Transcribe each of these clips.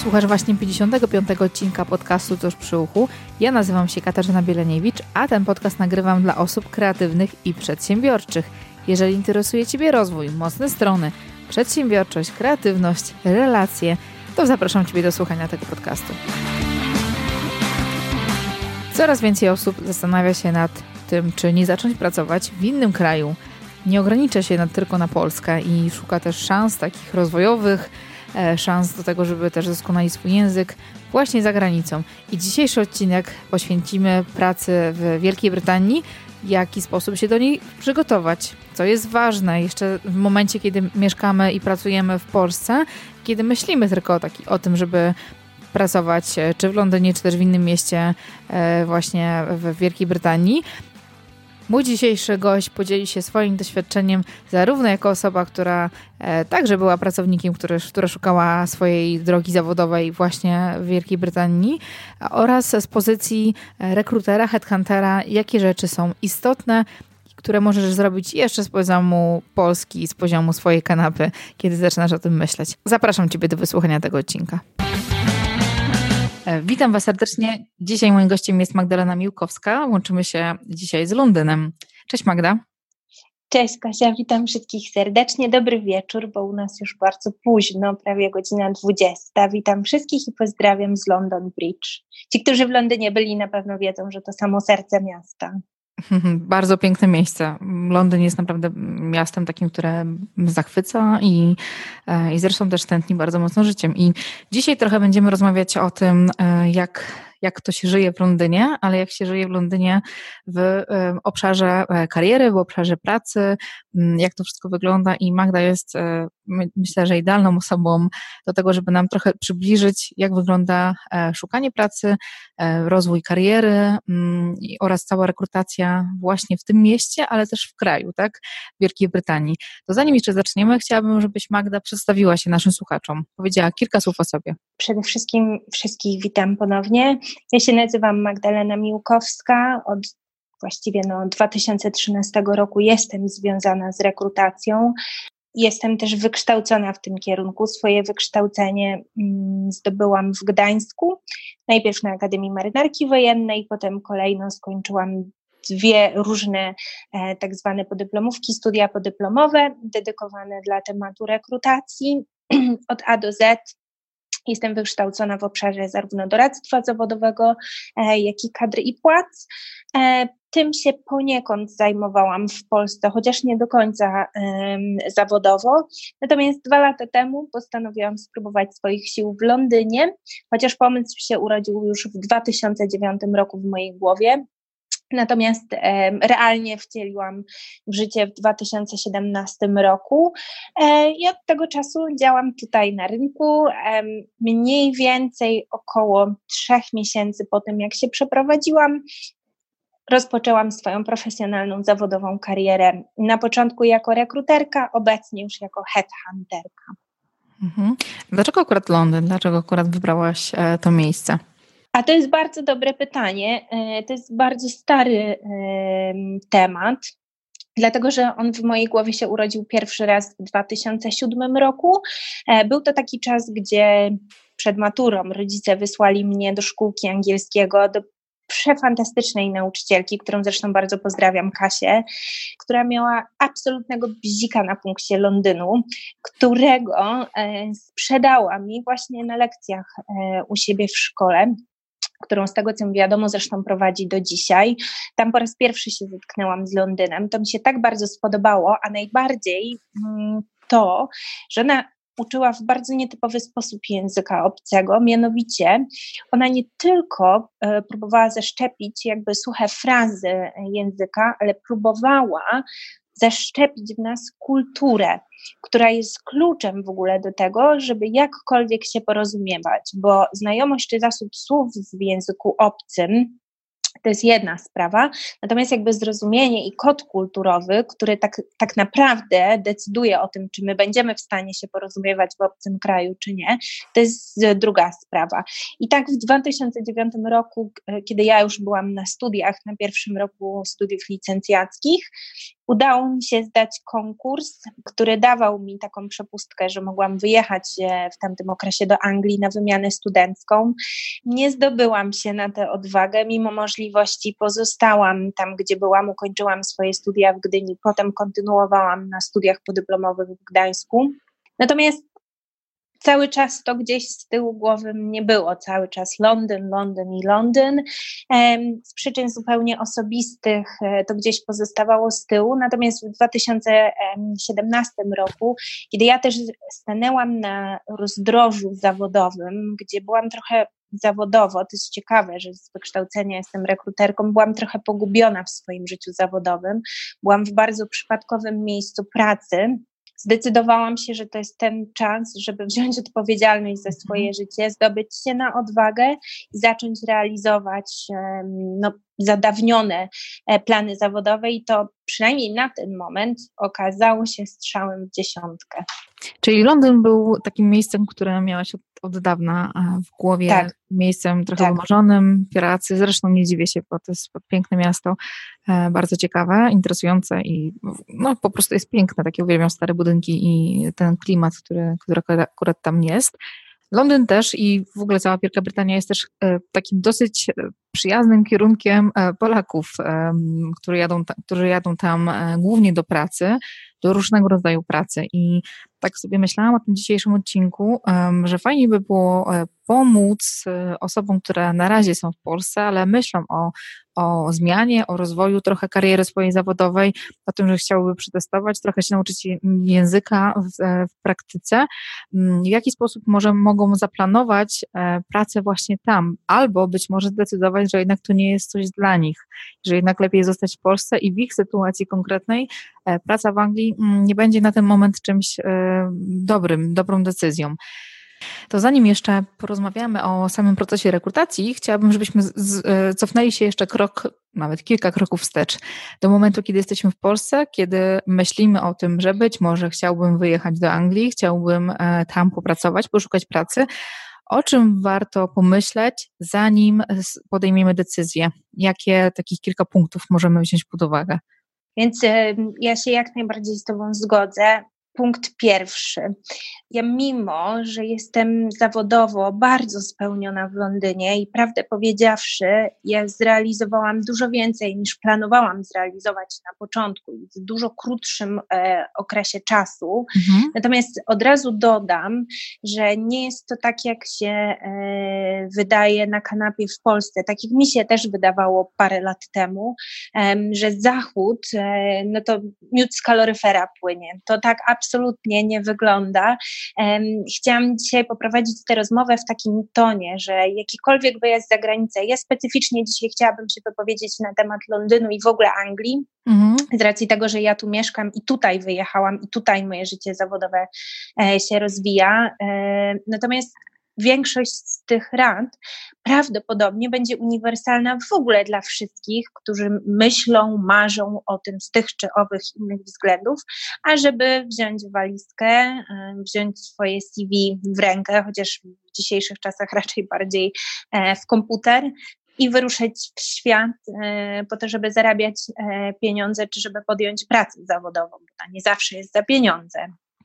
Słuchasz właśnie 55. odcinka podcastu Tuż przy uchu. Ja nazywam się Katarzyna Bieleniewicz, a ten podcast nagrywam dla osób kreatywnych i przedsiębiorczych. Jeżeli interesuje Ciebie rozwój, mocne strony, przedsiębiorczość, kreatywność, relacje, to zapraszam Ciebie do słuchania tego podcastu. Coraz więcej osób zastanawia się nad tym, czy nie zacząć pracować w innym kraju. Nie ogranicza się tylko na Polskę i szuka też szans takich rozwojowych, szans do tego, żeby też doskonalić swój język właśnie za granicą. I dzisiejszy odcinek poświęcimy pracy w Wielkiej Brytanii, w jaki sposób się do niej przygotować, co jest ważne jeszcze w momencie, kiedy mieszkamy i pracujemy w Polsce, kiedy myślimy tylko o tym, żeby pracować czy w Londynie, czy też w innym mieście właśnie w Wielkiej Brytanii. Mój dzisiejszy gość podzieli się swoim doświadczeniem zarówno jako osoba, która także była pracownikiem, która szukała swojej drogi zawodowej właśnie w Wielkiej Brytanii, oraz z pozycji rekrutera, headhuntera, jakie rzeczy są istotne, które możesz zrobić jeszcze z poziomu Polski, z poziomu swojej kanapy, kiedy zaczynasz o tym myśleć. Zapraszam Ciebie do wysłuchania tego odcinka. Witam Was serdecznie. Dzisiaj moim gościem jest Magdalena Miłkowska. Łączymy się dzisiaj z Londynem. Cześć Magda. Cześć Kasia, witam wszystkich serdecznie. Dobry wieczór, bo u nas już bardzo późno, prawie godzina 20. Witam wszystkich i pozdrawiam z London Bridge. Ci, którzy w Londynie byli, na pewno wiedzą, że to samo serce miasta. Bardzo piękne miejsce. Londyn jest naprawdę miastem takim, które zachwyca i zresztą też tętni bardzo mocno życiem. I dzisiaj trochę będziemy rozmawiać o tym, jak to się żyje w Londynie, ale jak się żyje w Londynie w obszarze kariery, w obszarze pracy, jak to wszystko wygląda. I Magda jest, myślę, że idealną osobą do tego, żeby nam trochę przybliżyć, jak wygląda szukanie pracy, rozwój kariery oraz cała rekrutacja właśnie w tym mieście, ale też w kraju, tak, w Wielkiej Brytanii. To zanim jeszcze zaczniemy, chciałabym, żebyś Magda przedstawiła się naszym słuchaczom, powiedziała kilka słów o sobie. Przede wszystkim wszystkich witam ponownie. Ja się nazywam Magdalena Miłkowska. Od 2013 roku jestem związana z rekrutacją. Jestem też wykształcona w tym kierunku. Swoje wykształcenie zdobyłam w Gdańsku. Najpierw na Akademii Marynarki Wojennej, potem kolejno skończyłam 2 różne tak zwane podyplomówki, studia podyplomowe dedykowane dla tematu rekrutacji od A do Z. Jestem wykształcona w obszarze zarówno doradztwa zawodowego, jak i kadry i płac. Tym się poniekąd zajmowałam w Polsce, chociaż nie do końca zawodowo. Natomiast 2 lata temu postanowiłam spróbować swoich sił w Londynie, chociaż pomysł się urodził już w 2009 roku w mojej głowie. Natomiast realnie wcieliłam w życie w 2017 roku i od tego czasu działam tutaj na rynku. Mniej więcej około 3 miesięcy po tym, jak się przeprowadziłam, rozpoczęłam swoją profesjonalną, zawodową karierę. Na początku jako rekruterka, obecnie już jako headhunterka. Dlaczego akurat Londyn? Dlaczego akurat wybrałaś to miejsce? A to jest bardzo dobre pytanie. To jest bardzo stary temat, dlatego że on w mojej głowie się urodził pierwszy raz w 2007 roku. Był to taki czas, gdzie przed maturą rodzice wysłali mnie do szkółki angielskiego, do przefantastycznej nauczycielki, którą zresztą bardzo pozdrawiam, Kasię, która miała absolutnego bzika na punkcie Londynu, którego sprzedała mi właśnie na lekcjach u siebie w szkole, którą z tego co mi wiadomo zresztą prowadzi do dzisiaj. Tam po raz pierwszy się zetknęłam z Londynem. To mi się tak bardzo spodobało, a najbardziej to, że ona uczyła w bardzo nietypowy sposób języka obcego, mianowicie ona nie tylko próbowała zaszczepić jakby suche frazy języka, ale próbowała zaszczepić w nas kulturę, która jest kluczem w ogóle do tego, żeby jakkolwiek się porozumiewać, bo znajomość czy zasób słów w języku obcym To jest jedna sprawa, natomiast jakby zrozumienie i kod kulturowy, który tak naprawdę decyduje o tym, czy my będziemy w stanie się porozumiewać w obcym kraju, czy nie, to jest druga sprawa. I tak w 2009 roku, kiedy ja już byłam na studiach, na pierwszym roku studiów licencjackich, udało mi się zdać konkurs, który dawał mi taką przepustkę, że mogłam wyjechać w tamtym okresie do Anglii na wymianę studencką. Nie zdobyłam się na tę odwagę, mimo możliwości pozostałam tam, gdzie byłam, ukończyłam swoje studia w Gdyni, potem kontynuowałam na studiach podyplomowych w Gdańsku. Natomiast cały czas to gdzieś z tyłu głowy mnie było, cały czas Londyn, Londyn i Londyn. Z przyczyn zupełnie osobistych to gdzieś pozostawało z tyłu, natomiast w 2017 roku, kiedy ja też stanęłam na rozdrożu zawodowym, gdzie byłam trochę zawodowo, to jest ciekawe, że z wykształcenia jestem rekruterką, byłam trochę pogubiona w swoim życiu zawodowym, byłam w bardzo przypadkowym miejscu pracy. Zdecydowałam się, że to jest ten czas, żeby wziąć odpowiedzialność za swoje życie, zdobyć się na odwagę i zacząć realizować zadawnione plany zawodowe i to przynajmniej na ten moment okazało się strzałem w dziesiątkę. Czyli Londyn był takim miejscem, które miałaś od dawna w głowie, tak. Miejscem trochę wymarzonym pracy. Zresztą nie dziwię się, bo to jest piękne miasto, bardzo ciekawe, interesujące i po prostu jest piękne. Takie uwielbiam stare budynki i ten klimat, który akurat tam jest. Londyn też i w ogóle cała Wielka Brytania jest też takim dosyć przyjaznym kierunkiem Polaków, którzy jadą tam głównie do pracy, do różnego rodzaju pracy. I tak sobie myślałam o tym dzisiejszym odcinku, że fajnie by było pomóc osobom, które na razie są w Polsce, ale myślą o zmianie, o rozwoju trochę kariery swojej zawodowej, o tym, że chciałyby przetestować, trochę się nauczyć języka w praktyce. W jaki sposób mogą zaplanować pracę właśnie tam, albo być może zdecydować, że jednak to nie jest coś dla nich, że jednak lepiej zostać w Polsce i w ich sytuacji konkretnej praca w Anglii nie będzie na ten moment czymś dobrą decyzją. To zanim jeszcze porozmawiamy o samym procesie rekrutacji, chciałabym, żebyśmy cofnęli się jeszcze krok, nawet kilka kroków wstecz, do momentu, kiedy jesteśmy w Polsce, kiedy myślimy o tym, że być może chciałbym wyjechać do Anglii, chciałbym tam popracować, poszukać pracy. O czym warto pomyśleć, zanim podejmiemy decyzję? Jakie takich kilka punktów możemy wziąć pod uwagę? Więc ja się jak najbardziej z Tobą zgodzę. Punkt pierwszy. Ja mimo, że jestem zawodowo bardzo spełniona w Londynie i prawdę powiedziawszy, ja zrealizowałam dużo więcej niż planowałam zrealizować na początku i w dużo krótszym okresie czasu. Natomiast od razu dodam, że nie jest to tak, jak się wydaje na kanapie w Polsce, tak jak mi się też wydawało parę lat temu, że Zachód, no to miód z kaloryfera płynie. To tak absolutnie nie wygląda. Chciałam dzisiaj poprowadzić tę rozmowę w takim tonie, że jakikolwiek wyjazd za granicę, ja specyficznie dzisiaj chciałabym się wypowiedzieć na temat Londynu i w ogóle Anglii, z racji tego, że ja tu mieszkam i tutaj wyjechałam i tutaj moje życie zawodowe się rozwija. Natomiast większość z tych rad prawdopodobnie będzie uniwersalna w ogóle dla wszystkich, którzy myślą, marzą o tym z tych czy owych innych względów, a żeby wziąć walizkę, wziąć swoje CV w rękę, chociaż w dzisiejszych czasach raczej bardziej w komputer i wyruszyć w świat po to, żeby zarabiać pieniądze, czy żeby podjąć pracę zawodową, bo to nie zawsze jest za pieniądze.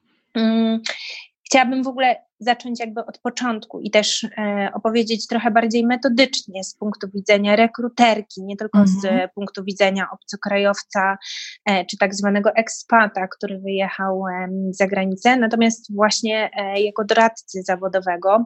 Chciałabym w ogóle zacząć jakby od początku i też opowiedzieć trochę bardziej metodycznie z punktu widzenia rekruterki, nie tylko z punktu widzenia obcokrajowca czy tak zwanego ekspata, który wyjechał za granicę, natomiast właśnie jako doradcy zawodowego.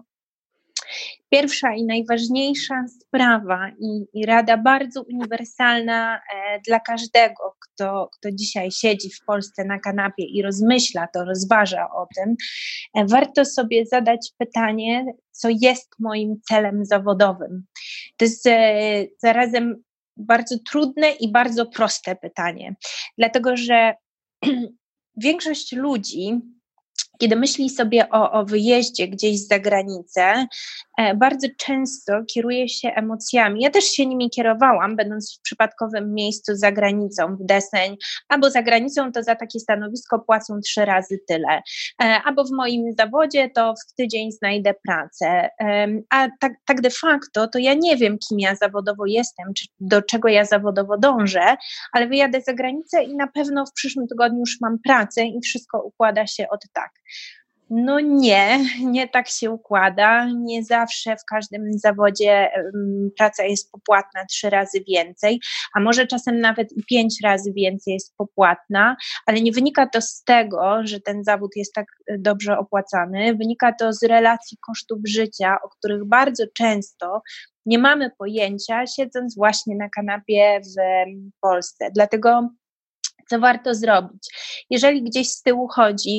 Pierwsza i najważniejsza sprawa i rada bardzo uniwersalna dla każdego, kto dzisiaj siedzi w Polsce na kanapie i rozmyśla to, rozważa o tym, warto sobie zadać pytanie, co jest moim celem zawodowym. To jest zarazem bardzo trudne i bardzo proste pytanie, dlatego że większość ludzi kiedy myśli sobie o wyjeździe gdzieś za granicę, bardzo często kieruje się emocjami. Ja też się nimi kierowałam, będąc w przypadkowym miejscu za granicą, w deseń, albo za granicą to za takie stanowisko płacą 3 razy tyle, albo w moim zawodzie to w tydzień znajdę pracę, a tak de facto to ja nie wiem, kim ja zawodowo jestem, czy do czego ja zawodowo dążę, ale wyjadę za granicę i na pewno w przyszłym tygodniu już mam pracę i wszystko układa się od tak. No nie tak się układa. Nie zawsze w każdym zawodzie praca jest popłatna 3 razy więcej, a może czasem nawet i 5 razy więcej jest popłatna, ale nie wynika to z tego, że ten zawód jest tak dobrze opłacany. Wynika to z relacji kosztów życia, o których bardzo często nie mamy pojęcia, siedząc właśnie na kanapie w Polsce. Dlatego co warto zrobić? Jeżeli gdzieś z tyłu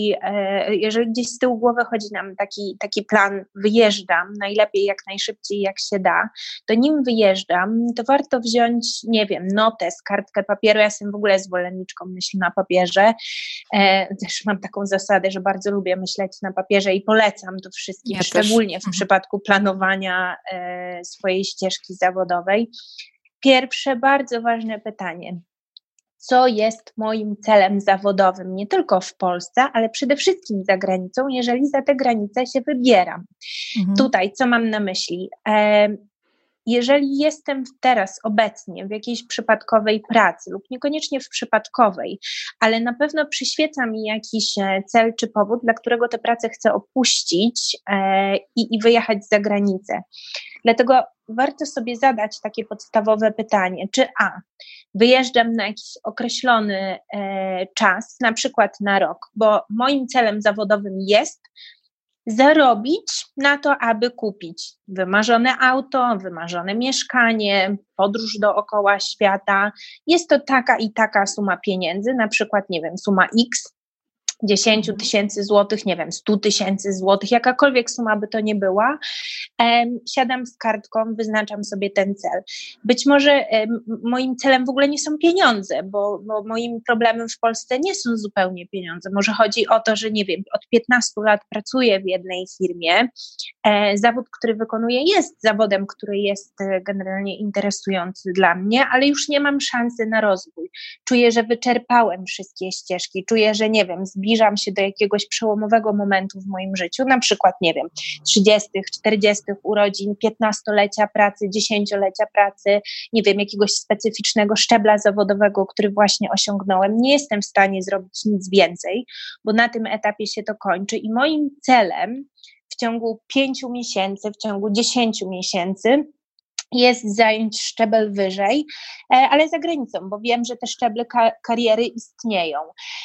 głowy chodzi nam taki plan, wyjeżdżam, najlepiej jak najszybciej jak się da, to nim wyjeżdżam, to warto wziąć, nie wiem, notes, kartkę papieru. Ja jestem w ogóle zwolenniczką myśli na papierze. Też mam taką zasadę, że bardzo lubię myśleć na papierze i polecam to wszystkim, ja szczególnie w przypadku planowania swojej ścieżki zawodowej. Pierwsze, bardzo ważne pytanie. Co jest moim celem zawodowym, nie tylko w Polsce, ale przede wszystkim za granicą, jeżeli za tę granicę się wybieram. Tutaj, co mam na myśli? Jeżeli jestem teraz obecnie w jakiejś przypadkowej pracy lub niekoniecznie w przypadkowej, ale na pewno przyświeca mi jakiś cel czy powód, dla którego tę pracę chcę opuścić i wyjechać za granicę. Dlatego warto sobie zadać takie podstawowe pytanie, czy wyjeżdżam na jakiś określony czas, na przykład na rok, bo moim celem zawodowym jest zarobić na to, aby kupić wymarzone auto, wymarzone mieszkanie, podróż dookoła świata. Jest to taka i taka suma pieniędzy, na przykład, nie wiem, suma X, 10 tysięcy złotych, nie wiem, 100 tysięcy złotych, jakakolwiek suma by to nie była, siadam z kartką, wyznaczam sobie ten cel. Być może moim celem w ogóle nie są pieniądze, bo moim problemem w Polsce nie są zupełnie pieniądze. Może chodzi o to, że nie wiem, od 15 lat pracuję w jednej firmie, zawód, który wykonuję jest zawodem, który jest generalnie interesujący dla mnie, ale już nie mam szansy na rozwój. Czuję, że wyczerpałem wszystkie ścieżki, czuję, że nie wiem, zbliżam się do jakiegoś przełomowego momentu w moim życiu, na przykład, nie wiem, 30., 40. urodzin, 15-lecia pracy, 10-lecia pracy, nie wiem, jakiegoś specyficznego szczebla zawodowego, który właśnie osiągnąłem. Nie jestem w stanie zrobić nic więcej, bo na tym etapie się to kończy i moim celem w ciągu 5 miesięcy, w ciągu 10 miesięcy jest zająć szczebel wyżej, ale za granicą, bo wiem, że te szczeble kariery istnieją.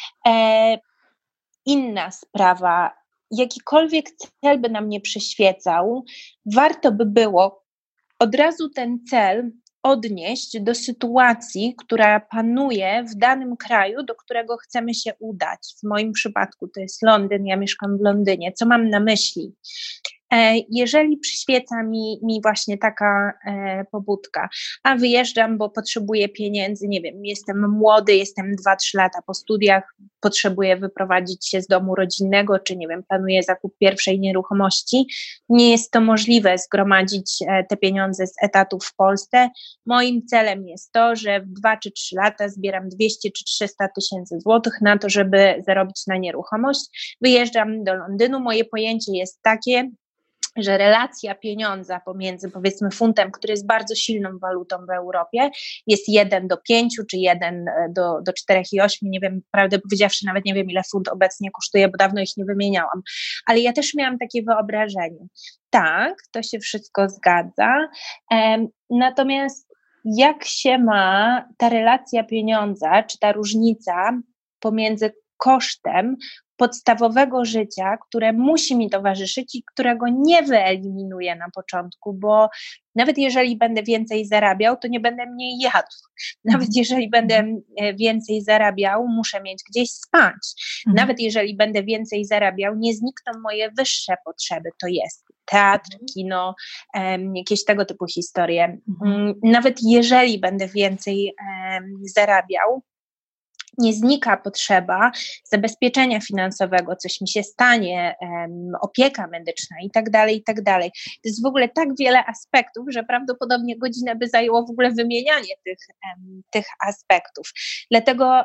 Inna sprawa, jakikolwiek cel by nam nie przyświecał, warto by było od razu ten cel odnieść do sytuacji, która panuje w danym kraju, do którego chcemy się udać. W moim przypadku to jest Londyn, ja mieszkam w Londynie. Co mam na myśli? Jeżeli przyświeca mi właśnie taka pobudka, a wyjeżdżam, bo potrzebuję pieniędzy, nie wiem, jestem młody, jestem 2-3 lata po studiach, potrzebuję wyprowadzić się z domu rodzinnego, czy nie wiem, planuję zakup pierwszej nieruchomości, nie jest to możliwe zgromadzić te pieniądze z etatów w Polsce. Moim celem jest to, że w 2 czy 3 lata zbieram 200 czy 300 tysięcy złotych na to, żeby zarobić na nieruchomość. Wyjeżdżam do Londynu, moje pojęcie jest takie, że relacja pieniądza pomiędzy, powiedzmy, funtem, który jest bardzo silną walutą w Europie, jest 1:5 czy 1:4,8, nie wiem, prawdę powiedziawszy, nawet nie wiem, ile funt obecnie kosztuje, bo dawno ich nie wymieniałam, ale ja też miałam takie wyobrażenie. Tak, to się wszystko zgadza, natomiast jak się ma ta relacja pieniądza, czy ta różnica pomiędzy kosztem podstawowego życia, które musi mi towarzyszyć i którego nie wyeliminuję na początku, bo nawet jeżeli będę więcej zarabiał, to nie będę mniej jadł. Nawet jeżeli będę więcej zarabiał, muszę mieć gdzieś spać. Nawet jeżeli będę więcej zarabiał, nie znikną moje wyższe potrzeby, to jest teatr, kino, jakieś tego typu historie. Nawet jeżeli będę więcej zarabiał, nie znika potrzeba zabezpieczenia finansowego, coś mi się stanie, opieka medyczna i tak dalej, i tak dalej. To jest w ogóle tak wiele aspektów, że prawdopodobnie godzinę by zajęło w ogóle wymienianie tych aspektów. Dlatego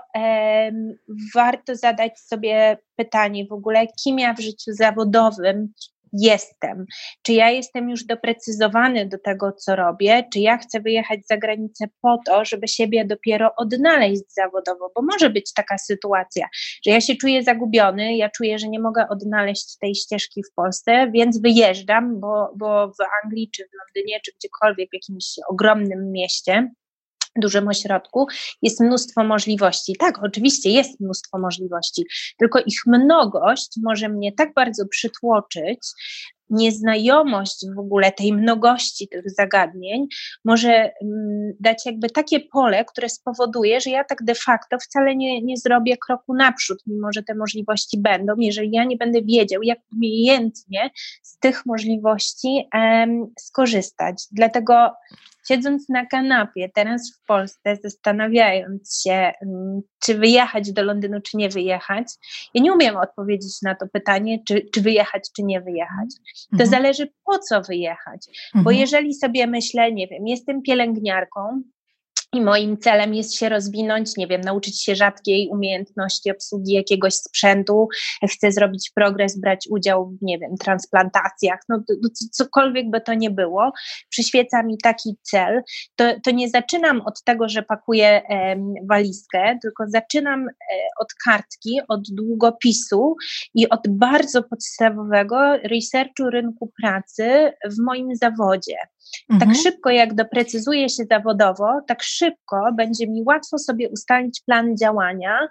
warto zadać sobie pytanie w ogóle, kim ja w życiu zawodowym jestem. Czy ja jestem już doprecyzowany do tego, co robię, czy ja chcę wyjechać za granicę po to, żeby siebie dopiero odnaleźć zawodowo, bo może być taka sytuacja, że ja się czuję zagubiony, ja czuję, że nie mogę odnaleźć tej ścieżki w Polsce, więc wyjeżdżam, bo w Anglii, czy w Londynie, czy gdziekolwiek w jakimś ogromnym mieście, dużym ośrodku, jest mnóstwo możliwości. Tak, oczywiście jest mnóstwo możliwości, tylko ich mnogość może mnie tak bardzo przytłoczyć, nieznajomość w ogóle tej mnogości tych zagadnień może dać jakby takie pole, które spowoduje, że ja tak de facto wcale nie zrobię kroku naprzód, mimo że te możliwości będą, jeżeli ja nie będę wiedział, jak umiejętnie z tych możliwości skorzystać. Dlatego siedząc na kanapie teraz w Polsce, zastanawiając się, czy wyjechać do Londynu, czy nie wyjechać, ja nie umiem odpowiedzieć na to pytanie, czy wyjechać, czy nie wyjechać. To zależy, po co wyjechać. Bo jeżeli sobie myślę, nie wiem, jestem pielęgniarką, i moim celem jest się rozwinąć, nie wiem, nauczyć się rzadkiej umiejętności obsługi jakiegoś sprzętu, chcę zrobić progres, brać udział w, nie wiem, transplantacjach, cokolwiek by to nie było, przyświeca mi taki cel, to nie zaczynam od tego, że pakuję walizkę, tylko zaczynam od kartki, od długopisu i od bardzo podstawowego researchu rynku pracy w moim zawodzie. Tak szybko, jak doprecyzuję się zawodowo, tak szybko będzie mi łatwo sobie ustalić plan działania,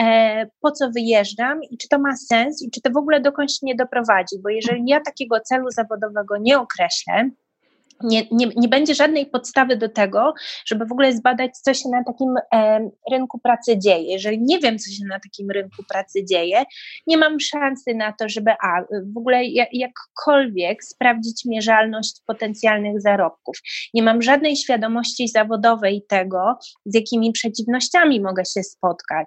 po co wyjeżdżam i czy to ma sens i czy to w ogóle dokądś mnie doprowadzi, bo jeżeli ja takiego celu zawodowego nie określę, nie będzie żadnej podstawy do tego, żeby w ogóle zbadać, co się na takim rynku pracy dzieje. Jeżeli nie wiem, co się na takim rynku pracy dzieje, nie mam szansy na to, żeby w ogóle jakkolwiek sprawdzić mierzalność potencjalnych zarobków. Nie mam żadnej świadomości zawodowej tego, z jakimi przeciwnościami mogę się spotkać.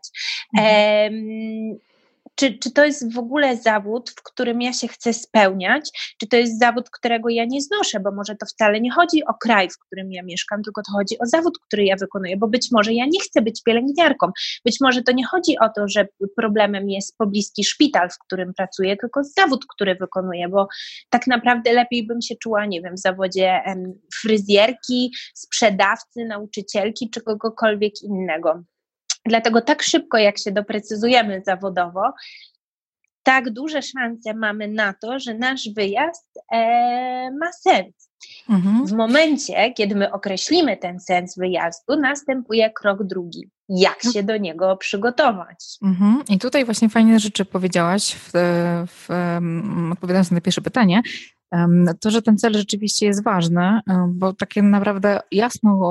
Czy to jest w ogóle zawód, w którym ja się chcę spełniać, czy to jest zawód, którego ja nie znoszę, bo może to wcale nie chodzi o kraj, w którym ja mieszkam, tylko to chodzi o zawód, który ja wykonuję, bo być może ja nie chcę być pielęgniarką, być może to nie chodzi o to, że problemem jest pobliski szpital, w którym pracuję, tylko zawód, który wykonuję, bo tak naprawdę lepiej bym się czuła, nie wiem, w zawodzie fryzjerki, sprzedawcy, nauczycielki, czy kogokolwiek innego. Dlatego tak szybko, jak się doprecyzujemy zawodowo, tak duże szanse mamy na to, że nasz wyjazd ma sens. W momencie, kiedy my określimy ten sens wyjazdu, następuje krok drugi. Jak się do niego przygotować? I tutaj właśnie fajne rzeczy powiedziałaś, odpowiadając na pierwsze pytanie. To, że ten cel rzeczywiście jest ważny, bo takie naprawdę jasno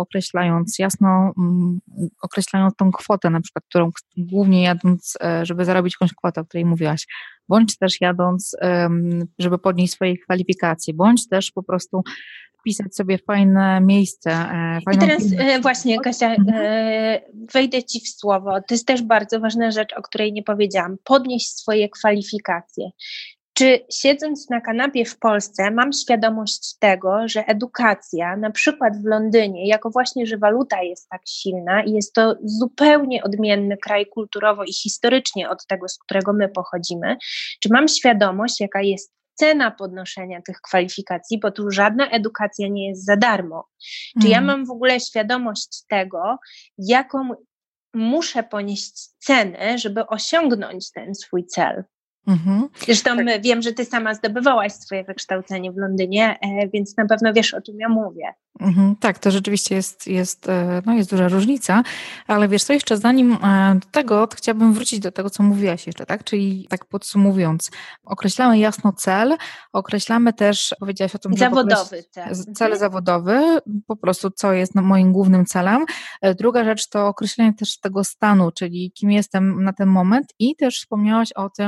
określając tą kwotę, na przykład, którą głównie jadąc, żeby zarobić jakąś kwotę, o której mówiłaś, bądź też jadąc, żeby podnieść swoje kwalifikacje, bądź też po prostu wpisać sobie fajne miejsce. I teraz właśnie, Kasia, wejdę Ci w słowo. To jest też bardzo ważna rzecz, o której nie powiedziałam. Podnieść swoje kwalifikacje. Czy siedząc na kanapie w Polsce mam świadomość tego, że edukacja, na przykład w Londynie, jako właśnie, że waluta jest tak silna i jest to zupełnie odmienny kraj kulturowo i historycznie od tego, z którego my pochodzimy, czy mam świadomość, jaka jest cena podnoszenia tych kwalifikacji, bo tu żadna edukacja nie jest za darmo. Czy ja mam w ogóle świadomość tego, jaką muszę ponieść cenę, żeby osiągnąć ten swój cel? Zresztą wiem, że ty sama zdobywałaś swoje wykształcenie w Londynie, więc na pewno wiesz, o czym ja mówię. Tak, to rzeczywiście jest duża różnica, ale wiesz co, jeszcze zanim do tego, to chciałabym wrócić do tego, co mówiłaś jeszcze, tak? Czyli tak podsumowując, określamy jasno cel, określamy też, powiedziałaś o tym, zawodowy cel zawodowy, po prostu co jest moim głównym celem. Druga rzecz to określenie też tego stanu, czyli kim jestem na ten moment i też wspomniałaś o tym,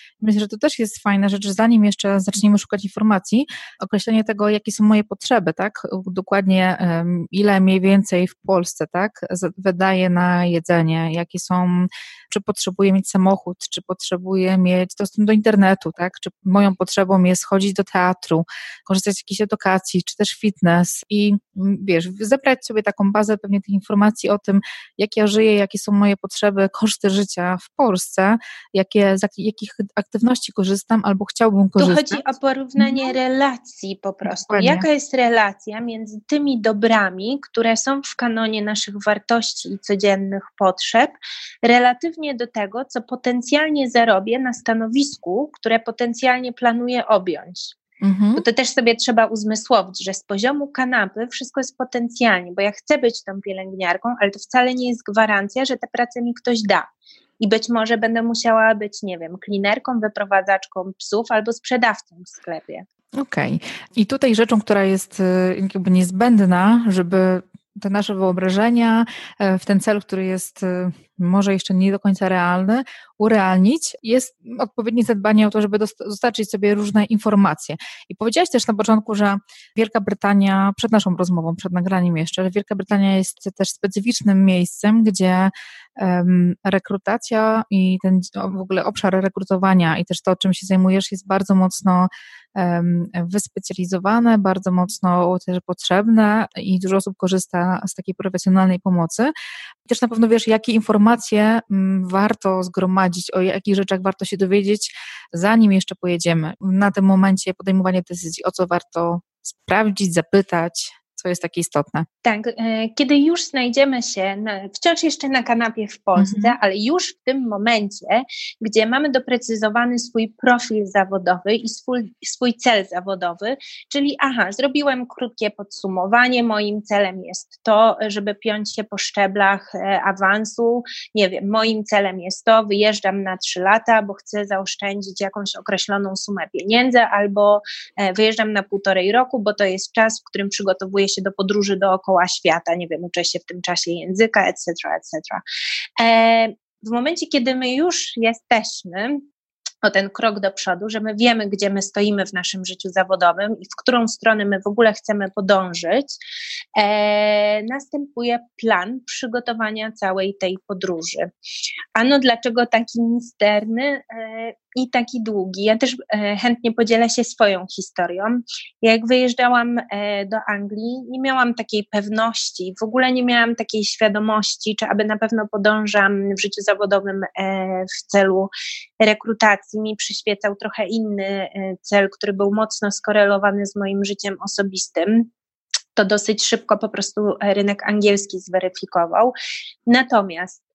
Myślę, że to też jest fajna rzecz, że zanim jeszcze zaczniemy szukać informacji, określenie tego, jakie są moje potrzeby, tak? Dokładnie ile mniej więcej w Polsce, tak? Wydaje na jedzenie, jakie są, czy potrzebuję mieć samochód, czy potrzebuję mieć dostęp do internetu, tak? Czy moją potrzebą jest chodzić do teatru, korzystać z jakiejś edukacji, czy też fitness i wiesz, zebrać sobie taką bazę pewnie tych informacji o tym, jak ja żyję, jakie są moje potrzeby, koszty życia w Polsce, z jakich aktywności korzystam albo chciałbym korzystać. Tu chodzi o porównanie relacji po prostu. Dokładnie. Jaka jest relacja między tymi dobrami, które są w kanonie naszych wartości i codziennych potrzeb, relatywnie do tego, co potencjalnie zarobię na stanowisku, które potencjalnie planuję objąć. Bo to też sobie trzeba uzmysłowić, że z poziomu kanapy wszystko jest potencjalnie, bo ja chcę być tą pielęgniarką, ale to wcale nie jest gwarancja, że tę pracę mi ktoś da. I być może będę musiała być, nie wiem, klinerką, wyprowadzaczką psów albo sprzedawcą w sklepie. Okej. I tutaj rzeczą, która jest jakby niezbędna, żeby te nasze wyobrażenia w ten cel, który jest może jeszcze nie do końca realny, urealnić, jest odpowiednie zadbanie o to, żeby dostarczyć sobie różne informacje. I powiedziałaś też na początku, że Wielka Brytania, przed naszą rozmową, przed nagraniem jeszcze, że Wielka Brytania jest też specyficznym miejscem, gdzie rekrutacja i ten w ogóle obszar rekrutowania i też to, czym się zajmujesz, jest bardzo mocno wyspecjalizowane, bardzo mocno też potrzebne i dużo osób korzysta z takiej profesjonalnej pomocy. I też na pewno wiesz, jakie informacje warto zgromadzić, o jakich rzeczach warto się dowiedzieć, zanim jeszcze pojedziemy. Na tym momencie podejmowania decyzji, o co warto sprawdzić, zapytać, co jest takie istotne. Tak, kiedy już znajdziemy się wciąż jeszcze na kanapie w Polsce, ale już w tym momencie, gdzie mamy doprecyzowany swój profil zawodowy i swój cel zawodowy, czyli zrobiłem krótkie podsumowanie, moim celem jest to, żeby piąć się po szczeblach awansu, nie wiem, moim celem jest to, wyjeżdżam na 3 lata, bo chcę zaoszczędzić jakąś określoną sumę pieniędzy, albo wyjeżdżam na 1,5 roku, bo to jest czas, w którym przygotowuję się do podróży dookoła świata, nie wiem, uczę się w tym czasie języka, etc., etc. W momencie, kiedy my już jesteśmy o ten krok do przodu, że my wiemy, gdzie my stoimy w naszym życiu zawodowym i w którą stronę my w ogóle chcemy podążyć, następuje plan przygotowania całej tej podróży. Dlaczego taki misterny i taki długi? Ja też chętnie podzielę się swoją historią. Jak wyjeżdżałam do Anglii, nie miałam takiej pewności, w ogóle nie miałam takiej świadomości, czy aby na pewno podążam w życiu zawodowym w celu rekrutacji. Mi przyświecał trochę inny cel, który był mocno skorelowany z moim życiem osobistym. To dosyć szybko po prostu rynek angielski zweryfikował. Natomiast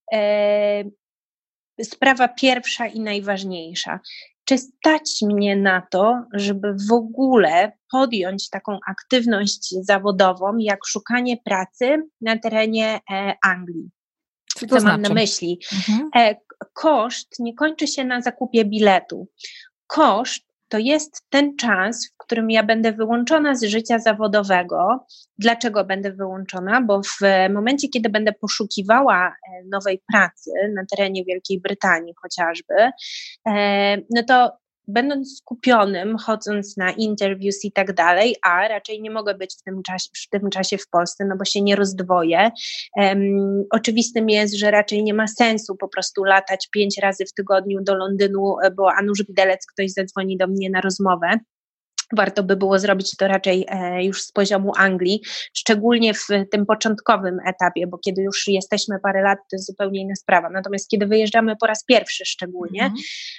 sprawa pierwsza i najważniejsza. Czy stać mnie na to, żeby w ogóle podjąć taką aktywność zawodową, jak szukanie pracy na terenie Anglii? Co mam na myśli? Koszt nie kończy się na zakupie biletu. Koszt to jest ten czas, w którym ja będę wyłączona z życia zawodowego. Dlaczego będę wyłączona? Bo w momencie, kiedy będę poszukiwała nowej pracy na terenie Wielkiej Brytanii chociażby, to będąc skupionym, chodząc na interviews i tak dalej, a raczej nie mogę być w tym czasie w Polsce, bo się nie rozdwoję. Oczywistym jest, że raczej nie ma sensu po prostu latać 5 razy w tygodniu do Londynu, bo a nuż widelec ktoś zadzwoni do mnie na rozmowę. Warto by było zrobić to raczej już z poziomu Anglii, szczególnie w tym początkowym etapie, bo kiedy już jesteśmy parę lat, to jest zupełnie inna sprawa. Natomiast kiedy wyjeżdżamy po raz pierwszy szczególnie,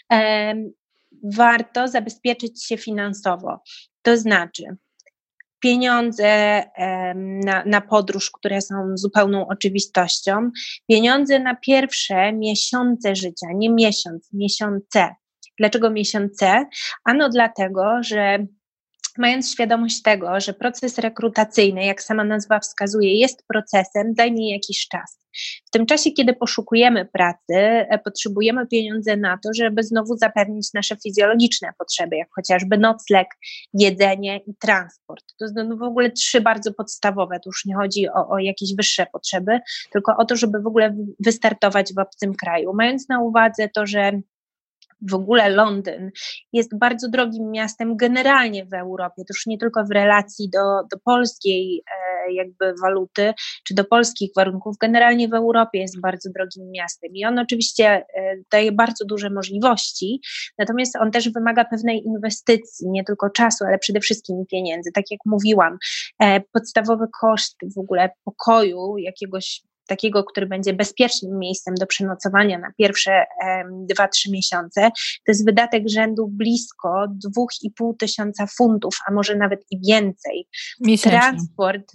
warto zabezpieczyć się finansowo. To znaczy pieniądze na podróż, które są zupełną oczywistością, pieniądze na pierwsze miesiące życia, nie miesiąc, miesiące. Dlaczego miesiące? Dlatego, że mając świadomość tego, że proces rekrutacyjny, jak sama nazwa wskazuje, jest procesem, zajmie jakiś czas. W tym czasie, kiedy poszukujemy pracy, potrzebujemy pieniędzy na to, żeby znowu zapewnić nasze fizjologiczne potrzeby, jak chociażby nocleg, jedzenie i transport. To są w ogóle 3 bardzo podstawowe. Tu już nie chodzi o jakieś wyższe potrzeby, tylko o to, żeby w ogóle wystartować w obcym kraju. Mając na uwadze to, że w ogóle Londyn jest bardzo drogim miastem generalnie w Europie, to już nie tylko w relacji do polskiej jakby waluty, czy do polskich warunków, generalnie w Europie jest bardzo drogim miastem i on oczywiście daje bardzo duże możliwości, natomiast on też wymaga pewnej inwestycji, nie tylko czasu, ale przede wszystkim pieniędzy. Tak jak mówiłam, podstawowy koszt w ogóle pokoju jakiegoś takiego, który będzie bezpiecznym miejscem do przenocowania na pierwsze 2-3 miesiące, to jest wydatek rzędu blisko 2500 funtów, a może nawet i więcej. Miesięcznie. Transport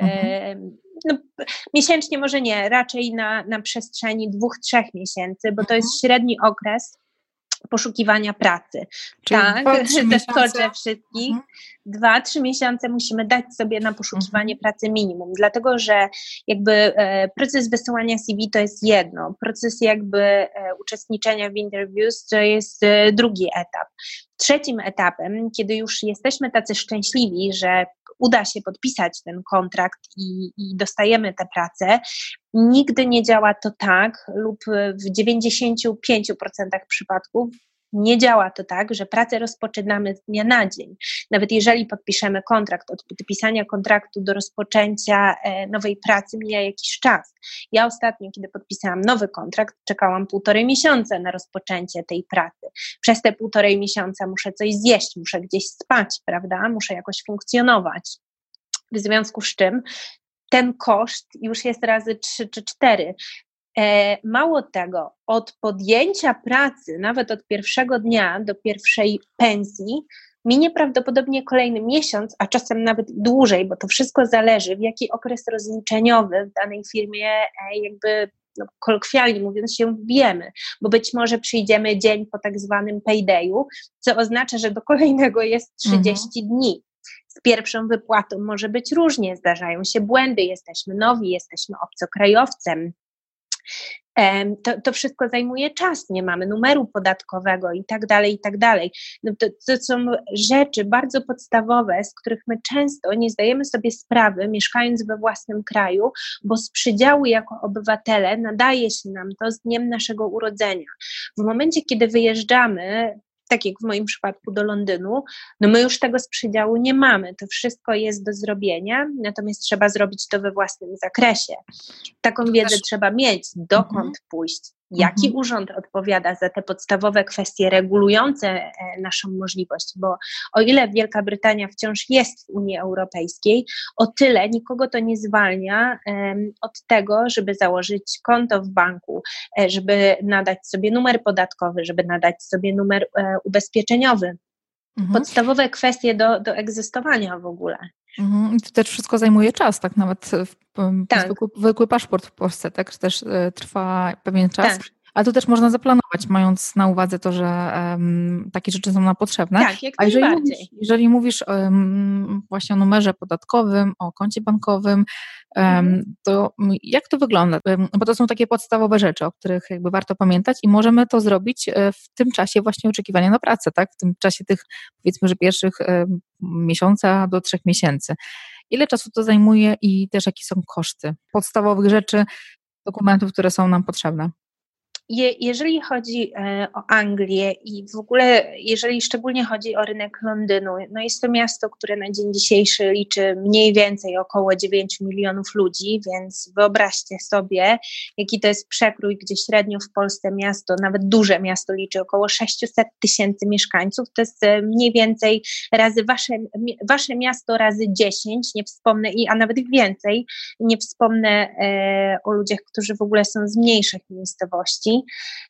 no, miesięcznie może nie, raczej na przestrzeni 2-3 miesięcy, bo to jest średni okres poszukiwania pracy. Czyli tak, 2-3 zaskoczę wszystkich. 2-3 miesiące musimy dać sobie na poszukiwanie pracy minimum, dlatego że jakby proces wysyłania CV to jest jedno, proces jakby uczestniczenia w interviews to jest drugi etap. Trzecim etapem, kiedy już jesteśmy tacy szczęśliwi, że uda się podpisać ten kontrakt i dostajemy tę pracę, nigdy nie działa to tak lub w 95% przypadków nie działa to tak, że pracę rozpoczynamy z dnia na dzień. Nawet jeżeli podpiszemy kontrakt, od podpisania kontraktu do rozpoczęcia nowej pracy mija jakiś czas. Ja ostatnio, kiedy podpisałam nowy kontrakt, czekałam 1,5 miesiąca na rozpoczęcie tej pracy. Przez te 1,5 miesiąca muszę coś zjeść, muszę gdzieś spać, prawda? Muszę jakoś funkcjonować. W związku z czym ten koszt już jest razy 3 czy 4. Mało tego, od podjęcia pracy, nawet od pierwszego dnia do pierwszej pensji, minie prawdopodobnie kolejny miesiąc, a czasem nawet dłużej, bo to wszystko zależy, w jaki okres rozliczeniowy w danej firmie jakby kolokwialnie mówiąc się wbijemy, bo być może przyjdziemy dzień po tak zwanym paydayu, co oznacza, że do kolejnego jest 30 dni. Z pierwszą wypłatą może być różnie, zdarzają się błędy, jesteśmy nowi, jesteśmy obcokrajowcem. To wszystko zajmuje czas, nie mamy numeru podatkowego i tak dalej, i tak dalej. No to są rzeczy bardzo podstawowe, z których my często nie zdajemy sobie sprawy, mieszkając we własnym kraju, bo z przydziału jako obywatele nadaje się nam to z dniem naszego urodzenia. W momencie, kiedy wyjeżdżamy, tak jak w moim przypadku do Londynu, no my już tego z przydziału nie mamy, to wszystko jest do zrobienia, natomiast trzeba zrobić to we własnym zakresie. Taką wiedzę trzeba mieć, dokąd pójść, jaki urząd odpowiada za te podstawowe kwestie regulujące naszą możliwość, bo o ile Wielka Brytania wciąż jest w Unii Europejskiej, o tyle nikogo to nie zwalnia od tego, żeby założyć konto w banku, żeby nadać sobie numer podatkowy, żeby nadać sobie numer ubezpieczeniowy. Podstawowe kwestie do egzystowania w ogóle. To też wszystko zajmuje czas, tak? Nawet zwykły paszport w Polsce tak też trwa pewien czas. Tak. Ale to też można zaplanować, mając na uwadze to, że takie rzeczy są nam potrzebne. Tak, jak najbardziej. Jeżeli mówisz właśnie o numerze podatkowym, o koncie bankowym, to jak to wygląda? Bo to są takie podstawowe rzeczy, o których jakby warto pamiętać i możemy to zrobić w tym czasie właśnie oczekiwania na pracę, tak? W tym czasie tych, powiedzmy, że pierwszych miesiąca do 3 miesięcy. Ile czasu to zajmuje i też jakie są koszty podstawowych rzeczy, dokumentów, które są nam potrzebne? Jeżeli chodzi o Anglię i w ogóle, jeżeli szczególnie chodzi o rynek Londynu, no jest to miasto, które na dzień dzisiejszy liczy mniej więcej około 9 milionów ludzi, więc wyobraźcie sobie, jaki to jest przekrój, gdzie średnio w Polsce miasto, nawet duże miasto liczy około 600 000 mieszkańców, to jest mniej więcej razy wasze miasto razy 10, nie wspomnę, a nawet więcej, nie wspomnę o ludziach, którzy w ogóle są z mniejszych miejscowości.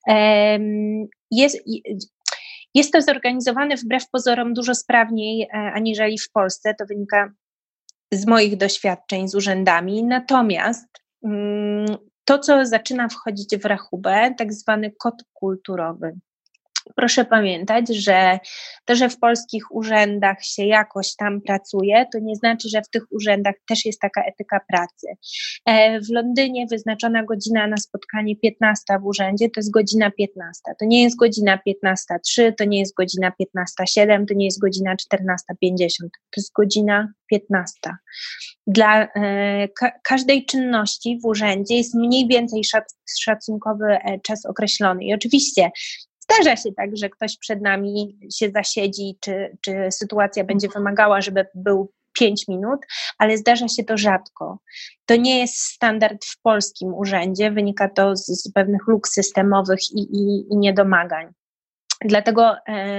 Jest to zorganizowane wbrew pozorom dużo sprawniej aniżeli w Polsce, to wynika z moich doświadczeń z urzędami, natomiast to, co zaczyna wchodzić w rachubę, tak zwany kod kulturowy. Proszę pamiętać, że to, że w polskich urzędach się jakoś tam pracuje, to nie znaczy, że w tych urzędach też jest taka etyka pracy. W Londynie wyznaczona godzina na spotkanie 15 w urzędzie to jest godzina 15. To nie jest godzina 15:03, to nie jest godzina 15:07, to nie jest godzina 14:50. To jest godzina 15. Dla każdej czynności w urzędzie jest mniej więcej szacunkowy czas określony. I oczywiście Zdarza się tak, że ktoś przed nami się zasiedzi, czy sytuacja będzie wymagała, żeby był 5 minut, ale zdarza się to rzadko. To nie jest standard w polskim urzędzie, wynika to z pewnych luk systemowych i niedomagań. Dlatego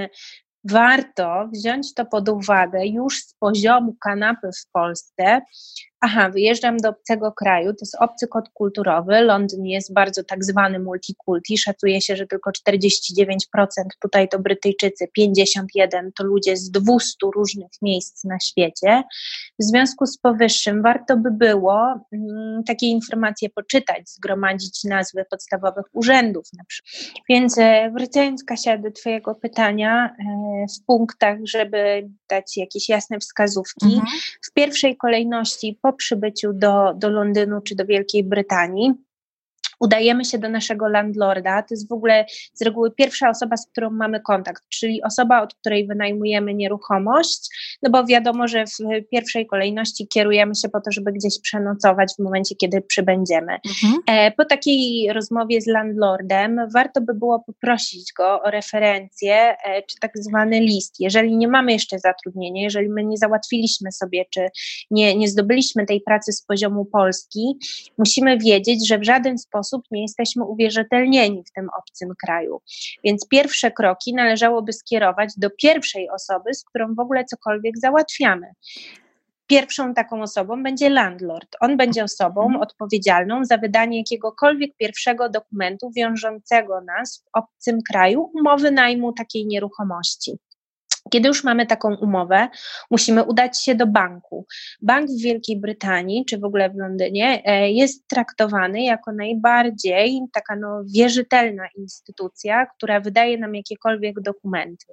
warto wziąć to pod uwagę już z poziomu kanapy w Polsce. Wyjeżdżam do obcego kraju, to jest obcy kod kulturowy, Londyn jest bardzo tak zwany multikulti, szacuje się, że tylko 49% tutaj to Brytyjczycy, 51% to ludzie z 200 różnych miejsc na świecie. W związku z powyższym warto by było takie informacje poczytać, zgromadzić nazwy podstawowych urzędów na przykład. Więc wracając, Kasia, do twojego pytania, w punktach, żeby dać jakieś jasne wskazówki, w pierwszej kolejności po przybyciu do Londynu czy do Wielkiej Brytanii udajemy się do naszego landlorda, to jest w ogóle z reguły pierwsza osoba, z którą mamy kontakt, czyli osoba, od której wynajmujemy nieruchomość, no bo wiadomo, że w pierwszej kolejności kierujemy się po to, żeby gdzieś przenocować w momencie, kiedy przybędziemy. Po takiej rozmowie z landlordem warto by było poprosić go o referencję, czy tak zwany list. Jeżeli nie mamy jeszcze zatrudnienia, jeżeli my nie załatwiliśmy sobie, czy nie zdobyliśmy tej pracy z poziomu Polski, musimy wiedzieć, że w żaden sposób nie jesteśmy uwierzytelnieni w tym obcym kraju. Więc pierwsze kroki należałoby skierować do pierwszej osoby, z którą w ogóle cokolwiek załatwiamy. Pierwszą taką osobą będzie landlord. On będzie osobą odpowiedzialną za wydanie jakiegokolwiek pierwszego dokumentu wiążącego nas w obcym kraju, umowy najmu takiej nieruchomości. Kiedy już mamy taką umowę, musimy udać się do banku. Bank w Wielkiej Brytanii, czy w ogóle w Londynie, jest traktowany jako najbardziej taka wierzytelna instytucja, która wydaje nam jakiekolwiek dokumenty.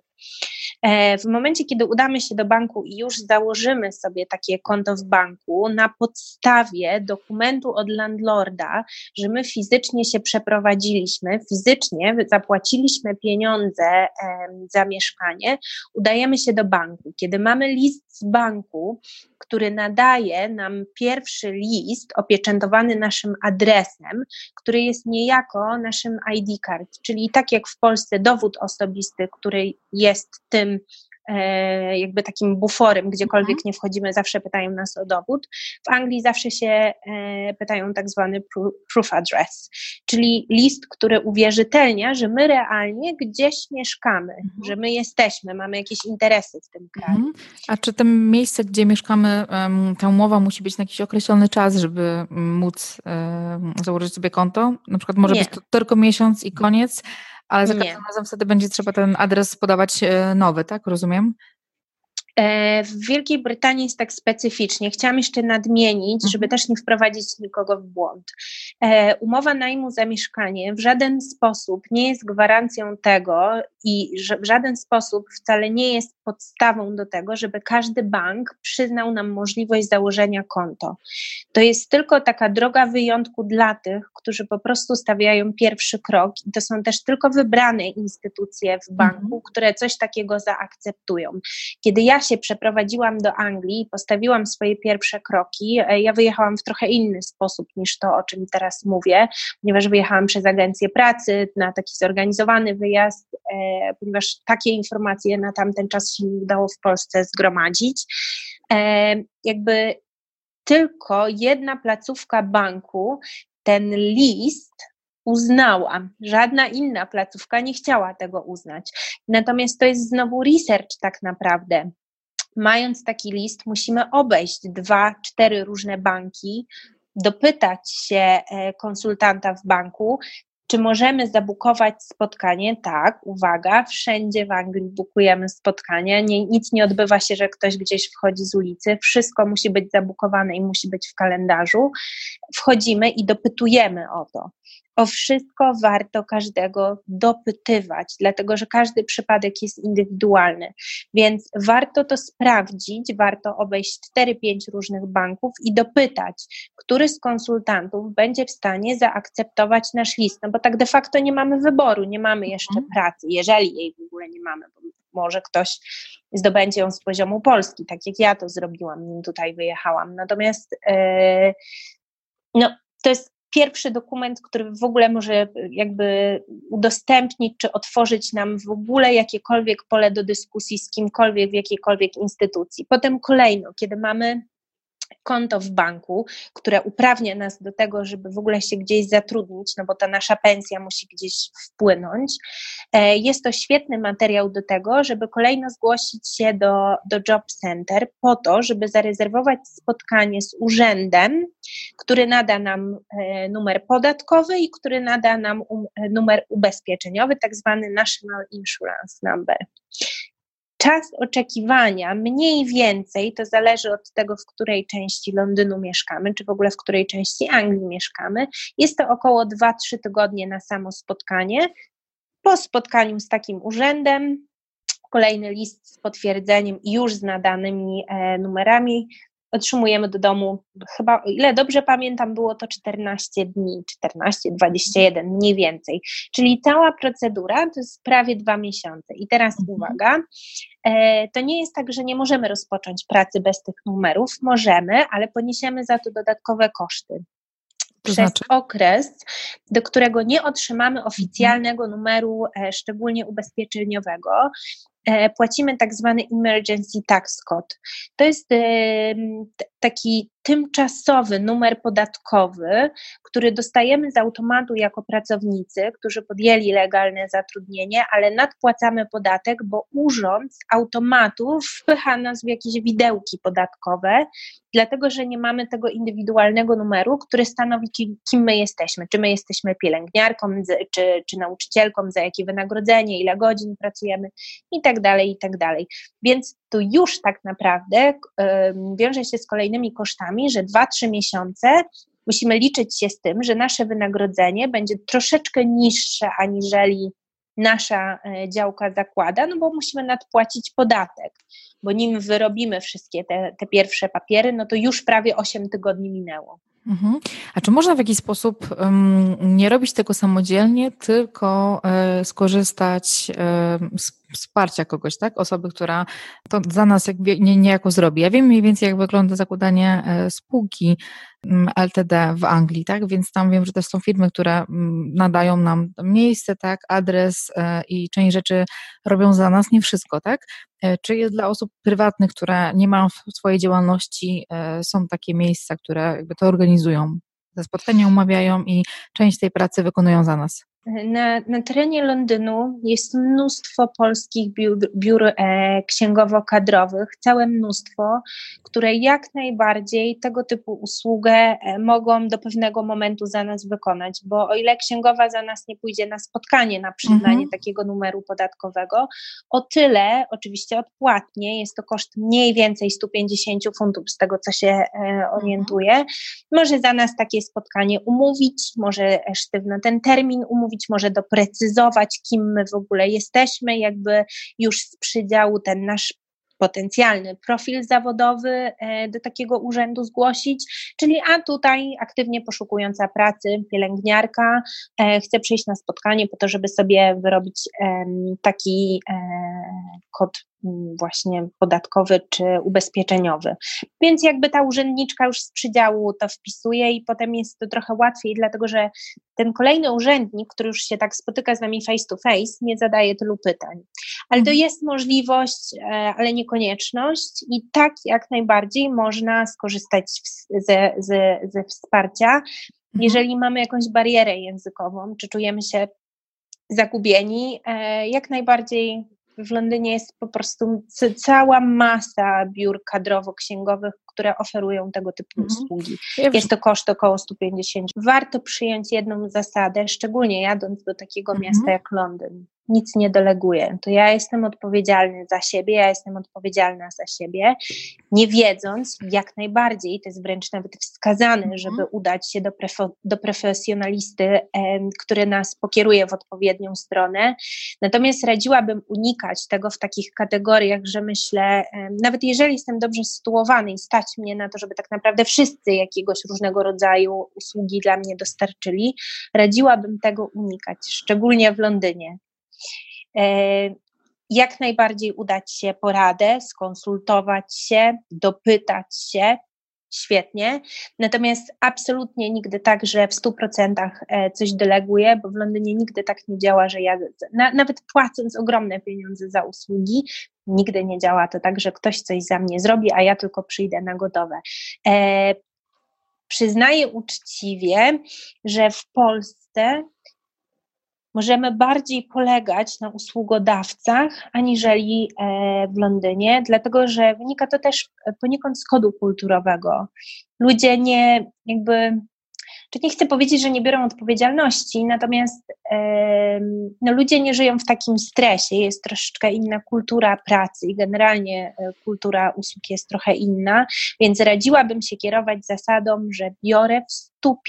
W momencie, kiedy udamy się do banku i już założymy sobie takie konto w banku na podstawie dokumentu od landlorda, że my fizycznie się przeprowadziliśmy, fizycznie zapłaciliśmy pieniądze za mieszkanie, udajemy się do banku. Kiedy mamy list z banku, który nadaje nam pierwszy list opieczętowany naszym adresem, który jest niejako naszym ID card, czyli tak jak w Polsce dowód osobisty, który jest tym jakby takim buforem, gdziekolwiek nie wchodzimy, zawsze pytają nas o dowód. W Anglii zawsze się pytają tak zwany proof address, czyli list, który uwierzytelnia, że my realnie gdzieś mieszkamy, że my jesteśmy, mamy jakieś interesy w tym kraju. A czy to miejsce, gdzie mieszkamy, ta umowa musi być na jakiś określony czas, żeby móc założyć sobie konto? Na przykład może być to tylko miesiąc i koniec, ale za każdym razem wtedy będzie trzeba ten adres podawać nowy, tak? Rozumiem? W Wielkiej Brytanii jest tak specyficznie. Chciałam jeszcze nadmienić, żeby też nie wprowadzić nikogo w błąd. Umowa najmu za mieszkanie w żaden sposób nie jest gwarancją tego i w żaden sposób wcale nie jest podstawą do tego, żeby każdy bank przyznał nam możliwość założenia konta. To jest tylko taka droga wyjątku dla tych, którzy po prostu stawiają pierwszy krok i to są też tylko wybrane instytucje w banku, które coś takiego zaakceptują. Kiedy ja się przeprowadziłam do Anglii i postawiłam swoje pierwsze kroki, ja wyjechałam w trochę inny sposób niż to, o czym teraz mówię, ponieważ wyjechałam przez agencję pracy na taki zorganizowany wyjazd, ponieważ takie informacje na tamten czas się nie udało w Polsce zgromadzić. Jakby tylko jedna placówka banku ten list uznała. Żadna inna placówka nie chciała tego uznać. Natomiast to jest znowu research tak naprawdę. Mając taki list, musimy obejść 2-4 różne banki, dopytać się konsultanta w banku, czy możemy zabukować spotkanie? Tak, uwaga, wszędzie w Anglii bukujemy spotkania, nic nie odbywa się, że ktoś gdzieś wchodzi z ulicy, wszystko musi być zabukowane i musi być w kalendarzu. Wchodzimy i dopytujemy o to. O wszystko warto każdego dopytywać, dlatego że każdy przypadek jest indywidualny, więc warto to sprawdzić, warto obejść 4-5 różnych banków i dopytać, który z konsultantów będzie w stanie zaakceptować nasz list, no bo tak de facto nie mamy wyboru, nie mamy jeszcze pracy, jeżeli jej w ogóle nie mamy, bo może ktoś zdobędzie ją z poziomu Polski, tak jak ja to zrobiłam, nim tutaj wyjechałam, natomiast to jest pierwszy dokument, który w ogóle może jakby udostępnić, czy otworzyć nam w ogóle jakiekolwiek pole do dyskusji z kimkolwiek w jakiejkolwiek instytucji. Potem kolejno, kiedy mamy konto w banku, które uprawnia nas do tego, żeby w ogóle się gdzieś zatrudnić, no bo ta nasza pensja musi gdzieś wpłynąć. Jest to świetny materiał do tego, żeby kolejno zgłosić się do Job Center po to, żeby zarezerwować spotkanie z urzędem, który nada nam numer podatkowy i który nada nam numer ubezpieczeniowy, tak zwany National Insurance Number. Czas oczekiwania mniej więcej, to zależy od tego, w której części Londynu mieszkamy, czy w ogóle w której części Anglii mieszkamy, jest to około 2-3 tygodnie na samo spotkanie. Po spotkaniu z takim urzędem kolejny list z potwierdzeniem i już z nadanymi numerami otrzymujemy do domu, chyba, o ile dobrze pamiętam, było to 14 dni, 21 mniej więcej, czyli cała procedura to jest prawie 2 miesiące. I teraz uwaga, to nie jest tak, że nie możemy rozpocząć pracy bez tych numerów, możemy, ale poniesiemy za to dodatkowe koszty. Przez okres, do którego nie otrzymamy oficjalnego numeru, szczególnie ubezpieczeniowego, płacimy tak zwany emergency tax code. To jest taki tymczasowy numer podatkowy, który dostajemy z automatu jako pracownicy, którzy podjęli legalne zatrudnienie, ale nadpłacamy podatek, bo urząd z automatu wpycha nas w jakieś widełki podatkowe, dlatego że nie mamy tego indywidualnego numeru, który stanowi, kim my jesteśmy. Czy my jesteśmy pielęgniarką, czy nauczycielką, za jakie wynagrodzenie, ile godzin pracujemy i tak dalej, i tak dalej. Więc to już tak naprawdę wiąże się z kolejnymi kosztami, że 2-3 miesiące musimy liczyć się z tym, że nasze wynagrodzenie będzie troszeczkę niższe aniżeli nasza działka zakłada, no bo musimy nadpłacić podatek, bo nim wyrobimy wszystkie te pierwsze papiery, no to już prawie 8 tygodni minęło. A czy można w jakiś sposób nie robić tego samodzielnie, tylko skorzystać z wsparcia kogoś, tak? Osoby, która to za nas niejako zrobi. Ja wiem mniej więcej, jak wygląda zakładanie spółki LTD w Anglii, tak? Więc tam wiem, że też są firmy, które nadają nam miejsce, tak? Adres i część rzeczy robią za nas, nie wszystko, tak? Czy jest dla osób prywatnych, które nie mają swojej działalności, są takie miejsca, które jakby to organizują, te spotkania umawiają i część tej pracy wykonują za nas? Na terenie Londynu jest mnóstwo polskich biur księgowo-kadrowych, całe mnóstwo, które jak najbardziej tego typu usługę mogą do pewnego momentu za nas wykonać, bo o ile księgowa za nas nie pójdzie na spotkanie na przyznanie takiego numeru podatkowego, o tyle oczywiście odpłatnie, jest to koszt mniej więcej 150 funtów z tego, co się orientuję, może za nas takie spotkanie umówić, może sztywno ten termin umówić, może doprecyzować, kim my w ogóle jesteśmy, jakby już z przydziału ten nasz potencjalny profil zawodowy do takiego urzędu zgłosić, czyli a tutaj aktywnie poszukująca pracy pielęgniarka chce przyjść na spotkanie po to, żeby sobie wyrobić taki kod właśnie podatkowy czy ubezpieczeniowy. Więc jakby ta urzędniczka już z przydziału to wpisuje i potem jest to trochę łatwiej, dlatego że ten kolejny urzędnik, który już się tak spotyka z nami face to face, nie zadaje tylu pytań. Ale to jest możliwość, ale nie konieczność i tak jak najbardziej można skorzystać ze wsparcia. Jeżeli mamy jakąś barierę językową, czy czujemy się zagubieni, jak najbardziej w Londynie jest po prostu cała masa biur kadrowo-księgowych, które oferują tego typu usługi. Jest to koszt około 150. Warto przyjąć jedną zasadę, szczególnie jadąc do takiego miasta jak Londyn. Nic nie deleguję. To ja jestem odpowiedzialny za siebie, ja jestem odpowiedzialna za siebie, nie wiedząc jak najbardziej, to jest wręcz nawet wskazane, żeby udać się do profesjonalisty, który nas pokieruje w odpowiednią stronę. Natomiast radziłabym unikać tego w takich kategoriach, że myślę, nawet jeżeli jestem dobrze sytuowany i stać mnie na to, żeby tak naprawdę wszyscy jakiegoś różnego rodzaju usługi dla mnie dostarczyli, radziłabym tego unikać, szczególnie w Londynie. Jak najbardziej udać się po radę, skonsultować się, dopytać się, świetnie, natomiast absolutnie nigdy tak, że w 100% coś deleguję, bo w Londynie nigdy tak nie działa, że ja, nawet płacąc ogromne pieniądze za usługi, nigdy nie działa to tak, że ktoś coś za mnie zrobi, a ja tylko przyjdę na gotowe. Przyznaję uczciwie, że w Polsce możemy bardziej polegać na usługodawcach aniżeli w Londynie, dlatego że wynika to też poniekąd z kodu kulturowego. Ludzie nie chcę powiedzieć, że nie biorą odpowiedzialności, natomiast ludzie nie żyją w takim stresie, jest troszeczkę inna kultura pracy i generalnie kultura usług jest trochę inna, więc radziłabym się kierować zasadą, że biorę w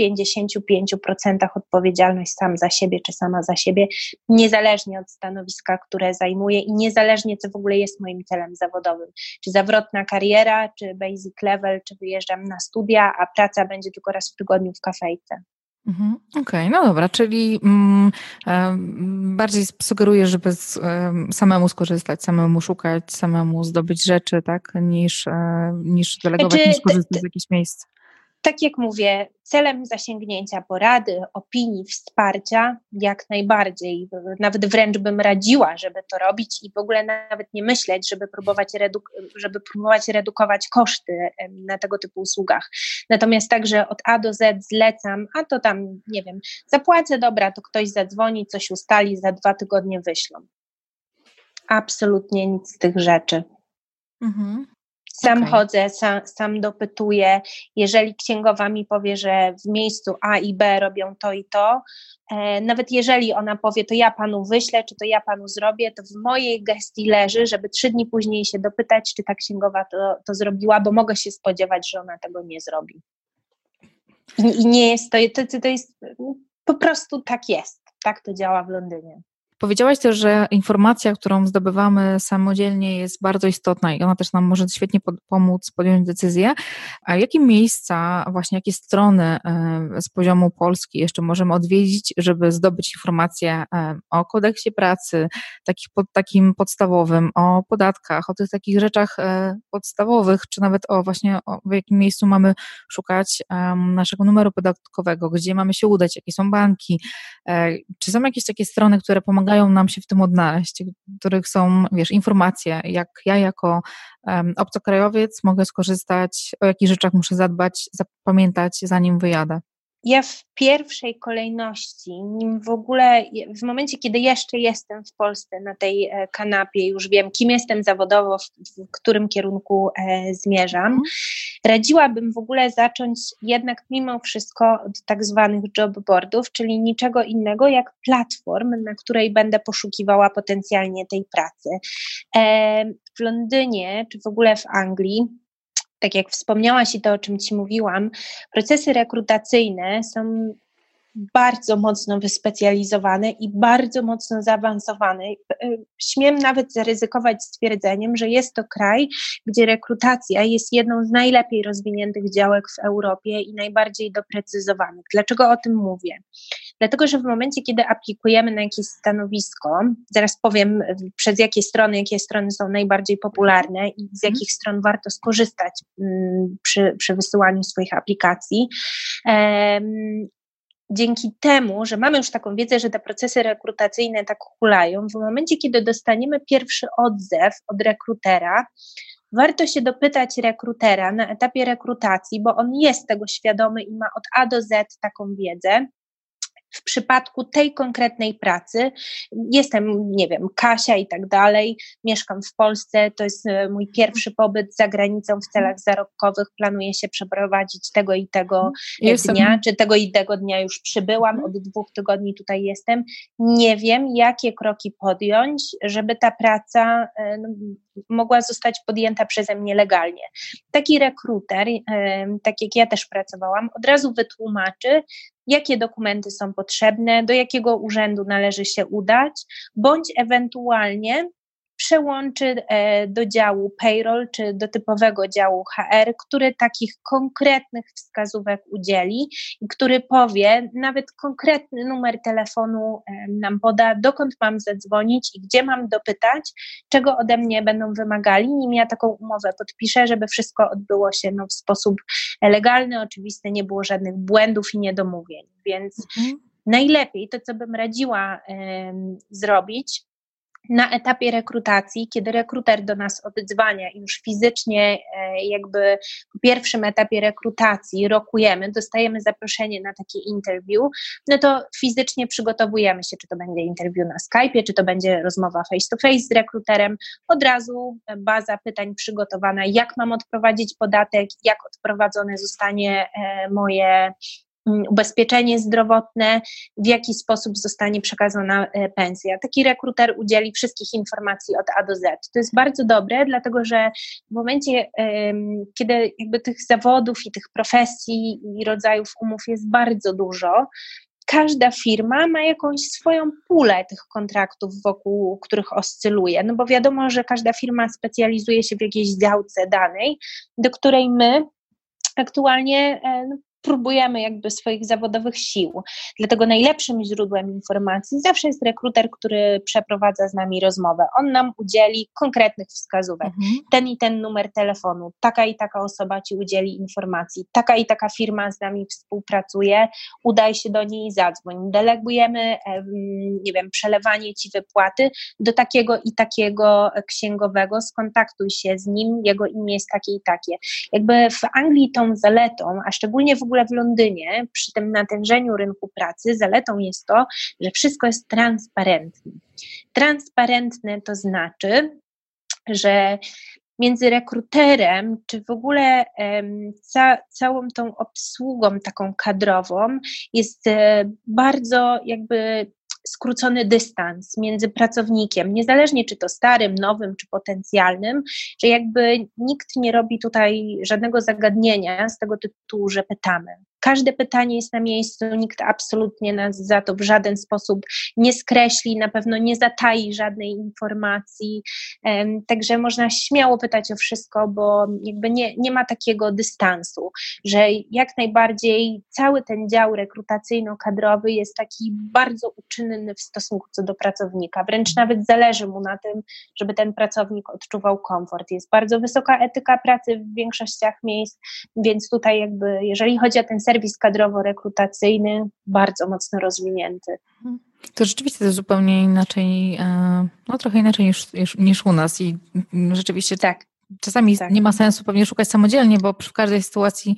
155% odpowiedzialność sam za siebie czy sama za siebie, niezależnie od stanowiska, które zajmuję i niezależnie, co w ogóle jest moim celem zawodowym. Czy zawrotna kariera, czy basic level, czy wyjeżdżam na studia, a praca będzie tylko raz w tygodniu w kafejce. Okej, no dobra, czyli bardziej sugeruję, żeby samemu skorzystać, samemu szukać, samemu zdobyć rzeczy, tak, niż delegować, niż korzystać z jakichś miejsc. Tak jak mówię, celem zasięgnięcia porady, opinii, wsparcia jak najbardziej, nawet wręcz bym radziła, żeby to robić i w ogóle nawet nie myśleć, żeby próbować redukować koszty na tego typu usługach. Natomiast także od A do Z zlecam, a to tam, nie wiem, zapłacę, dobra, to ktoś zadzwoni, coś ustali, za 2 tygodnie wyślą. Absolutnie nic z tych rzeczy. Sam chodzę, sam dopytuję, jeżeli księgowa mi powie, że w miejscu A i B robią to i to, nawet jeżeli ona powie, to ja panu wyślę, czy to ja panu zrobię, to w mojej gestii leży, żeby 3 dni później się dopytać, czy ta księgowa to zrobiła, bo mogę się spodziewać, że ona tego nie zrobi. I nie jest to jest, po prostu tak jest, tak to działa w Londynie. Powiedziałaś też, że informacja, którą zdobywamy samodzielnie, jest bardzo istotna i ona też nam może świetnie pomóc podjąć decyzję. A jakie miejsca, właśnie jakie strony z poziomu Polski jeszcze możemy odwiedzić, żeby zdobyć informacje o kodeksie pracy, takim podstawowym, o podatkach, o tych takich rzeczach podstawowych, czy nawet w jakim miejscu mamy szukać naszego numeru podatkowego, gdzie mamy się udać, jakie są banki, czy są jakieś takie strony, które pomagają nam się w tym odnaleźć, w których są, informacje, jak ja jako obcokrajowiec mogę skorzystać, o jakich rzeczach muszę zadbać, zapamiętać, zanim wyjadę. Ja w pierwszej kolejności, nim w ogóle, w momencie, kiedy jeszcze jestem w Polsce na tej kanapie, już wiem, kim jestem zawodowo, w którym kierunku zmierzam, radziłabym w ogóle zacząć jednak mimo wszystko od tak zwanych job boardów, czyli niczego innego jak platform, na której będę poszukiwała potencjalnie tej pracy. W Londynie, czy w ogóle w Anglii, tak jak wspomniałaś i to, o czym Ci mówiłam, procesy rekrutacyjne są bardzo mocno wyspecjalizowane i bardzo mocno zaawansowane. Śmiem nawet zaryzykować stwierdzeniem, że jest to kraj, gdzie rekrutacja jest jedną z najlepiej rozwiniętych działek w Europie i najbardziej doprecyzowanych. Dlaczego o tym mówię? Dlatego, że w momencie, kiedy aplikujemy na jakieś stanowisko, zaraz powiem, jakie strony są najbardziej popularne i z jakich stron warto skorzystać przy wysyłaniu swoich aplikacji, dzięki temu, że mamy już taką wiedzę, że te procesy rekrutacyjne tak hulają, w momencie, kiedy dostaniemy pierwszy odzew od rekrutera, warto się dopytać rekrutera na etapie rekrutacji, bo on jest tego świadomy i ma od A do Z taką wiedzę. W przypadku tej konkretnej pracy, jestem, nie wiem, Kasia i tak dalej, mieszkam w Polsce, to jest mój pierwszy pobyt za granicą w celach zarobkowych, planuję się przeprowadzić tego i tego dnia, czy tego i tego dnia już przybyłam, od 2 tygodni tutaj jestem, nie wiem, jakie kroki podjąć, żeby ta praca mogła zostać podjęta przeze mnie legalnie. Taki rekruter, tak jak ja też pracowałam, od razu wytłumaczy, jakie dokumenty są potrzebne, do jakiego urzędu należy się udać, bądź ewentualnie przełączy do działu payroll czy do typowego działu HR, który takich konkretnych wskazówek udzieli i który powie, nawet konkretny numer telefonu nam poda, dokąd mam zadzwonić i gdzie mam dopytać, czego ode mnie będą wymagali, nim ja taką umowę podpiszę, żeby wszystko odbyło się w sposób legalny, oczywisty, nie było żadnych błędów i niedomówień, więc najlepiej to, co bym radziła zrobić na etapie rekrutacji, kiedy rekruter do nas odzwania i już fizycznie jakby po pierwszym etapie rekrutacji rokujemy, dostajemy zaproszenie na takie interview, no to fizycznie przygotowujemy się, czy to będzie interview na Skype'ie, czy to będzie rozmowa face to face z rekruterem, od razu baza pytań przygotowana, jak mam odprowadzić podatek, jak odprowadzone zostanie moje ubezpieczenie zdrowotne, w jaki sposób zostanie przekazana pensja. Taki rekruter udzieli wszystkich informacji od A do Z. To jest bardzo dobre, dlatego że w momencie, kiedy jakby tych zawodów i tych profesji i rodzajów umów jest bardzo dużo, każda firma ma jakąś swoją pulę tych kontraktów, wokół których oscyluje, no bo wiadomo, że każda firma specjalizuje się w jakiejś działce danej, do której my aktualnie próbujemy jakby swoich zawodowych sił. Dlatego najlepszym źródłem informacji zawsze jest rekruter, który przeprowadza z nami rozmowę. On nam udzieli konkretnych wskazówek. Ten i ten numer telefonu, taka i taka osoba Ci udzieli informacji, taka i taka firma z nami współpracuje, udaj się do niej i zadzwoń. Delegujemy, nie wiem, przelewanie Ci wypłaty do takiego i takiego księgowego, skontaktuj się z nim, jego imię jest takie i takie. Jakby w Anglii tą zaletą, a szczególnie w ogóle w Londynie, przy tym natężeniu rynku pracy, zaletą jest to, że wszystko jest transparentne. Transparentne to znaczy, że między rekruterem, czy w ogóle całą tą obsługą taką kadrową jest bardzo jakby skrócony dystans między pracownikiem, niezależnie czy to starym, nowym, czy potencjalnym, że jakby nikt nie robi tutaj żadnego zagadnienia z tego tytułu, że pytamy. Każde pytanie jest na miejscu, nikt absolutnie nas za to w żaden sposób nie skreśli, na pewno nie zatai żadnej informacji, także można śmiało pytać o wszystko, bo jakby nie ma takiego dystansu, że jak najbardziej cały ten dział rekrutacyjno-kadrowy jest taki bardzo uczynny w stosunku co do pracownika, wręcz nawet zależy mu na tym, żeby ten pracownik odczuwał komfort. Jest bardzo wysoka etyka pracy w większościach miejsc, więc tutaj jakby, jeżeli chodzi o ten serwis kadrowo-rekrutacyjny, bardzo mocno rozwinięty. To rzeczywiście jest zupełnie inaczej, no trochę inaczej niż u nas i rzeczywiście tak. Czasami nie ma sensu pewnie szukać samodzielnie, bo w każdej sytuacji,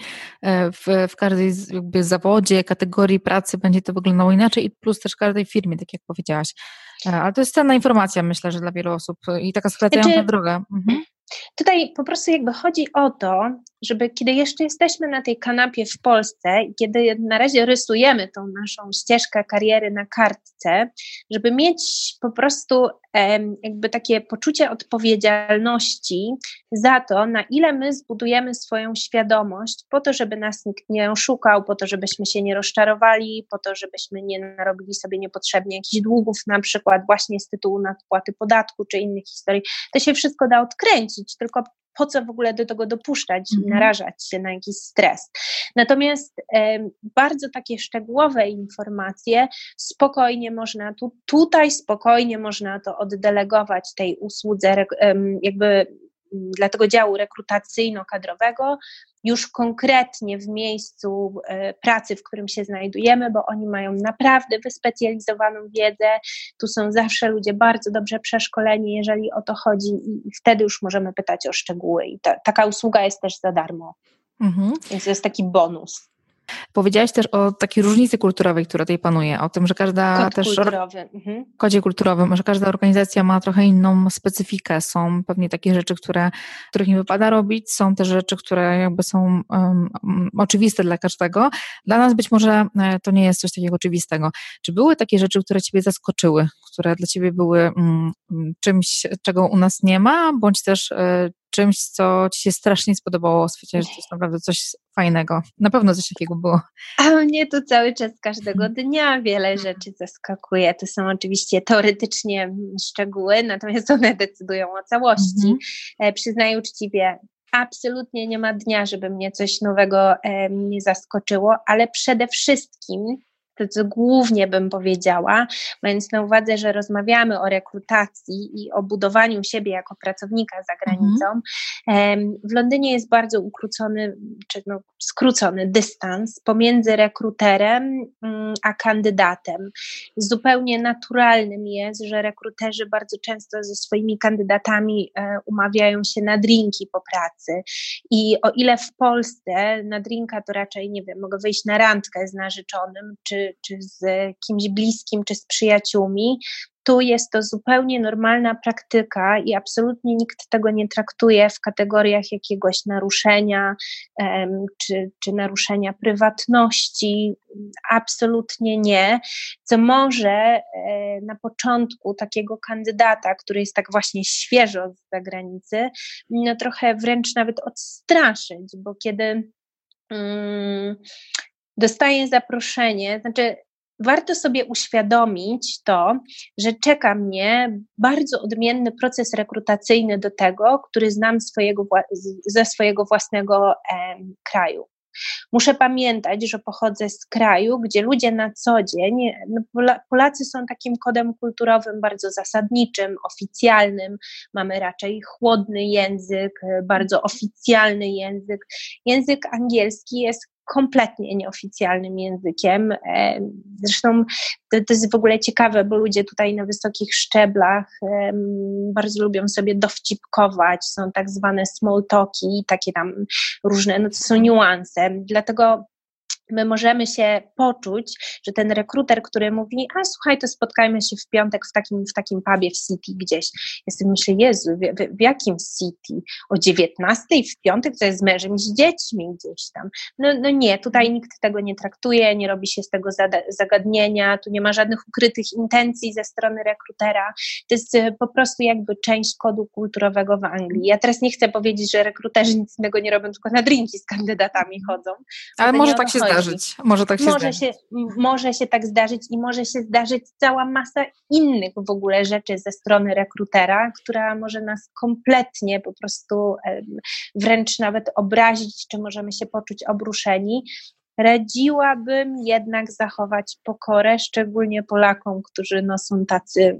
w każdej jakby zawodzie, kategorii pracy będzie to wyglądało inaczej i plus też w każdej firmie, tak jak powiedziałaś. Ale to jest cenna informacja, myślę, że dla wielu osób i taka skracająca droga. Tutaj po prostu jakby chodzi o to, żeby kiedy jeszcze jesteśmy na tej kanapie w Polsce i kiedy na razie rysujemy tą naszą ścieżkę kariery na kartce, żeby mieć po prostu jakby takie poczucie odpowiedzialności za to, na ile my zbudujemy swoją świadomość po to, żeby nas nikt nie oszukał, po to, żebyśmy się nie rozczarowali, po to, żebyśmy nie narobili sobie niepotrzebnie jakichś długów, na przykład właśnie z tytułu nadpłaty podatku czy innych historii. To się wszystko da odkręcić, tylko po co w ogóle do tego dopuszczać i narażać się na jakiś stres. Natomiast bardzo takie szczegółowe informacje spokojnie można, tutaj spokojnie można to oddelegować tej usłudze jakby dla tego działu rekrutacyjno-kadrowego już konkretnie w miejscu pracy, w którym się znajdujemy, bo oni mają naprawdę wyspecjalizowaną wiedzę, tu są zawsze ludzie bardzo dobrze przeszkoleni, jeżeli o to chodzi i wtedy już możemy pytać o szczegóły i taka usługa jest też za darmo, więc to jest taki bonus. Powiedziałaś też o takiej różnicy kulturowej, która tutaj panuje, o tym, że każda kodzie kulturowym, że każda organizacja ma trochę inną specyfikę. Są pewnie takie rzeczy, których nie wypada robić, są też rzeczy, które jakby są oczywiste dla każdego. Dla nas być może to nie jest coś takiego oczywistego. Czy były takie rzeczy, które Ciebie zaskoczyły, które dla Ciebie były czymś, czego u nas nie ma, bądź też czymś, co ci się strasznie spodobało, stwierdziłaś, że to jest naprawdę coś fajnego. Na pewno coś takiego było. A mnie tu cały czas, każdego dnia wiele rzeczy zaskakuje. To są oczywiście teoretycznie szczegóły, natomiast one decydują o całości. Przyznaję uczciwie, absolutnie nie ma dnia, żeby mnie coś nowego nie zaskoczyło, ale przede wszystkim to, co głównie bym powiedziała, mając na uwadze, że rozmawiamy o rekrutacji i o budowaniu siebie jako pracownika za granicą, w Londynie jest bardzo ukrócony, czy skrócony dystans pomiędzy rekruterem a kandydatem. Zupełnie naturalnym jest, że rekruterzy bardzo często ze swoimi kandydatami umawiają się na drinki po pracy i o ile w Polsce na drinka to raczej, nie wiem, mogę wyjść na randkę z narzeczonym, czy z kimś bliskim, czy z przyjaciółmi, tu jest to zupełnie normalna praktyka i absolutnie nikt tego nie traktuje w kategoriach jakiegoś naruszenia czy naruszenia prywatności. Absolutnie nie. Co może na początku takiego kandydata, który jest tak właśnie świeżo z zagranicy, no trochę wręcz nawet odstraszyć, bo kiedy dostaję zaproszenie, znaczy warto sobie uświadomić to, że czeka mnie bardzo odmienny proces rekrutacyjny do tego, który znam ze swojego własnego kraju. Muszę pamiętać, że pochodzę z kraju, gdzie ludzie na co dzień, Polacy są takim kodem kulturowym bardzo zasadniczym, oficjalnym, mamy raczej chłodny język, bardzo oficjalny język. Język angielski jest kompletnie nieoficjalnym językiem. Zresztą to jest w ogóle ciekawe, bo ludzie tutaj na wysokich szczeblach bardzo lubią sobie dowcipkować, są tak zwane small talki, takie tam różne, no to są niuanse, dlatego my możemy się poczuć, że ten rekruter, który mówi, a słuchaj, to spotkajmy się w piątek w takim pubie w City gdzieś. Ja sobie myślę, Jezu, w jakim City? O 19:00 w piątek? To jest z mężem, z dziećmi gdzieś tam. No nie, tutaj nikt tego nie traktuje, nie robi się z tego zagadnienia, tu nie ma żadnych ukrytych intencji ze strony rekrutera. To jest po prostu jakby część kodu kulturowego w Anglii. Ja teraz nie chcę powiedzieć, że rekruterzy nic innego nie robią, tylko na drinki z kandydatami chodzą. Ale może tak się zdarzyć. Może się tak zdarzyć i może się zdarzyć cała masa innych w ogóle rzeczy ze strony rekrutera, która może nas kompletnie po prostu wręcz nawet obrazić, czy możemy się poczuć obruszeni. Radziłabym jednak zachować pokorę, szczególnie Polakom, którzy są tacy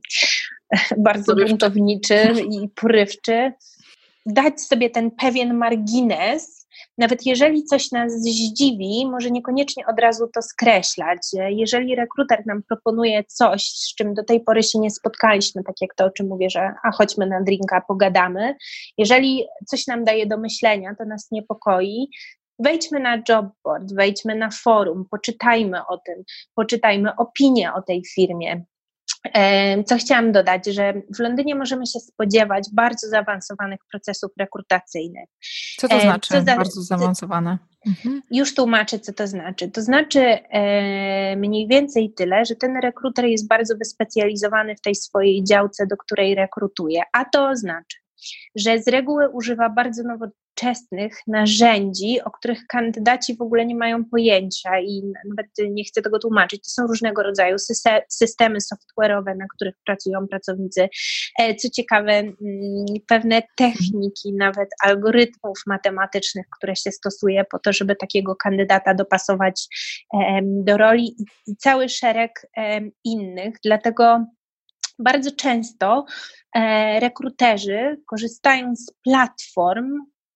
bardzo buntowniczy i porywczy. Dać sobie ten pewien margines, nawet jeżeli coś nas zdziwi, może niekoniecznie od razu to skreślać. Jeżeli rekruter nam proponuje coś, z czym do tej pory się nie spotkaliśmy, tak jak to, o czym mówię, że chodźmy na drinka, pogadamy. Jeżeli coś nam daje do myślenia, to nas niepokoi, wejdźmy na jobboard, wejdźmy na forum, poczytajmy o tym, poczytajmy opinie o tej firmie. Co chciałam dodać, że w Londynie możemy się spodziewać bardzo zaawansowanych procesów rekrutacyjnych. Co to znaczy bardzo zaawansowane? Już tłumaczę, co to znaczy. To znaczy mniej więcej tyle, że ten rekruter jest bardzo wyspecjalizowany w tej swojej działce, do której rekrutuje, a to znaczy, że z reguły używa bardzo nowoczesnych narzędzi, o których kandydaci w ogóle nie mają pojęcia i nawet nie chcę tego tłumaczyć. To są różnego rodzaju systemy software'owe, na których pracują pracownicy. Co ciekawe, pewne techniki, nawet algorytmów matematycznych, które się stosuje po to, żeby takiego kandydata dopasować do roli i cały szereg innych. Dlatego bardzo często rekruterzy korzystają z platform,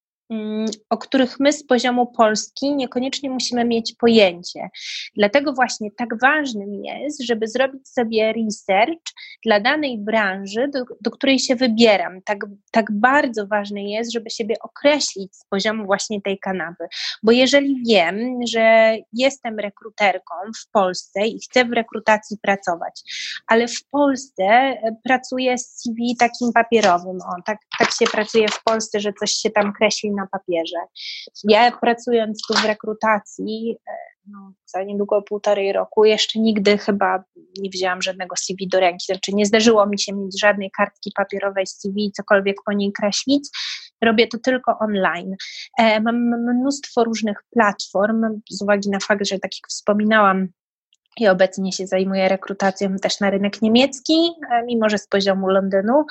o których my z poziomu Polski niekoniecznie musimy mieć pojęcie. Dlatego właśnie tak ważnym jest, żeby zrobić sobie research dla danej branży, do której się wybieram. Tak bardzo ważne jest, żeby siebie określić z poziomu właśnie tej kanapy. Bo jeżeli wiem, że jestem rekruterką w Polsce i chcę w rekrutacji pracować, ale w Polsce pracuję z CV takim papierowym, tak się pracuje w Polsce, że coś się tam kreśli na papierze. Ja pracując tu w rekrutacji za niedługo 1,5 roku, jeszcze nigdy chyba nie wzięłam żadnego CV do ręki, znaczy nie zdarzyło mi się mieć żadnej kartki papierowej z CV i cokolwiek po niej kreślić. robię to tylko online. Mam mnóstwo różnych platform, z uwagi na fakt, że tak jak wspominałam, i obecnie się zajmuję rekrutacją też na rynek niemiecki, mimo że z poziomu Londynu,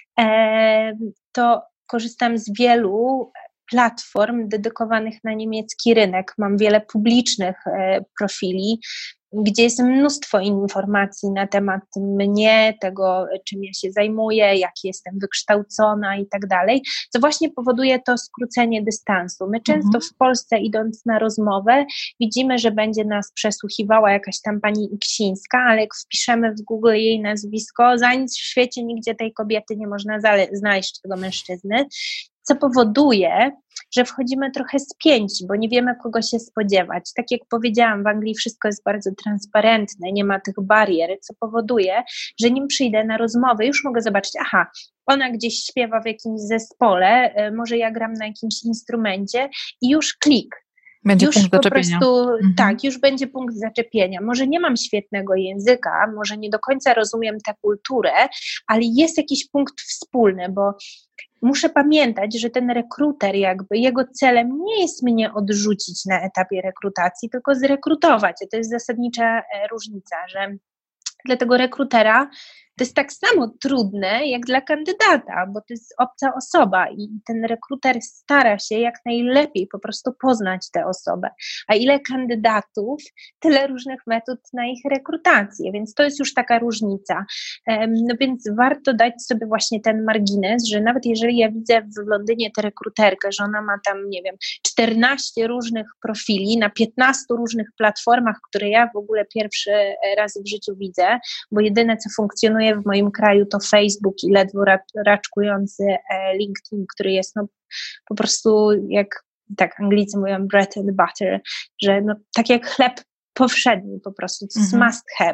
to korzystam z wielu platform dedykowanych na niemiecki rynek. Mam wiele publicznych profili, gdzie jest mnóstwo informacji na temat mnie, tego, czym ja się zajmuję, jak jestem wykształcona i tak dalej, co właśnie powoduje to skrócenie dystansu. My często w Polsce, idąc na rozmowę, widzimy, że będzie nas przesłuchiwała jakaś tam pani Iksińska, ale jak wpiszemy w Google jej nazwisko, za nic w świecie nigdzie tej kobiety nie można znaleźć, tego mężczyzny, co powoduje, że wchodzimy trochę spięci, bo nie wiemy, kogo się spodziewać. Tak jak powiedziałam, w Anglii wszystko jest bardzo transparentne, nie ma tych barier, co powoduje, że nim przyjdę na rozmowę, już mogę zobaczyć, aha, ona gdzieś śpiewa w jakimś zespole, może ja gram na jakimś instrumencie i już klik. Będzie już punkt po zaczepienia. prostu, tak, już będzie punkt zaczepienia. Może nie mam świetnego języka, może nie do końca rozumiem tę kulturę, ale jest jakiś punkt wspólny, bo muszę pamiętać, że ten rekruter jakby, jego celem nie jest mnie odrzucić na etapie rekrutacji, tylko zrekrutować. I to jest zasadnicza różnica, że dla tego rekrutera to jest tak samo trudne jak dla kandydata, bo to jest obca osoba i ten rekruter stara się jak najlepiej po prostu poznać tę osobę. A ile kandydatów, tyle różnych metod na ich rekrutację, więc to jest już taka różnica. No więc warto dać sobie właśnie ten margines, że nawet jeżeli ja widzę w Londynie tę rekruterkę, że ona ma tam, nie wiem, 14 różnych profili na 15 różnych platformach, które ja w ogóle pierwszy raz w życiu widzę, bo jedyne co funkcjonuje w moim kraju to Facebook i ledwo raczkujący LinkedIn, który jest no, po prostu jak tak Anglicy mówią bread and butter, że no, tak jak chleb powszedni po prostu, to jest must have.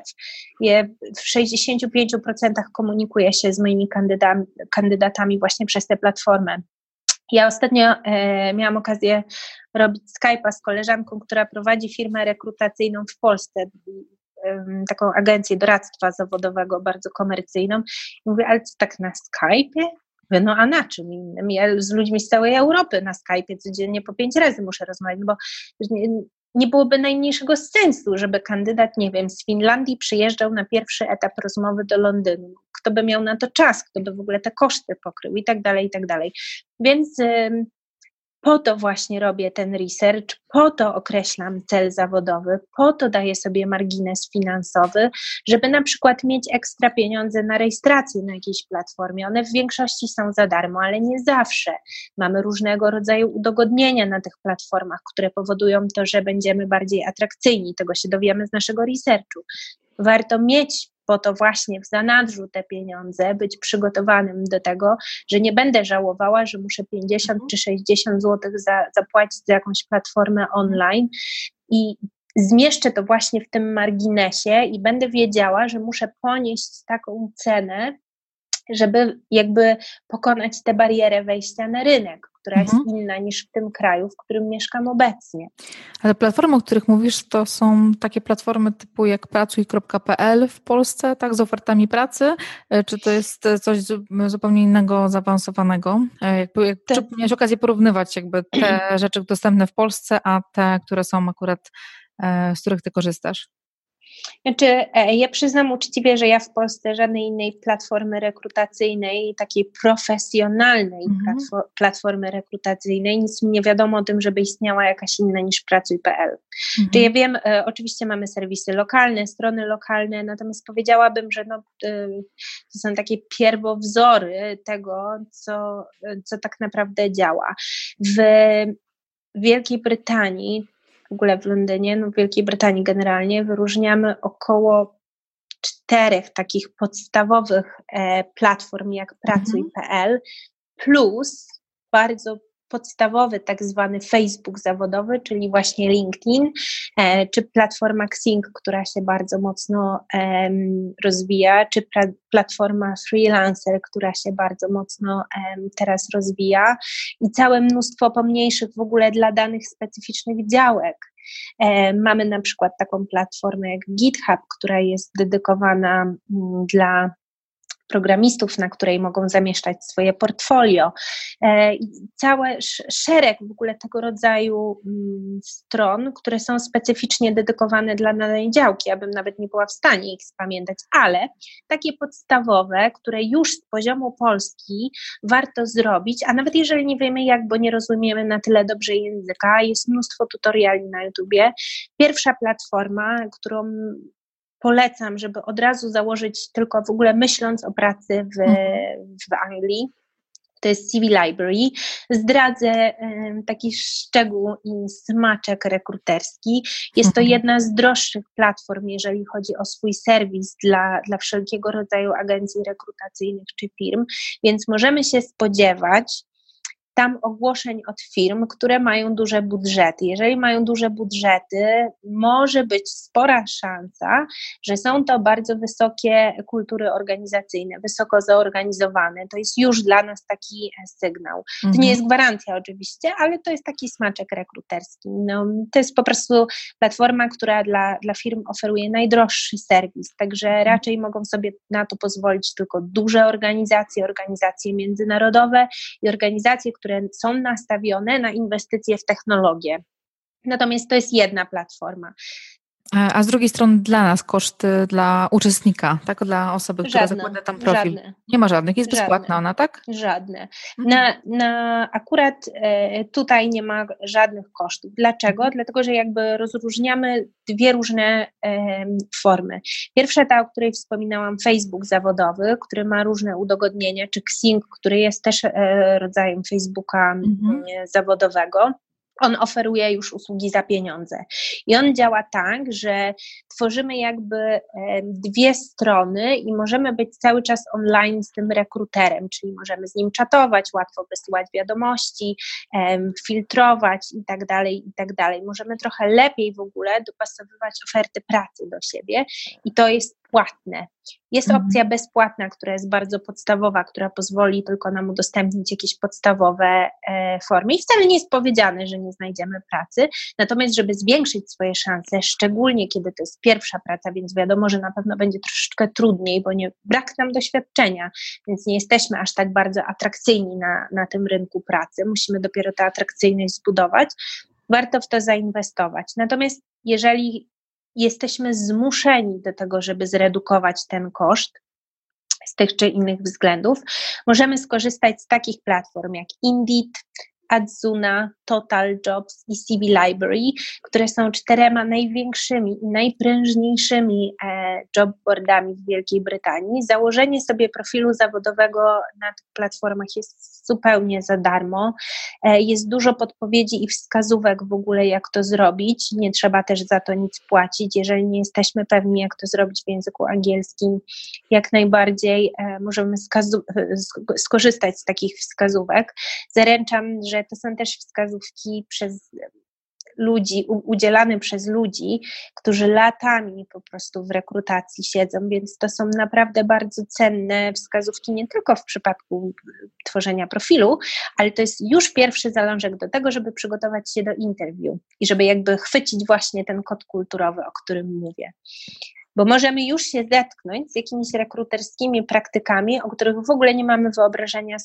W 65% komunikuję się z moimi kandydatami właśnie przez tę platformę. Ja ostatnio miałam okazję robić Skype'a z koleżanką, która prowadzi firmę rekrutacyjną w Polsce, taką agencję doradztwa zawodowego, bardzo komercyjną. I mówię, ale co tak na Skype'ie? Mówię, no a na czym innym? Ja z ludźmi z całej Europy na Skype'ie codziennie po 5 razy muszę rozmawiać, bo nie byłoby najmniejszego sensu, żeby kandydat, nie wiem, z Finlandii przyjeżdżał na pierwszy etap rozmowy do Londynu. Kto by miał na to czas, kto by w ogóle te koszty pokrył i tak dalej, i tak dalej. Więc po to właśnie robię ten research, po to określam cel zawodowy, po to daję sobie margines finansowy, żeby na przykład mieć ekstra pieniądze na rejestrację na jakiejś platformie. One w większości są za darmo, ale nie zawsze. Mamy różnego rodzaju udogodnienia na tych platformach, które powodują to, że będziemy bardziej atrakcyjni. Tego się dowiemy z naszego researchu. Warto mieć po to właśnie w zanadrzu te pieniądze, być przygotowanym do tego, że nie będę żałowała, że muszę 50 czy 60 zł zapłacić za jakąś platformę online i zmieszczę to właśnie w tym marginesie i będę wiedziała, że muszę ponieść taką cenę, żeby jakby pokonać tę barierę wejścia na rynek, która jest inna niż w tym kraju, w którym mieszkam obecnie. Ale platformy, o których mówisz, to są takie platformy typu jak pracuj.pl w Polsce, tak, z ofertami pracy, czy to jest coś zupełnie innego, zaawansowanego? Czy miałeś okazję porównywać jakby te rzeczy dostępne w Polsce, a te, które są akurat, z których ty korzystasz? Znaczy, ja przyznam uczciwie, że ja w Polsce żadnej innej platformy rekrutacyjnej, takiej profesjonalnej platformy rekrutacyjnej, nic mi nie wiadomo o tym, żeby istniała jakaś inna niż pracuj.pl. Czyli ja wiem, oczywiście mamy serwisy lokalne, strony lokalne, natomiast powiedziałabym, że to są takie pierwowzory tego, co tak naprawdę działa. W Wielkiej Brytanii, w ogóle w Londynie, w Wielkiej Brytanii generalnie wyróżniamy około 4 takich podstawowych platform jak pracuj.pl plus bardzo podstawowy tak zwany Facebook zawodowy, czyli właśnie LinkedIn, czy platforma Xing, która się bardzo mocno rozwija, czy platforma Freelancer, która się bardzo mocno teraz rozwija i całe mnóstwo pomniejszych w ogóle dla danych specyficznych działek. Mamy na przykład taką platformę jak GitHub, która jest dedykowana dla programistów, na której mogą zamieszczać swoje portfolio. Cały szereg w ogóle tego rodzaju stron, które są specyficznie dedykowane dla danej działki. Ja bym nawet nie była w stanie ich spamiętać, ale takie podstawowe, które już z poziomu Polski warto zrobić, a nawet jeżeli nie wiemy jak, bo nie rozumiemy na tyle dobrze języka, jest mnóstwo tutoriali na YouTubie. Pierwsza platforma, którą polecam, żeby od razu założyć, tylko w ogóle myśląc o pracy w Anglii, to jest CV Library. Zdradzę taki szczegół i smaczek rekruterski. Jest to jedna z droższych platform, jeżeli chodzi o swój serwis dla wszelkiego rodzaju agencji rekrutacyjnych czy firm, więc możemy się spodziewać tam ogłoszeń od firm, które mają duże budżety. Jeżeli mają duże budżety, może być spora szansa, że są to bardzo wysokie kultury organizacyjne, wysoko zorganizowane. To jest już dla nas taki sygnał. To nie jest gwarancja oczywiście, ale to jest taki smaczek rekruterski. No, to jest po prostu platforma, która dla firm oferuje najdroższy serwis, także raczej mogą sobie na to pozwolić tylko duże organizacje międzynarodowe i organizacje, które są nastawione na inwestycje w technologię. Natomiast to jest jedna platforma. A z drugiej strony dla nas koszty dla uczestnika, tak? Dla osoby, która zakłada tam profil. Żadne. Nie ma żadnych, jest bezpłatna ona, tak? Żadne. Akurat tutaj nie ma żadnych kosztów. Dlaczego? Dlatego, że jakby rozróżniamy dwie różne formy. Pierwsza ta, o której wspominałam, Facebook zawodowy, który ma różne udogodnienia, czy Xing, który jest też rodzajem Facebooka zawodowego. On oferuje już usługi za pieniądze i on działa tak, że tworzymy jakby dwie strony i możemy być cały czas online z tym rekruterem, czyli możemy z nim czatować, łatwo wysyłać wiadomości, filtrować i tak dalej. Możemy trochę lepiej w ogóle dopasowywać oferty pracy do siebie i to jest płatne. Jest opcja bezpłatna, która jest bardzo podstawowa, która pozwoli tylko nam udostępnić jakieś podstawowe formy i wcale nie jest powiedziane, że nie znajdziemy pracy, natomiast żeby zwiększyć swoje szanse, szczególnie kiedy to jest pierwsza praca, więc wiadomo, że na pewno będzie troszeczkę trudniej, bo brak nam doświadczenia, więc nie jesteśmy aż tak bardzo atrakcyjni na tym rynku pracy, musimy dopiero tę atrakcyjność zbudować, warto w to zainwestować. Natomiast jeżeli jesteśmy zmuszeni do tego, żeby zredukować ten koszt z tych czy innych względów, możemy skorzystać z takich platform jak Indeed, Adzuna, Total Jobs i CV Library, które są 4 największymi i najprężniejszymi jobboardami w Wielkiej Brytanii. Założenie sobie profilu zawodowego na tych platformach jest zupełnie za darmo. Jest dużo podpowiedzi i wskazówek w ogóle, jak to zrobić. Nie trzeba też za to nic płacić. Jeżeli nie jesteśmy pewni, jak to zrobić w języku angielskim, jak najbardziej możemy skorzystać z takich wskazówek. Zaręczam, że to są też wskazówki przez ludzi, udzielane przez ludzi, którzy latami po prostu w rekrutacji siedzą, więc to są naprawdę bardzo cenne wskazówki, nie tylko w przypadku tworzenia profilu, ale to jest już pierwszy zalążek do tego, żeby przygotować się do interview i żeby jakby chwycić właśnie ten kod kulturowy, o którym mówię. Bo możemy już się zetknąć z jakimiś rekruterskimi praktykami, o których w ogóle nie mamy wyobrażenia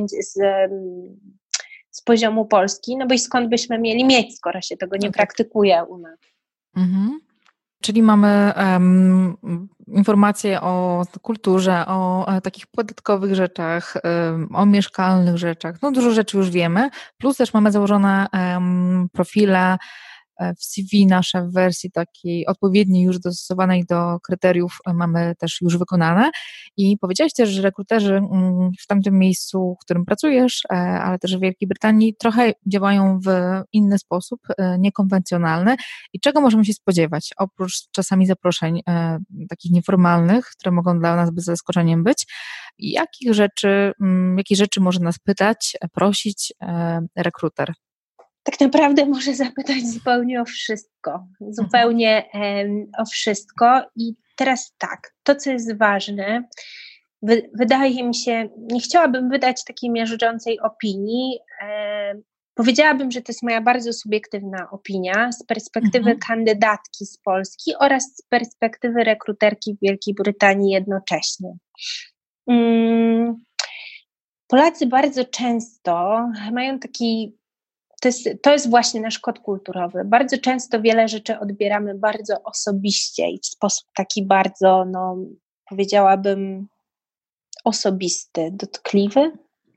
z poziomu Polski, no bo i skąd byśmy mieli mieć, skoro się tego nie praktykuje u nas. Czyli mamy informacje o kulturze, o takich podatkowych rzeczach, o mieszkalnych rzeczach, no dużo rzeczy już wiemy, plus też mamy założone profile w CV nasze w wersji takiej odpowiedniej, już dostosowanej do kryteriów mamy też już wykonane i powiedziałaś też, że rekruterzy w tamtym miejscu, w którym pracujesz, ale też w Wielkiej Brytanii trochę działają w inny sposób, niekonwencjonalny i czego możemy się spodziewać, oprócz czasami zaproszeń takich nieformalnych, które mogą dla nas być zaskoczeniem być, jakie rzeczy może nas pytać, prosić rekruter? Tak naprawdę może zapytać zupełnie o wszystko. Zupełnie o wszystko. I teraz tak, to co jest ważne, wydaje mi się, nie chciałabym wydać takiej miażdżącej opinii, powiedziałabym, że to jest moja bardzo subiektywna opinia z perspektywy kandydatki z Polski oraz z perspektywy rekruterki w Wielkiej Brytanii jednocześnie. Polacy bardzo często mają taki, to jest właśnie nasz kod kulturowy. Bardzo często wiele rzeczy odbieramy bardzo osobiście i w sposób taki bardzo, powiedziałabym, osobisty, dotkliwy.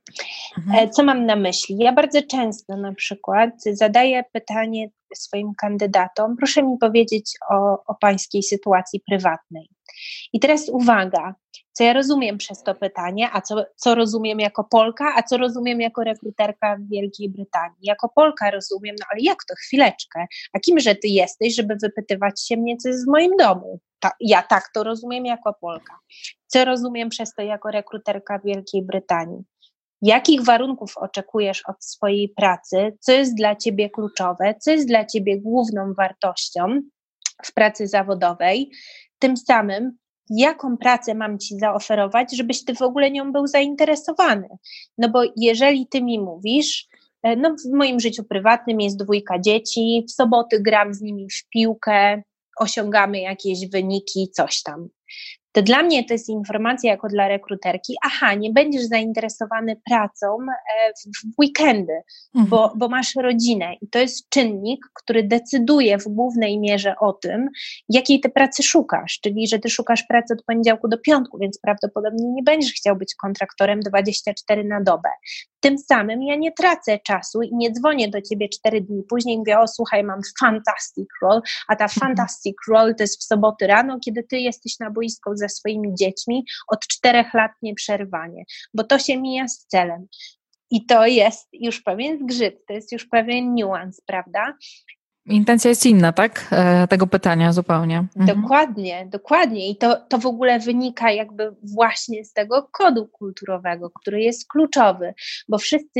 Co mam na myśli? Ja bardzo często na przykład zadaję pytanie swoim kandydatom, proszę mi powiedzieć o pańskiej sytuacji prywatnej. I teraz uwaga, co ja rozumiem przez to pytanie, a co rozumiem jako Polka, a co rozumiem jako rekruterka w Wielkiej Brytanii. Jako Polka rozumiem, ale jak to, chwileczkę, a kimże ty jesteś, żeby wypytywać się mnie, co jest w moim domu? Ja tak to rozumiem jako Polka. Co rozumiem przez to jako rekruterka w Wielkiej Brytanii? Jakich warunków oczekujesz od swojej pracy, co jest dla ciebie kluczowe, co jest dla ciebie główną wartością w pracy zawodowej, tym samym jaką pracę mam ci zaoferować, żebyś ty w ogóle nią był zainteresowany. No bo jeżeli ty mi mówisz, w moim życiu prywatnym jest 2 dzieci, w soboty gram z nimi w piłkę, osiągamy jakieś wyniki, coś tam. To dla mnie to jest informacja jako dla rekruterki, nie będziesz zainteresowany pracą w weekendy, bo masz rodzinę i to jest czynnik, który decyduje w głównej mierze o tym, jakiej ty pracy szukasz, czyli że ty szukasz pracy od poniedziałku do piątku, więc prawdopodobnie nie będziesz chciał być kontraktorem 24 na dobę. Tym samym ja nie tracę czasu i nie dzwonię do ciebie 4 dni później i mówię, słuchaj, mam fantastic role, a ta fantastic role to jest w soboty rano, kiedy ty jesteś na boisku ze swoimi dziećmi od 4 lat nieprzerwanie, bo to się mija z celem. I to jest już pewien zgrzyt, to jest już pewien niuans, prawda? Intencja jest inna, tak? Tego pytania zupełnie. Dokładnie. I to w ogóle wynika jakby właśnie z tego kodu kulturowego, który jest kluczowy, bo wszyscy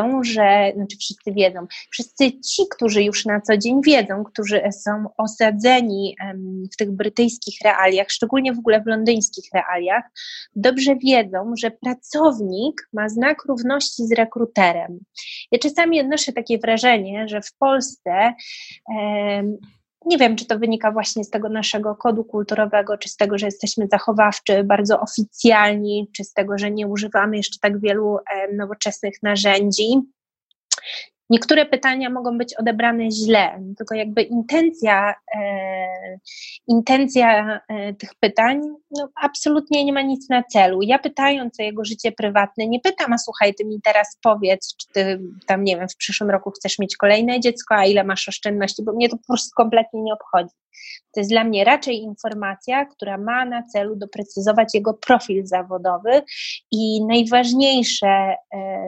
ci, którzy już na co dzień wiedzą, którzy są osadzeni w tych brytyjskich realiach, szczególnie w ogóle w londyńskich realiach, dobrze wiedzą, że pracownik ma znak równości z rekruterem. Ja czasami odnoszę takie wrażenie, że w Polsce nie wiem, czy to wynika właśnie z tego naszego kodu kulturowego, czy z tego, że jesteśmy zachowawczy, bardzo oficjalni, czy z tego, że nie używamy jeszcze tak wielu nowoczesnych narzędzi. Niektóre pytania mogą być odebrane źle, tylko jakby intencja tych pytań absolutnie nie ma nic na celu. Ja pytając o jego życie prywatne nie pytam, słuchaj, ty mi teraz powiedz, czy ty tam, nie wiem, w przyszłym roku chcesz mieć kolejne dziecko, a ile masz oszczędności, bo mnie to po prostu kompletnie nie obchodzi. To jest dla mnie raczej informacja, która ma na celu doprecyzować jego profil zawodowy i najważniejsze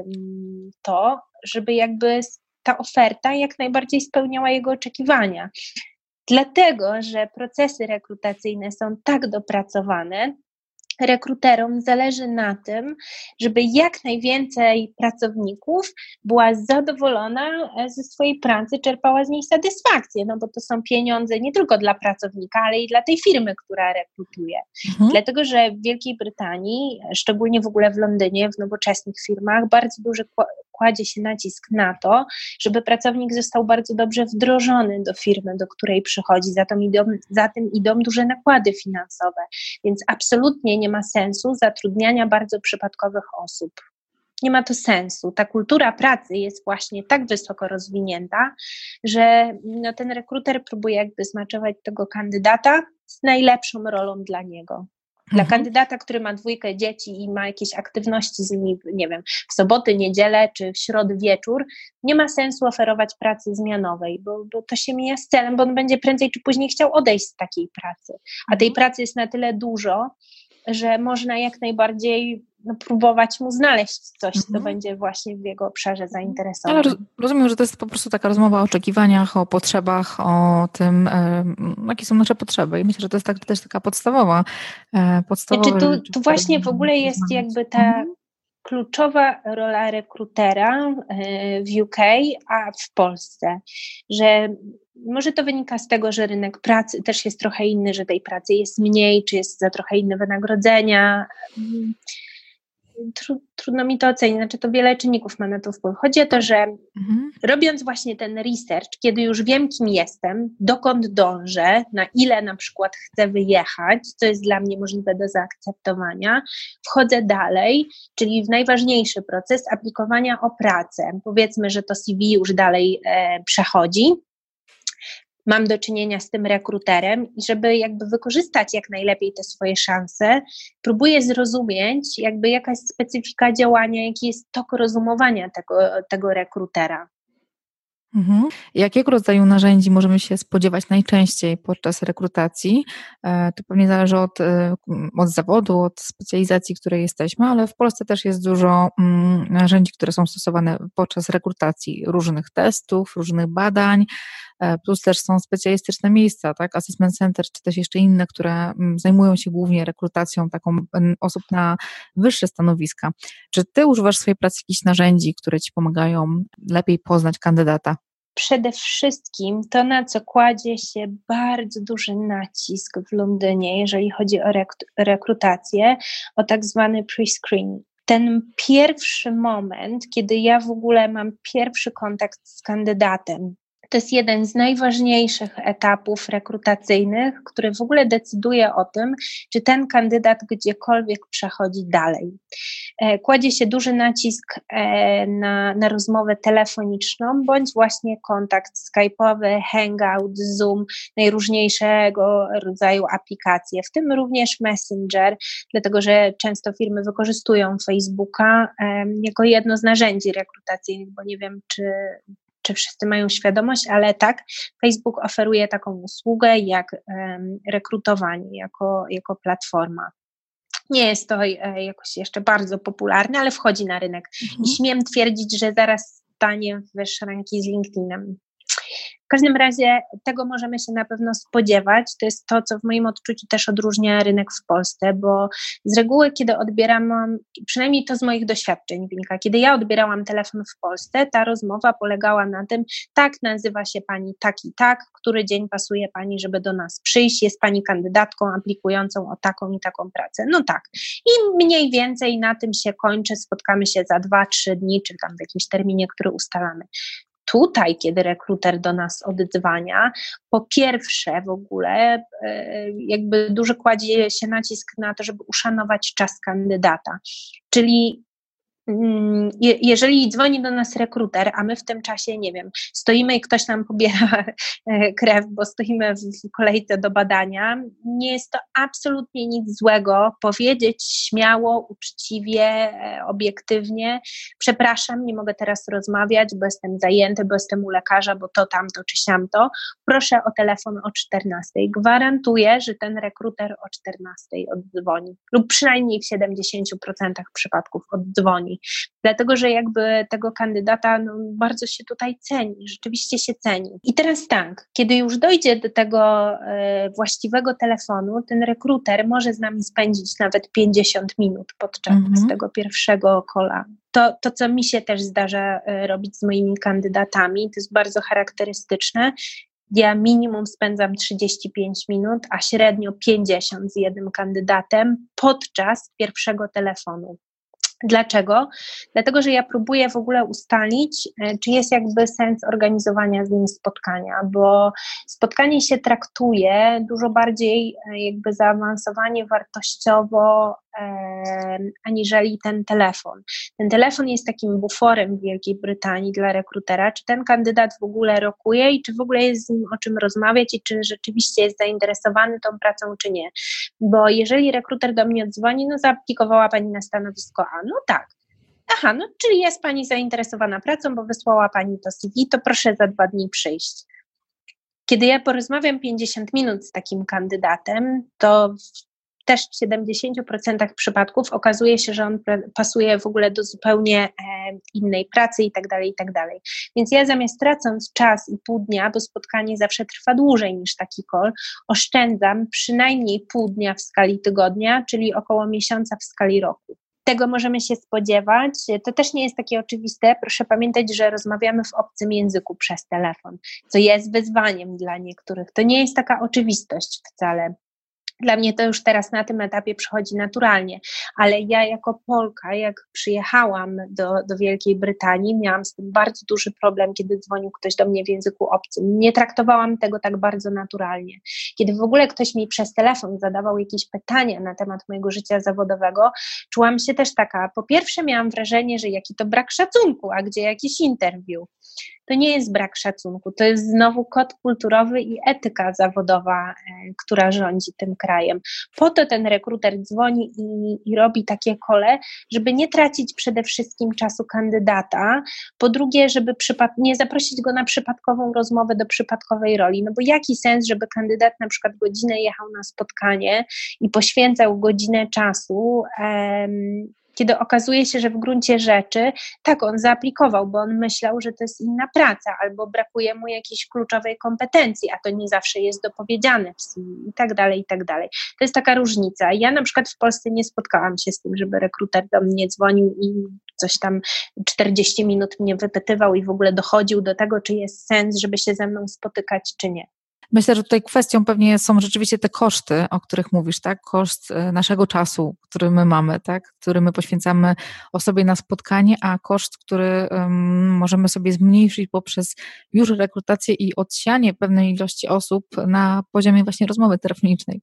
to, żeby jakby ta oferta jak najbardziej spełniała jego oczekiwania. Dlatego, że procesy rekrutacyjne są tak dopracowane, rekruterom zależy na tym, żeby jak najwięcej pracowników była zadowolona ze swojej pracy, czerpała z niej satysfakcję, bo to są pieniądze nie tylko dla pracownika, ale i dla tej firmy, która rekrutuje. Dlatego, że w Wielkiej Brytanii, szczególnie w ogóle w Londynie, w nowoczesnych firmach, bardzo duży kładzie się nacisk na to, żeby pracownik został bardzo dobrze wdrożony do firmy, do której przychodzi. Za tym idą duże nakłady finansowe, więc absolutnie nie ma sensu zatrudniania bardzo przypadkowych osób. Nie ma to sensu. Ta kultura pracy jest właśnie tak wysoko rozwinięta, że ten rekruter próbuje jakby zmaczować tego kandydata z najlepszą rolą dla niego. Dla kandydata, który ma 2 dzieci i ma jakieś aktywności z nimi, nie wiem, w soboty, niedzielę czy w środę wieczór, nie ma sensu oferować pracy zmianowej, bo to się mija z celem, bo on będzie prędzej czy później chciał odejść z takiej pracy. A tej pracy jest na tyle dużo, że można jak najbardziej próbować mu znaleźć coś, co będzie właśnie w jego obszarze zainteresowanym. Ale rozumiem, że to jest po prostu taka rozmowa o oczekiwaniach, o potrzebach, o tym, jakie są nasze potrzeby. I myślę, że to jest też taka podstawowa tu właśnie w ogóle jest jakby ta kluczowa rola rekrutera w UK, a w Polsce, że może to wynika z tego, że rynek pracy też jest trochę inny, że tej pracy jest mniej, czy jest za trochę inne wynagrodzenia. trudno mi to ocenić, znaczy to wiele czynników ma na to wpływ. Chodzi o to, że robiąc właśnie ten research, kiedy już wiem, kim jestem, dokąd dążę, na ile na przykład chcę wyjechać, co jest dla mnie możliwe do zaakceptowania, wchodzę dalej, czyli w najważniejszy proces aplikowania o pracę. Powiedzmy, że to CV już dalej przechodzi. Mam do czynienia z tym rekruterem i żeby jakby wykorzystać jak najlepiej te swoje szanse, próbuję zrozumieć jakby jaka jest specyfika działania, jaki jest tok rozumowania tego rekrutera. Jakiego rodzaju narzędzi możemy się spodziewać najczęściej podczas rekrutacji? To pewnie zależy od zawodu, od specjalizacji, w której jesteśmy, ale w Polsce też jest dużo narzędzi, które są stosowane podczas rekrutacji, różnych testów, różnych badań, plus też są specjalistyczne miejsca, tak? Assessment Center, czy też jeszcze inne, które zajmują się głównie rekrutacją taką osób na wyższe stanowiska. Czy ty używasz w swojej pracy jakichś narzędzi, które ci pomagają lepiej poznać kandydata? Przede wszystkim to, na co kładzie się bardzo duży nacisk w Londynie, jeżeli chodzi o rekrutację, o tak zwany pre-screening. Ten pierwszy moment, kiedy ja w ogóle mam pierwszy kontakt z kandydatem, to jest jeden z najważniejszych etapów rekrutacyjnych, który w ogóle decyduje o tym, czy ten kandydat gdziekolwiek przechodzi dalej. Kładzie się duży nacisk na rozmowę telefoniczną, bądź właśnie kontakt skype'owy, hangout, Zoom, najróżniejszego rodzaju aplikacje, w tym również Messenger, dlatego że często firmy wykorzystują Facebooka jako jedno z narzędzi rekrutacyjnych, bo nie wiem, czy wszyscy mają świadomość, ale tak, Facebook oferuje taką usługę jak rekrutowanie, jako platforma. Nie jest to jakoś jeszcze bardzo popularne, ale wchodzi na rynek. I śmiem twierdzić, że zaraz stanie w wyższe ranki z LinkedInem. W każdym razie tego możemy się na pewno spodziewać. To jest to, co w moim odczuciu też odróżnia rynek w Polsce, bo z reguły, kiedy odbieram, przynajmniej to z moich doświadczeń wynika, kiedy ja odbierałam telefon w Polsce, ta rozmowa polegała na tym, tak, nazywa się pani tak i tak, który dzień pasuje pani, żeby do nas przyjść, jest pani kandydatką aplikującą o taką i taką pracę. No tak. I mniej więcej na tym się kończy, spotkamy się za 2-3 dni, czy tam w jakimś terminie, który ustalamy. Tutaj, kiedy rekruter do nas odzwania, po pierwsze w ogóle jakby duży kładzie się nacisk na to, żeby uszanować czas kandydata, czyli jeżeli dzwoni do nas rekruter, a my w tym czasie, nie wiem, stoimy i ktoś nam pobiera krew, bo stoimy w kolejce do badania, nie jest to absolutnie nic złego powiedzieć śmiało, uczciwie, obiektywnie: przepraszam, nie mogę teraz rozmawiać, bo jestem zajęty, bo jestem u lekarza, bo to, tamto czy siamto, proszę o telefon o 14. Gwarantuję, że ten rekruter o 14 oddzwoni lub przynajmniej w 70% przypadków oddzwoni. Dlatego, że jakby tego kandydata bardzo się tutaj ceni, rzeczywiście się ceni. I teraz tak, kiedy już dojdzie do tego właściwego telefonu, ten rekruter może z nami spędzić nawet 50 minut podczas tego pierwszego calla. To, co mi się też zdarza robić z moimi kandydatami, to jest bardzo charakterystyczne. Ja minimum spędzam 35 minut, a średnio 50 z jednym kandydatem podczas pierwszego telefonu. Dlaczego? Dlatego, że ja próbuję w ogóle ustalić, czy jest jakby sens organizowania z nim spotkania, bo spotkanie się traktuje dużo bardziej jakby zaawansowanie wartościowo aniżeli ten telefon. Ten telefon jest takim buforem w Wielkiej Brytanii dla rekrutera, czy ten kandydat w ogóle rokuje i czy w ogóle jest z nim o czym rozmawiać i czy rzeczywiście jest zainteresowany tą pracą, czy nie. Bo jeżeli rekruter do mnie dzwoni, zaaplikowała pani na stanowisko A, no tak. Aha, czyli jest pani zainteresowana pracą, bo wysłała pani to CV, to proszę za 2 dni przyjść. Kiedy ja porozmawiam 50 minut z takim kandydatem, to też w 70% przypadków okazuje się, że on pasuje w ogóle do zupełnie innej pracy i tak dalej, i tak dalej. Więc ja zamiast tracąc czas i pół dnia, bo spotkanie zawsze trwa dłużej niż taki call, oszczędzam przynajmniej pół dnia w skali tygodnia, czyli około miesiąca w skali roku. Tego możemy się spodziewać. To też nie jest takie oczywiste. Proszę pamiętać, że rozmawiamy w obcym języku przez telefon, co jest wyzwaniem dla niektórych. To nie jest taka oczywistość wcale. Dla mnie to już teraz na tym etapie przychodzi naturalnie, ale ja jako Polka, jak przyjechałam do Wielkiej Brytanii, miałam z tym bardzo duży problem, kiedy dzwonił ktoś do mnie w języku obcym. Nie traktowałam tego tak bardzo naturalnie. Kiedy w ogóle ktoś mi przez telefon zadawał jakieś pytania na temat mojego życia zawodowego, czułam się też taka, po pierwsze miałam wrażenie, że jaki to brak szacunku, a gdzie jakiś interwiu. To nie jest brak szacunku, to jest znowu kod kulturowy i etyka zawodowa, która rządzi tym krajem. Po to ten rekruter dzwoni i robi takie kole, żeby nie tracić przede wszystkim czasu kandydata, po drugie, żeby nie zaprosić go na przypadkową rozmowę do przypadkowej roli, no bo jaki sens, żeby kandydat na przykład godzinę jechał na spotkanie i poświęcał godzinę czasu, kiedy okazuje się, że w gruncie rzeczy tak, on zaaplikował, bo on myślał, że to jest inna praca, albo brakuje mu jakiejś kluczowej kompetencji, a to nie zawsze jest dopowiedziane w CV i tak dalej, i tak dalej. To jest taka różnica. Ja na przykład w Polsce nie spotkałam się z tym, żeby rekruter do mnie dzwonił i coś tam 40 minut mnie wypytywał i w ogóle dochodził do tego, czy jest sens, żeby się ze mną spotykać, czy nie. Myślę, że tutaj kwestią pewnie są rzeczywiście te koszty, o których mówisz, tak? Koszt naszego czasu, który my mamy, tak? Który my poświęcamy osobie na spotkanie, a koszt, który możemy sobie zmniejszyć poprzez już rekrutację i odsianie pewnej ilości osób na poziomie właśnie rozmowy telefonicznej.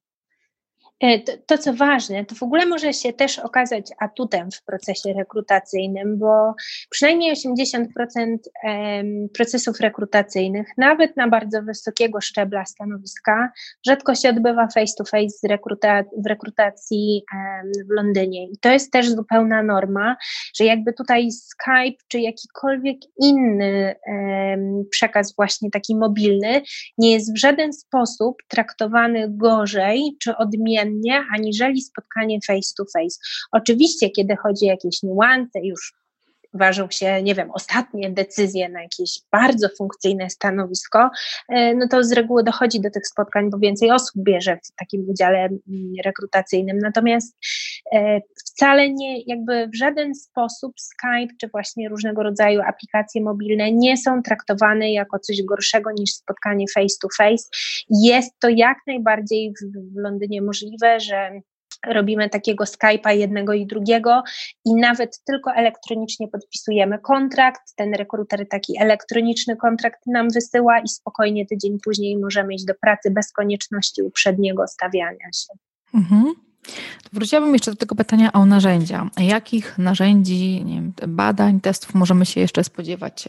To, co ważne, to w ogóle może się też okazać atutem w procesie rekrutacyjnym, bo przynajmniej 80% procesów rekrutacyjnych, nawet na bardzo wysokiego szczebla stanowiska, rzadko się odbywa face to face w rekrutacji w Londynie. I to jest też zupełna norma, że jakby tutaj Skype czy jakikolwiek inny przekaz właśnie taki mobilny nie jest w żaden sposób traktowany gorzej czy odmiennie aniżeli spotkanie face to face. Oczywiście, kiedy chodzi o jakieś niuanse, już ważą się, nie wiem, ostatnie decyzje na jakieś bardzo funkcyjne stanowisko, no to z reguły dochodzi do tych spotkań, bo więcej osób bierze w takim udziale rekrutacyjnym. Natomiast wcale nie, jakby w żaden sposób Skype czy właśnie różnego rodzaju aplikacje mobilne nie są traktowane jako coś gorszego niż spotkanie face to face. Jest to jak najbardziej w Londynie możliwe, że robimy takiego Skype'a jednego i drugiego i nawet tylko elektronicznie podpisujemy kontrakt, ten rekruter taki elektroniczny kontrakt nam wysyła i spokojnie tydzień później możemy iść do pracy bez konieczności uprzedniego stawiania się. Wróciłabym jeszcze do tego pytania o narzędzia. Jakich narzędzi, nie wiem, badań, testów możemy się jeszcze spodziewać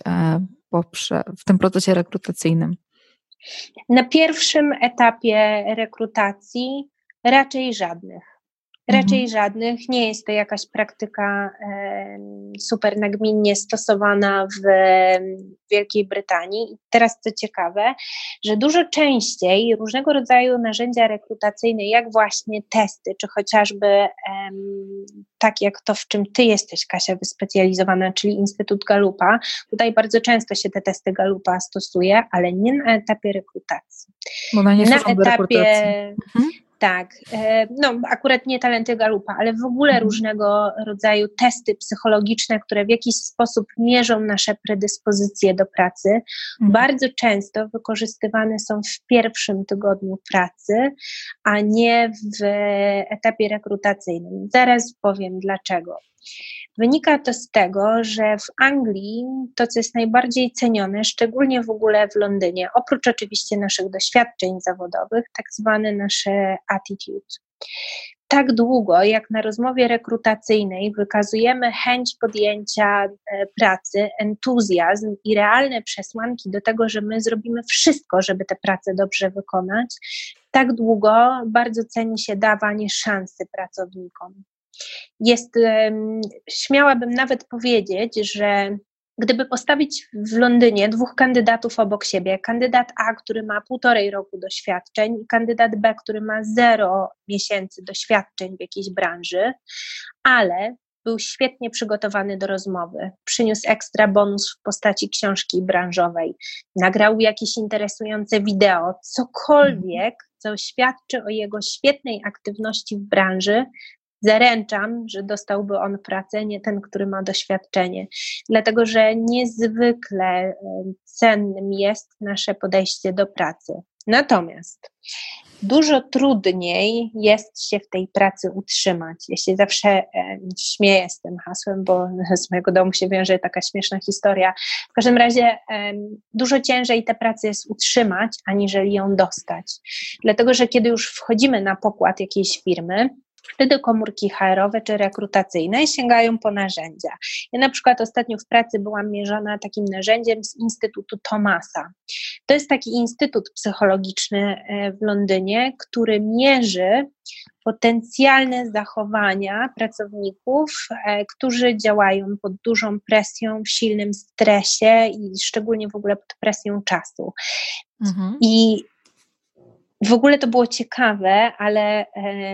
w tym procesie rekrutacyjnym? Na pierwszym etapie rekrutacji raczej żadnych. Raczej żadnych. Nie jest to jakaś praktyka super nagminnie stosowana w Wielkiej Brytanii. I teraz co ciekawe, że dużo częściej różnego rodzaju narzędzia rekrutacyjne, jak właśnie testy, czy chociażby tak jak to, w czym ty jesteś, Kasia, wyspecjalizowana, czyli Instytut Gallupa. Tutaj bardzo często się te testy Gallupa stosuje, ale nie na etapie rekrutacji. Bo na etapie tak, no akurat nie talenty Gallupa, ale w ogóle różnego rodzaju testy psychologiczne, które w jakiś sposób mierzą nasze predyspozycje do pracy, bardzo często wykorzystywane są w pierwszym tygodniu pracy, a nie w etapie rekrutacyjnym. Zaraz powiem dlaczego. Wynika to z tego, że w Anglii to, co jest najbardziej cenione, szczególnie w ogóle w Londynie, oprócz oczywiście naszych doświadczeń zawodowych, tak zwane nasze attitude. Tak długo, jak na rozmowie rekrutacyjnej wykazujemy chęć podjęcia pracy, entuzjazm i realne przesłanki do tego, że my zrobimy wszystko, żeby tę pracę dobrze wykonać, tak długo bardzo ceni się dawanie szansy pracownikom. Śmiałabym nawet powiedzieć, że gdyby postawić w Londynie dwóch kandydatów obok siebie, kandydat A, który ma 1,5 roku doświadczeń i kandydat B, który ma 0 miesięcy doświadczeń w jakiejś branży, ale był świetnie przygotowany do rozmowy, przyniósł ekstra bonus w postaci książki branżowej, nagrał jakieś interesujące wideo, cokolwiek, co świadczy o jego świetnej aktywności w branży, zaręczam, że dostałby on pracę, nie ten, który ma doświadczenie. Dlatego, że niezwykle cennym jest nasze podejście do pracy. Natomiast dużo trudniej jest się w tej pracy utrzymać. Ja się zawsze śmieję z tym hasłem, bo z mojego domu się wiąże taka śmieszna historia. W każdym razie dużo ciężej tę pracę jest utrzymać, aniżeli ją dostać. Dlatego, że kiedy już wchodzimy na pokład jakiejś firmy, wtedy komórki HR-owe czy rekrutacyjne sięgają po narzędzia. Ja na przykład ostatnio w pracy byłam mierzona takim narzędziem z Instytutu Thomasa. To jest taki instytut psychologiczny w Londynie, który mierzy potencjalne zachowania pracowników, którzy działają pod dużą presją, w silnym stresie i szczególnie w ogóle pod presją czasu. I w ogóle to było ciekawe, ale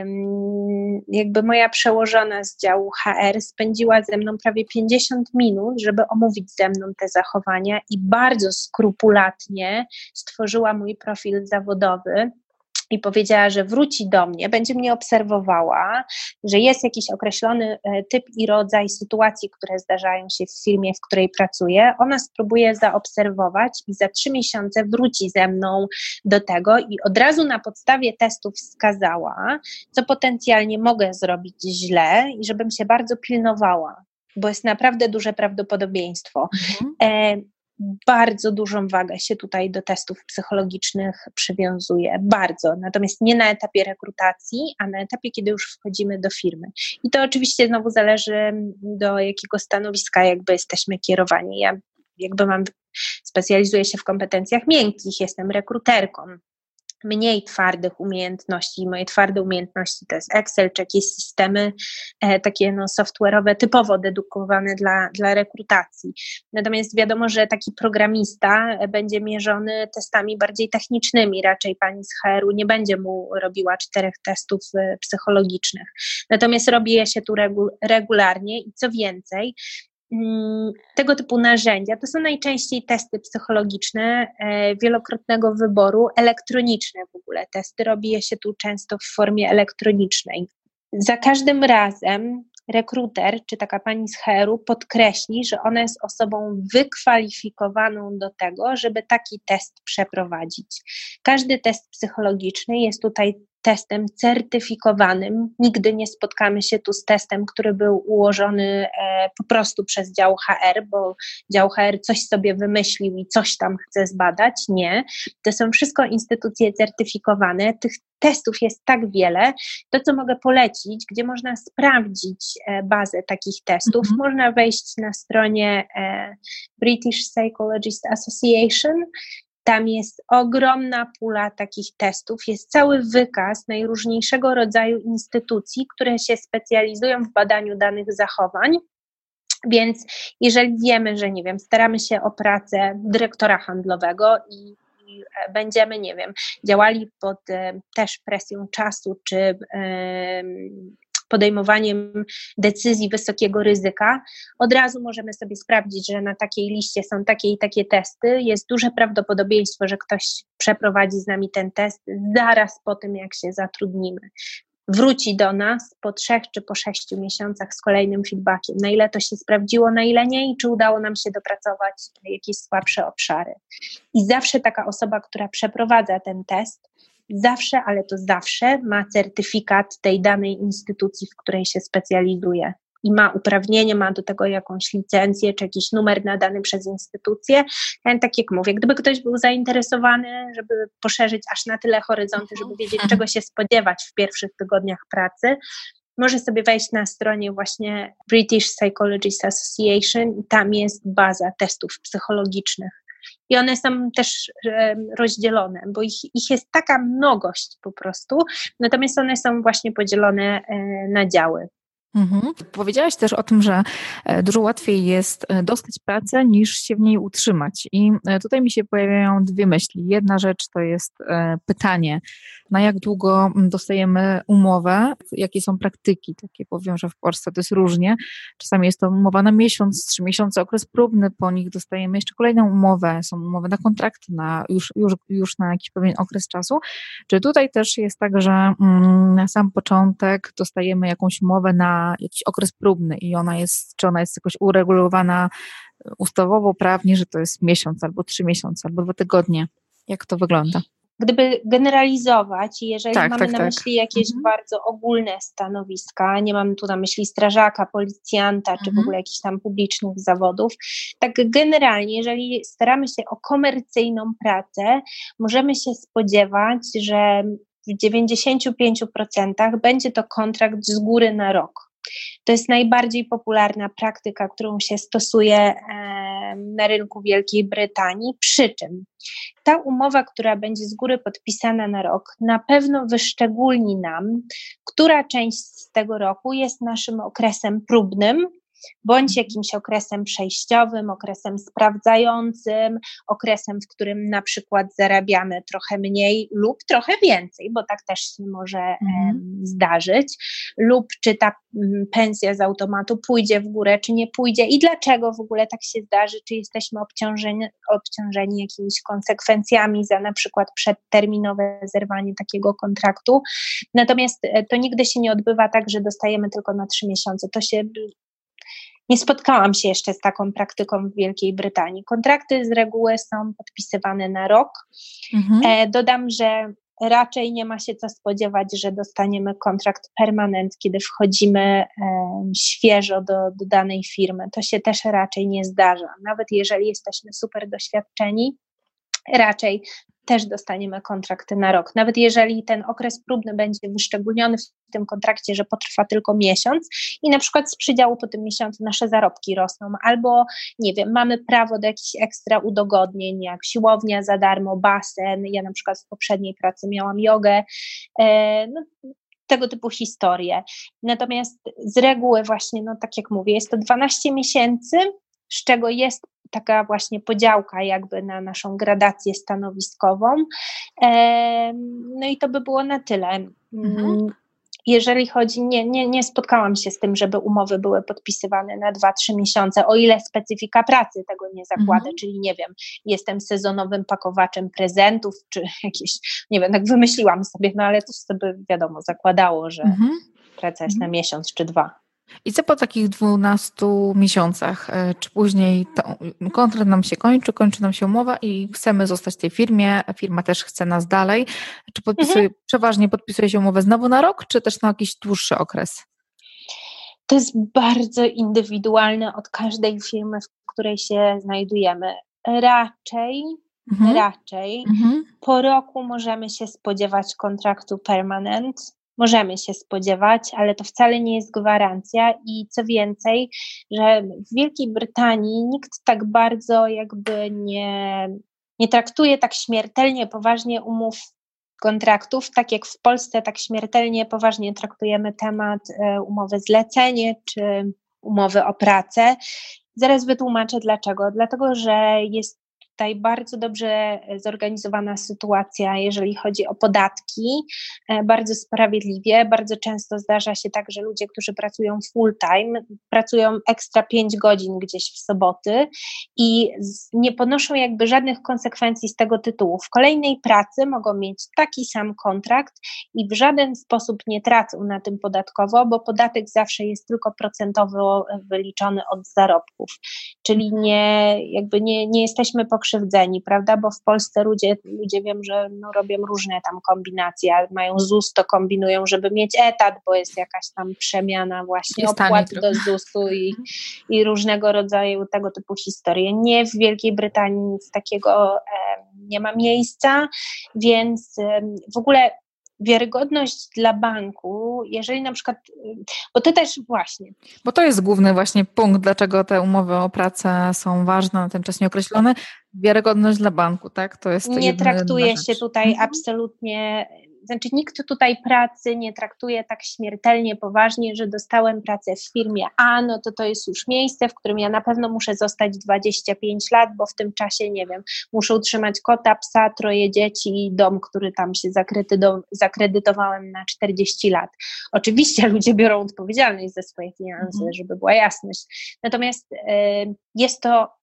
jakby moja przełożona z działu HR spędziła ze mną prawie 50 minut, żeby omówić ze mną te zachowania i bardzo skrupulatnie stworzyła mój profil zawodowy. I powiedziała, że wróci do mnie, będzie mnie obserwowała, że jest jakiś określony typ i rodzaj sytuacji, które zdarzają się w firmie, w której pracuję. Ona spróbuje zaobserwować i za 3 miesiące wróci ze mną do tego i od razu na podstawie testów wskazała, co potencjalnie mogę zrobić źle i żebym się bardzo pilnowała, bo jest naprawdę duże prawdopodobieństwo. Bardzo dużą wagę się tutaj do testów psychologicznych przywiązuje, bardzo, natomiast nie na etapie rekrutacji, a na etapie, kiedy już wchodzimy do firmy. I to oczywiście znowu zależy, do jakiego stanowiska jakby jesteśmy kierowani. Ja specjalizuję się w kompetencjach miękkich, jestem rekruterką. Mniej twardych umiejętności. Moje twarde umiejętności to jest Excel, czy jakieś systemy takie software'owe, typowo dedykowane dla rekrutacji. Natomiast wiadomo, że taki programista będzie mierzony testami bardziej technicznymi. Raczej pani z HR-u nie będzie mu robiła 4 testów psychologicznych. Natomiast robi je się tu regularnie i co więcej, tego typu narzędzia to są najczęściej testy psychologiczne wielokrotnego wyboru, elektroniczne w ogóle. Testy robi je się tu często w formie elektronicznej. Za każdym razem rekruter czy taka pani z HR-u podkreśli, że ona jest osobą wykwalifikowaną do tego, żeby taki test przeprowadzić. Każdy test psychologiczny jest tutaj testem certyfikowanym. Nigdy nie spotkamy się tu z testem, który był ułożony po prostu przez dział HR, bo dział HR coś sobie wymyślił i coś tam chce zbadać. Nie. To są wszystko instytucje certyfikowane. Tych testów jest tak wiele. To, co mogę polecić, gdzie można sprawdzić bazę takich testów, można wejść na stronie British Psychologist Association. Tam jest ogromna pula takich testów, jest cały wykaz najróżniejszego rodzaju instytucji, które się specjalizują w badaniu danych zachowań, więc jeżeli wiemy, że nie wiem, staramy się o pracę dyrektora handlowego i będziemy, nie wiem, działali pod też presją czasu, czy podejmowaniem decyzji wysokiego ryzyka, od razu możemy sobie sprawdzić, że na takiej liście są takie i takie testy. Jest duże prawdopodobieństwo, że ktoś przeprowadzi z nami ten test zaraz po tym, jak się zatrudnimy. Wróci do nas po 3 czy po 6 miesiącach z kolejnym feedbackiem, na ile to się sprawdziło, na ile nie i czy udało nam się dopracować jakieś słabsze obszary. I zawsze taka osoba, która przeprowadza ten test, zawsze, ale to zawsze ma certyfikat tej danej instytucji, w której się specjalizuje i ma uprawnienie, ma do tego jakąś licencję czy jakiś numer nadany przez instytucję. Tak jak mówię, gdyby ktoś był zainteresowany, żeby poszerzyć aż na tyle horyzonty, żeby wiedzieć, czego się spodziewać w pierwszych tygodniach pracy, może sobie wejść na stronie właśnie British Psychologist Association i tam jest baza testów psychologicznych. I one są też rozdzielone, bo ich jest taka mnogość po prostu, natomiast one są właśnie podzielone na działy. Powiedziałaś też o tym, że dużo łatwiej jest dostać pracę niż się w niej utrzymać. I tutaj mi się pojawiają 2 myśli. Jedna rzecz to jest pytanie, na jak długo dostajemy umowę, jakie są praktyki, takie powiem, że w Polsce to jest różnie. Czasami jest to umowa na miesiąc, 3 miesiące, okres próbny, po nich dostajemy jeszcze kolejną umowę, są umowy na kontrakty już na jakiś pewien okres czasu. Czy tutaj też jest tak, że na sam początek dostajemy jakąś umowę na jakiś okres próbny i czy ona jest jakoś uregulowana ustawowo, prawnie, że to jest miesiąc, albo 3 miesiące, albo 2 tygodnie? Jak to wygląda? gdyby generalizować, jeżeli mamy na tak. myśli jakieś bardzo ogólne stanowiska, nie mam tu na myśli strażaka, policjanta, czy w ogóle jakichś tam publicznych zawodów, tak generalnie, jeżeli staramy się o komercyjną pracę, możemy się spodziewać, że w 95% będzie to kontrakt z góry na rok. To jest najbardziej popularna praktyka, którą się stosuje na rynku Wielkiej Brytanii, przy czym ta umowa, która będzie z góry podpisana na rok, na pewno wyszczególni nam, która część z tego roku jest naszym okresem próbnym, bądź jakimś okresem przejściowym, okresem sprawdzającym, okresem, w którym na przykład zarabiamy trochę mniej lub trochę więcej, bo tak też się może zdarzyć, lub czy ta pensja z automatu pójdzie w górę, czy nie pójdzie i dlaczego w ogóle tak się zdarzy, czy jesteśmy obciążeni jakimiś konsekwencjami za na przykład przedterminowe zerwanie takiego kontraktu. Natomiast to nigdy się nie odbywa tak, że dostajemy tylko na 3 miesiące. Nie spotkałam się jeszcze z taką praktyką w Wielkiej Brytanii. Kontrakty z reguły są podpisywane na rok. Dodam, że raczej nie ma się co spodziewać, że dostaniemy kontrakt permanent, kiedy wchodzimy świeżo do danej firmy. To się też raczej nie zdarza. Nawet jeżeli jesteśmy super doświadczeni, raczej też dostaniemy kontrakty na rok. Nawet jeżeli ten okres próbny będzie wyszczególniony w tym kontrakcie, że potrwa tylko miesiąc i na przykład z przydziału po tym miesiącu nasze zarobki rosną, albo nie wiem, mamy prawo do jakichś ekstra udogodnień, jak siłownia za darmo, basen, ja na przykład w poprzedniej pracy miałam jogę, tego typu historie. Natomiast z reguły właśnie, tak jak mówię, jest to 12 miesięcy, z czego jest taka właśnie podziałka jakby na naszą gradację stanowiskową. No i to by było na tyle. Jeżeli chodzi, nie spotkałam się z tym, żeby umowy były podpisywane na 2-3 miesiące, o ile specyfika pracy tego nie zakłada, czyli nie wiem, jestem sezonowym pakowaczem prezentów, czy jakieś, nie wiem, tak wymyśliłam sobie, ale to sobie wiadomo zakładało, że praca jest na miesiąc czy 2. I co po takich 12 miesiącach? Czy później kontrakt nam się kończy nam się umowa i chcemy zostać w tej firmie, a firma też chce nas dalej? Czy przeważnie podpisuje się umowę znowu na rok, czy też na jakiś dłuższy okres? To jest bardzo indywidualne od każdej firmy, w której się znajdujemy. Raczej po roku możemy się spodziewać kontraktu permanent. Możemy się spodziewać, ale to wcale nie jest gwarancja i co więcej, że w Wielkiej Brytanii nikt tak bardzo jakby nie traktuje tak śmiertelnie poważnie umów kontraktów, tak jak w Polsce tak śmiertelnie poważnie traktujemy temat umowy zlecenie czy umowy o pracę. Zaraz wytłumaczę dlaczego. Dlatego, że jest tutaj bardzo dobrze zorganizowana sytuacja, jeżeli chodzi o podatki, bardzo sprawiedliwie. Bardzo często zdarza się tak, że ludzie, którzy pracują full time, pracują ekstra 5 godzin gdzieś w soboty i nie ponoszą jakby żadnych konsekwencji z tego tytułu. W kolejnej pracy mogą mieć taki sam kontrakt i w żaden sposób nie tracą na tym podatkowo, bo podatek zawsze jest tylko procentowo wyliczony od zarobków. Czyli nie jesteśmy pokrzywdzeni, prawda, bo w Polsce ludzie wiem, że robią różne tam kombinacje, mają ZUS, to kombinują, żeby mieć etat, bo jest jakaś tam przemiana właśnie opłat do ZUS-u i różnego rodzaju tego typu historie. Nie, w Wielkiej Brytanii nic takiego nie ma miejsca, więc w ogóle wiarygodność dla banku, jeżeli na przykład, bo to też właśnie. Bo to jest główny właśnie punkt, dlaczego te umowy o pracę są ważne, na ten czas nieokreślone. Wiarygodność dla banku, tak? To jest nie traktuje się tutaj absolutnie, znaczy nikt tutaj pracy nie traktuje tak śmiertelnie poważnie, że dostałem pracę w firmie A, to jest już miejsce, w którym ja na pewno muszę zostać 25 lat, bo w tym czasie, nie wiem, muszę utrzymać kota, psa, 3 dzieci i dom, który tam się zakredytowałem na 40 lat. Oczywiście ludzie biorą odpowiedzialność za swoje finanse, żeby była jasność. Natomiast jest to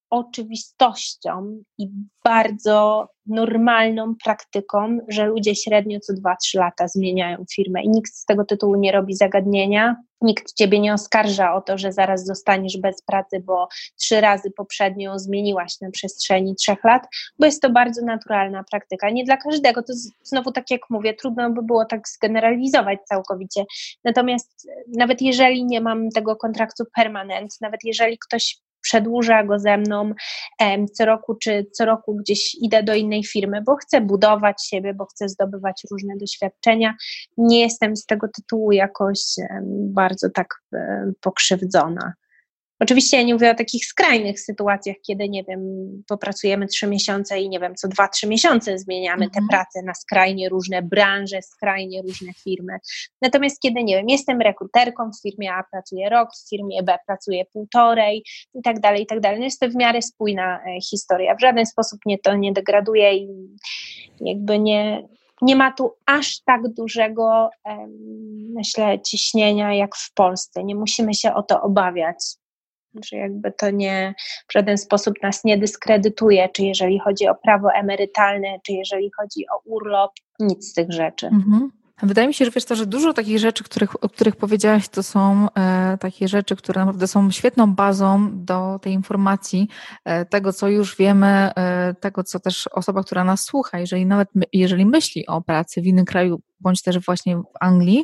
oczywistością i bardzo normalną praktyką, że ludzie średnio co 2-3 lata zmieniają firmę i nikt z tego tytułu nie robi zagadnienia, nikt ciebie nie oskarża o to, że zaraz zostaniesz bez pracy, bo 3 razy poprzednio zmieniłaś na przestrzeni 3 lat, bo jest to bardzo naturalna praktyka. Nie dla każdego, to znowu tak jak mówię, trudno by było tak zgeneralizować całkowicie, natomiast nawet jeżeli nie mam tego kontraktu permanent, nawet jeżeli ktoś przedłuża go ze mną co roku, czy co roku gdzieś idę do innej firmy, bo chcę budować siebie, bo chcę zdobywać różne doświadczenia. Nie jestem z tego tytułu jakoś bardzo tak pokrzywdzona. Oczywiście ja nie mówię o takich skrajnych sytuacjach, kiedy, nie wiem, popracujemy 3 miesiące i nie wiem, co 2-3 miesiące zmieniamy tę pracę na skrajnie różne branże, skrajnie różne firmy. Natomiast kiedy, nie wiem, jestem rekruterką w firmie A, pracuję rok, w firmie B pracuję 1,5 i tak dalej, no jest to w miarę spójna historia. W żaden sposób mnie to nie degraduje i jakby nie ma tu aż tak dużego, myślę, ciśnienia jak w Polsce. Nie musimy się o to obawiać. Że jakby to w żaden sposób nas nie dyskredytuje, czy jeżeli chodzi o prawo emerytalne, czy jeżeli chodzi o urlop, nic z tych rzeczy. Wydaje mi się, że wiesz to, że dużo takich rzeczy, o których powiedziałaś, to są takie rzeczy, które naprawdę są świetną bazą do tej informacji, tego, co już wiemy, tego, co też osoba, która nas słucha, jeżeli myśli o pracy w innym kraju, bądź też właśnie w Anglii,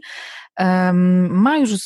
ma już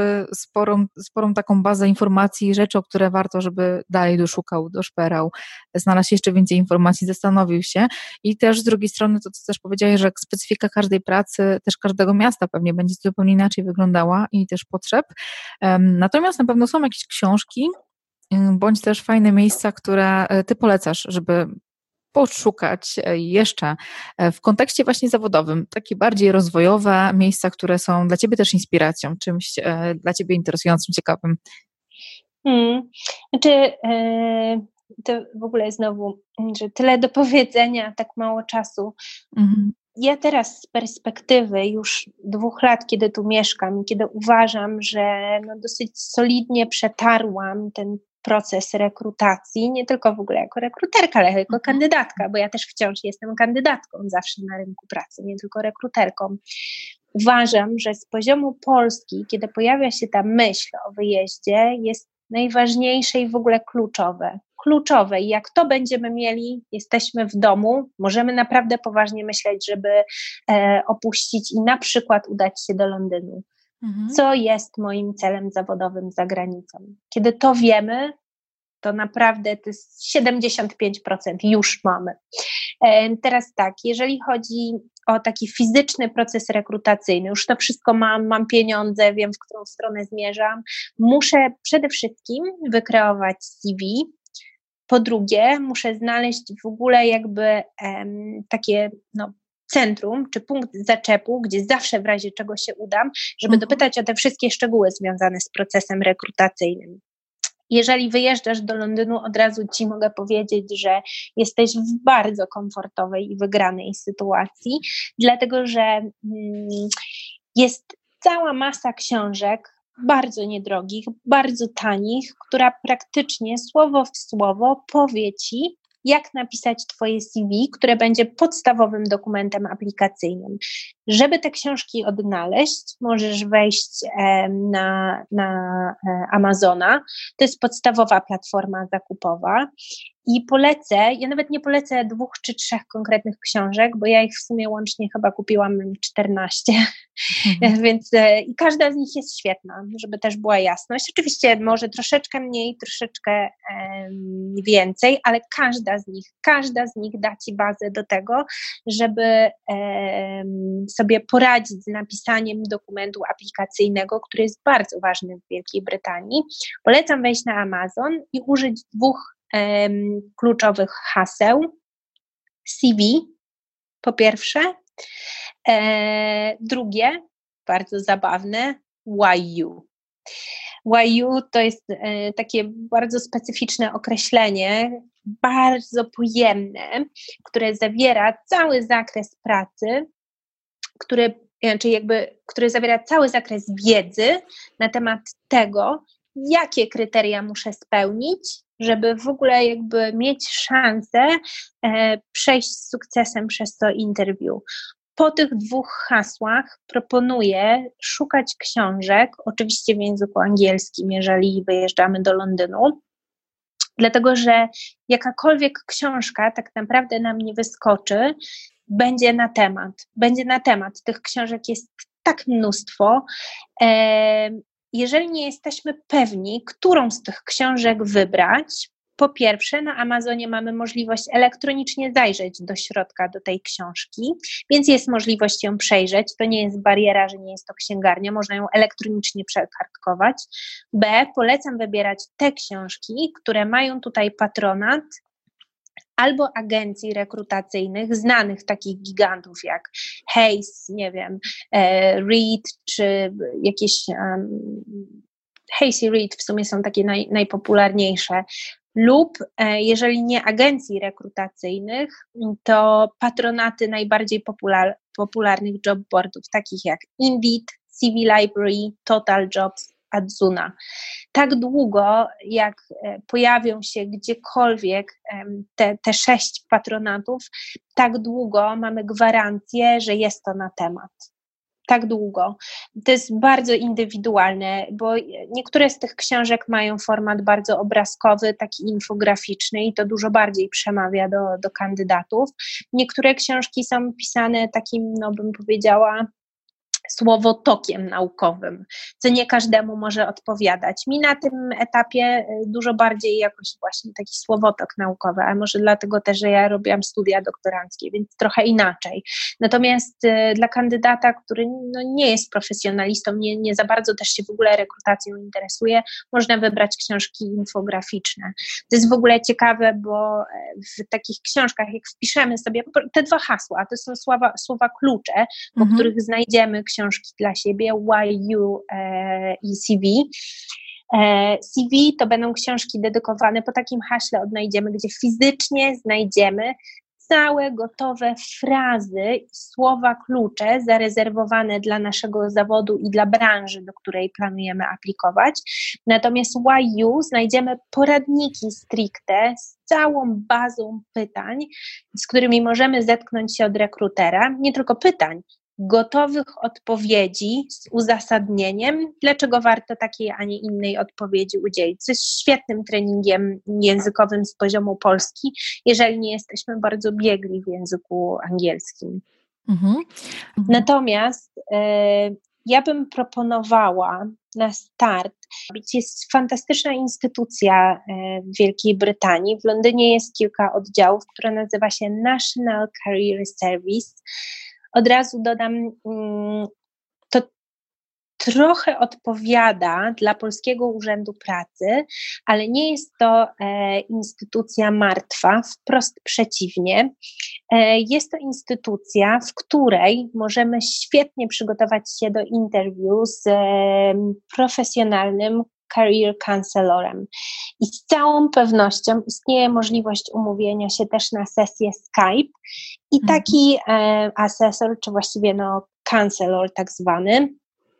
sporą taką bazę informacji i rzeczy, o które warto, żeby dalej doszukał, doszperał, znalazł jeszcze więcej informacji, zastanowił się. I też z drugiej strony to, co też powiedziałeś, że specyfika każdej pracy, też każdego miasta pewnie będzie zupełnie inaczej wyglądała i też potrzeb. Natomiast na pewno są jakieś książki, bądź też fajne miejsca, które ty polecasz, żeby poszukać jeszcze w kontekście właśnie zawodowym, takie bardziej rozwojowe miejsca, które są dla ciebie też inspiracją, czymś dla ciebie interesującym, ciekawym. Znaczy, to w ogóle znowu, że tyle do powiedzenia, tak mało czasu. Ja teraz z perspektywy już 2 lat, kiedy tu mieszkam i kiedy uważam, że dosyć solidnie przetarłam ten proces rekrutacji, nie tylko w ogóle jako rekruterka, ale jako kandydatka, bo ja też wciąż jestem kandydatką zawsze na rynku pracy, nie tylko rekruterką. Uważam, że z poziomu Polski, kiedy pojawia się ta myśl o wyjeździe, jest najważniejsze i w ogóle kluczowe. I jak to będziemy mieli, jesteśmy w domu, możemy naprawdę poważnie myśleć, żeby opuścić i na przykład udać się do Londynu. Co jest moim celem zawodowym za granicą? Kiedy to wiemy, to naprawdę to jest 75% już mamy. Teraz tak, jeżeli chodzi o taki fizyczny proces rekrutacyjny, już to wszystko mam pieniądze, wiem, w którą stronę zmierzam, muszę przede wszystkim wykreować CV. Po drugie, muszę znaleźć w ogóle jakby takie centrum, czy punkt zaczepu, gdzie zawsze w razie czego się udam, żeby dopytać o te wszystkie szczegóły związane z procesem rekrutacyjnym. Jeżeli wyjeżdżasz do Londynu, od razu Ci mogę powiedzieć, że jesteś w bardzo komfortowej i wygranej sytuacji, dlatego że jest cała masa książek, bardzo niedrogich, bardzo tanich, która praktycznie słowo w słowo powie Ci, jak napisać Twoje CV, które będzie podstawowym dokumentem aplikacyjnym. Żeby te książki odnaleźć, możesz wejść na Amazona. To jest podstawowa platforma zakupowa. I ja nawet nie polecę 2 czy 3 konkretnych książek, bo ja ich w sumie łącznie chyba kupiłam 14, więc i każda z nich jest świetna, żeby też była jasność. Oczywiście może troszeczkę mniej, troszeczkę więcej, ale każda z nich da Ci bazę do tego, żeby sobie poradzić z napisaniem dokumentu aplikacyjnego, który jest bardzo ważny w Wielkiej Brytanii. Polecam wejść na Amazon i użyć 2 kluczowych haseł. CV po pierwsze, drugie, bardzo zabawne, why you. Why you to jest takie bardzo specyficzne określenie, bardzo pojemne, które zawiera cały zakres pracy, który zawiera cały zakres wiedzy na temat tego, jakie kryteria muszę spełnić, żeby w ogóle jakby mieć szansę przejść z sukcesem przez to interview. Po tych 2 hasłach proponuję szukać książek, oczywiście w języku angielskim, jeżeli wyjeżdżamy do Londynu, dlatego że jakakolwiek książka tak naprawdę nam nie wyskoczy, będzie na temat. Będzie na temat. Tych książek jest tak mnóstwo. Jeżeli nie jesteśmy pewni, którą z tych książek wybrać, po pierwsze, na Amazonie mamy możliwość elektronicznie zajrzeć do środka do tej książki, więc jest możliwość ją przejrzeć. To nie jest bariera, że nie jest to księgarnia, można ją elektronicznie przekartkować. B, polecam wybierać te książki, które mają tutaj patronat albo agencji rekrutacyjnych, znanych takich gigantów jak Hays, nie wiem, Reed, czy jakieś Hays i Reed w sumie są takie najpopularniejsze, lub jeżeli nie agencji rekrutacyjnych, to patronaty najbardziej popularnych jobboardów, takich jak Indeed, CV Library, Total Jobs, Adzuna. Tak długo, jak pojawią się gdziekolwiek te 6 patronatów, tak długo mamy gwarancję, że jest to na temat. Tak długo. To jest bardzo indywidualne, bo niektóre z tych książek mają format bardzo obrazkowy, taki infograficzny i to dużo bardziej przemawia do kandydatów. Niektóre książki są pisane takim, no bym powiedziała, słowotokiem naukowym, co nie każdemu może odpowiadać. Mi na tym etapie dużo bardziej jakoś właśnie taki słowotok naukowy, a może dlatego też, że ja robiłam studia doktoranckie, więc trochę inaczej. Natomiast dla kandydata, który no nie jest profesjonalistą, nie za bardzo też się w ogóle rekrutacją interesuje, można wybrać książki infograficzne. To jest w ogóle ciekawe, bo w takich książkach, jak wpiszemy sobie te 2 hasła, to są słowa klucze, po których znajdziemy książki dla siebie, YU i CV. CV to będą książki dedykowane, po takim haśle odnajdziemy, gdzie fizycznie znajdziemy całe gotowe frazy i słowa klucze zarezerwowane dla naszego zawodu i dla branży, do której planujemy aplikować. Natomiast YU znajdziemy poradniki stricte z całą bazą pytań, z którymi możemy zetknąć się od rekrutera. Nie tylko pytań, gotowych odpowiedzi z uzasadnieniem, dlaczego warto takiej, a nie innej odpowiedzi udzielić. Co jest świetnym treningiem językowym z poziomu polski, jeżeli nie jesteśmy bardzo biegli w języku angielskim. Natomiast ja bym proponowała na start, jest fantastyczna instytucja w Wielkiej Brytanii. W Londynie jest kilka oddziałów, które nazywa się National Career Service. Od razu dodam, to trochę odpowiada dla Polskiego Urzędu Pracy, ale nie jest to instytucja martwa, wprost przeciwnie. Jest to instytucja, w której możemy świetnie przygotować się do interview z profesjonalnym career counselorem. I z całą pewnością istnieje możliwość umówienia się też na sesję Skype i taki asesor, czy właściwie counselor tak zwany,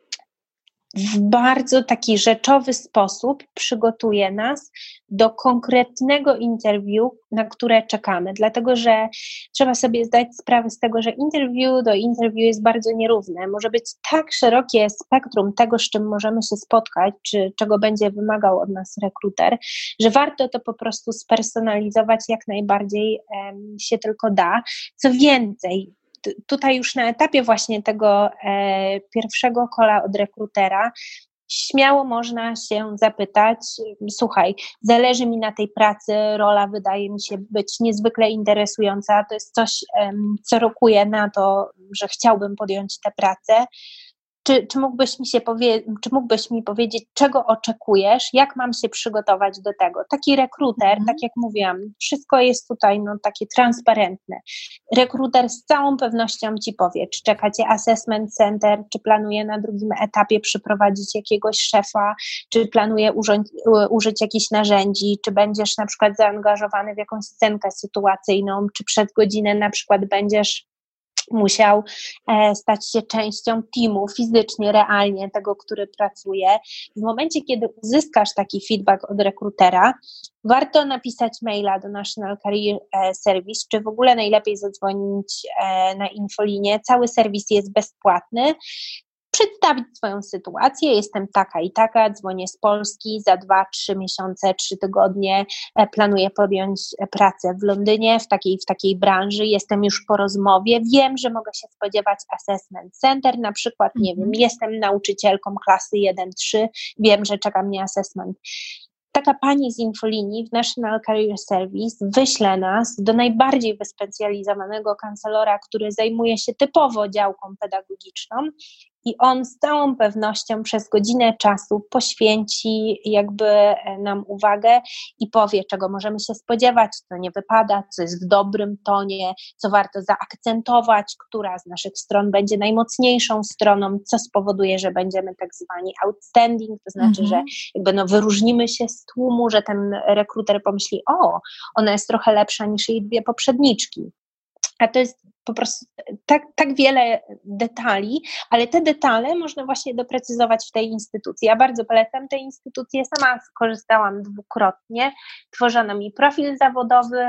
w bardzo taki rzeczowy sposób przygotuje nas do konkretnego interview, na które czekamy, dlatego że trzeba sobie zdać sprawę z tego, że interview do interview jest bardzo nierówne. Może być tak szerokie spektrum tego, z czym możemy się spotkać, czy czego będzie wymagał od nas rekruter, że warto to po prostu spersonalizować jak najbardziej się tylko da. Co więcej, tutaj już na etapie właśnie tego pierwszego calla od rekrutera śmiało można się zapytać, słuchaj, zależy mi na tej pracy, rola wydaje mi się być niezwykle interesująca, to jest coś, co rokuje na to, że chciałbym podjąć tę pracę. Czy mógłbyś mi powiedzieć, czego oczekujesz, jak mam się przygotować do tego? Taki rekruter, tak jak mówiłam, wszystko jest tutaj takie transparentne. Rekruter z całą pewnością ci powie, czy czeka cię assessment center, czy planuje na drugim etapie przyprowadzić jakiegoś szefa, czy planuje użyć jakichś narzędzi, czy będziesz na przykład zaangażowany w jakąś scenkę sytuacyjną, czy przez godzinę na przykład będziesz musiał stać się częścią teamu fizycznie, realnie tego, który pracuje. W momencie, kiedy uzyskasz taki feedback od rekrutera, warto napisać maila do National Career Service, czy w ogóle najlepiej zadzwonić na infolinię. Cały serwis jest bezpłatny. Przedstawić swoją sytuację, jestem taka i taka, dzwonię z Polski, za 2-3 miesiące, 3 tygodnie planuję podjąć pracę w Londynie, w takiej branży, jestem już po rozmowie, wiem, że mogę się spodziewać assessment center, na przykład, nie wiem, jestem nauczycielką klasy 1-3, wiem, że czeka mnie assessment. Taka pani z infolinii w National Career Service wyśle nas do najbardziej wyspecjalizowanego kancelora, który zajmuje się typowo działką pedagogiczną i on z całą pewnością przez godzinę czasu poświęci jakby nam uwagę i powie, czego możemy się spodziewać, co nie wypada, co jest w dobrym tonie, co warto zaakcentować, która z naszych stron będzie najmocniejszą stroną, co spowoduje, że będziemy tak zwani outstanding, to znaczy, że jakby wyróżnimy się z tłumu, że ten rekruter pomyśli, ona jest trochę lepsza niż jej 2 poprzedniczki. A to jest po prostu tak wiele detali, ale te detale można właśnie doprecyzować w tej instytucji. Ja bardzo polecam tę instytucję, sama skorzystałam 2-krotnie, tworzono mi profil zawodowy,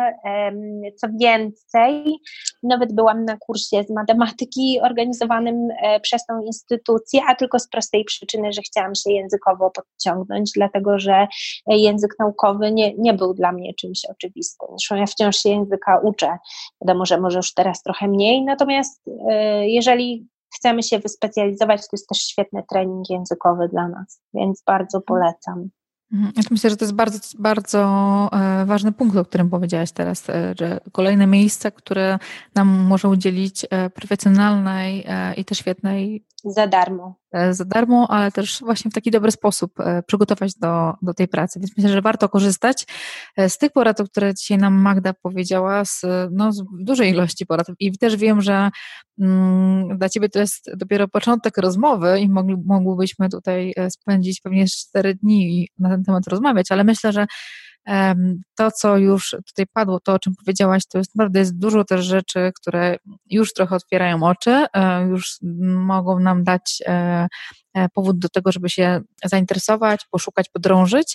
co więcej, nawet byłam na kursie z matematyki organizowanym przez tą instytucję, a tylko z prostej przyczyny, że chciałam się językowo podciągnąć, dlatego że język naukowy nie był dla mnie czymś oczywistym. Zresztą ja wciąż się języka uczę, wiadomo, że może już teraz trochę mniej, natomiast jeżeli chcemy się wyspecjalizować, to jest też świetny trening językowy dla nas, więc bardzo polecam. Ja myślę, że to jest bardzo, bardzo ważny punkt, o którym powiedziałaś teraz, że kolejne miejsce, które nam może udzielić profesjonalnej i też świetnej za darmo, ale też właśnie w taki dobry sposób przygotować do tej pracy. Więc myślę, że warto korzystać z tych porad, które dzisiaj nam Magda powiedziała, z dużej ilości porad. I też wiem, że dla Ciebie to jest dopiero początek rozmowy i mogłybyśmy tutaj spędzić pewnie 4 dni i na ten temat rozmawiać, ale myślę, że to, co już tutaj padło, to, o czym powiedziałaś, to jest naprawdę dużo też rzeczy, które już trochę otwierają oczy, już mogą nam dać powód do tego, żeby się zainteresować, poszukać, podrążyć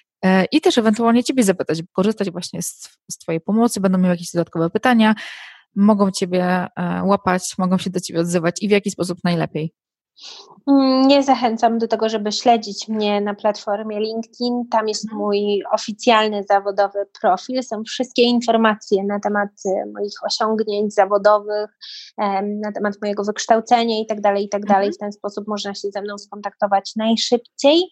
i też ewentualnie Ciebie zapytać, korzystać właśnie z Twojej pomocy, będą miały jakieś dodatkowe pytania, mogą Ciebie łapać, mogą się do Ciebie odzywać i w jaki sposób najlepiej. Nie zachęcam do tego, żeby śledzić mnie na platformie LinkedIn. Tam jest mój oficjalny zawodowy profil. Są wszystkie informacje na temat moich osiągnięć zawodowych, na temat mojego wykształcenia i tak dalej. W ten sposób można się ze mną skontaktować najszybciej.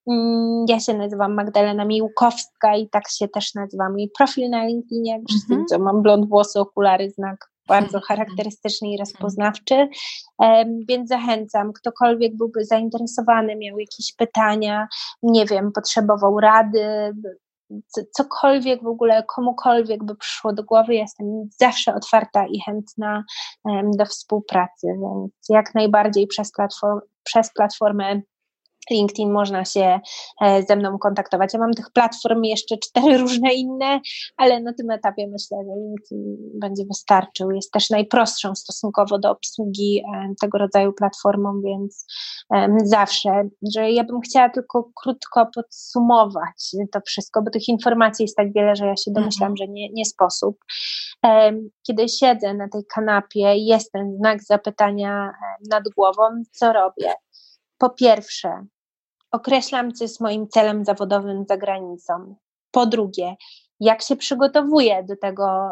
Ja się nazywam Magdalena Miłkowska i tak się też nazywa mój profil na LinkedInie. Wszyscy widzą, mam blond włosy, okulary, znak bardzo charakterystyczny i rozpoznawczy, więc zachęcam, ktokolwiek byłby zainteresowany, miał jakieś pytania, nie wiem, potrzebował rady, cokolwiek w ogóle, komukolwiek by przyszło do głowy, jestem zawsze otwarta i chętna do współpracy, więc jak najbardziej przez platformę LinkedIn można się ze mną kontaktować. Ja mam tych platform jeszcze 4 różne inne, ale na tym etapie myślę, że LinkedIn będzie wystarczył. Jest też najprostszą stosunkowo do obsługi tego rodzaju platformą, więc zawsze, że ja bym chciała tylko krótko podsumować to wszystko, bo tych informacji jest tak wiele, że ja się domyślam, że nie sposób. Kiedy siedzę na tej kanapie, jest ten znak zapytania nad głową, co robię? Po pierwsze, określam, co jest moim celem zawodowym za granicą. Po drugie, jak się przygotowuję do tego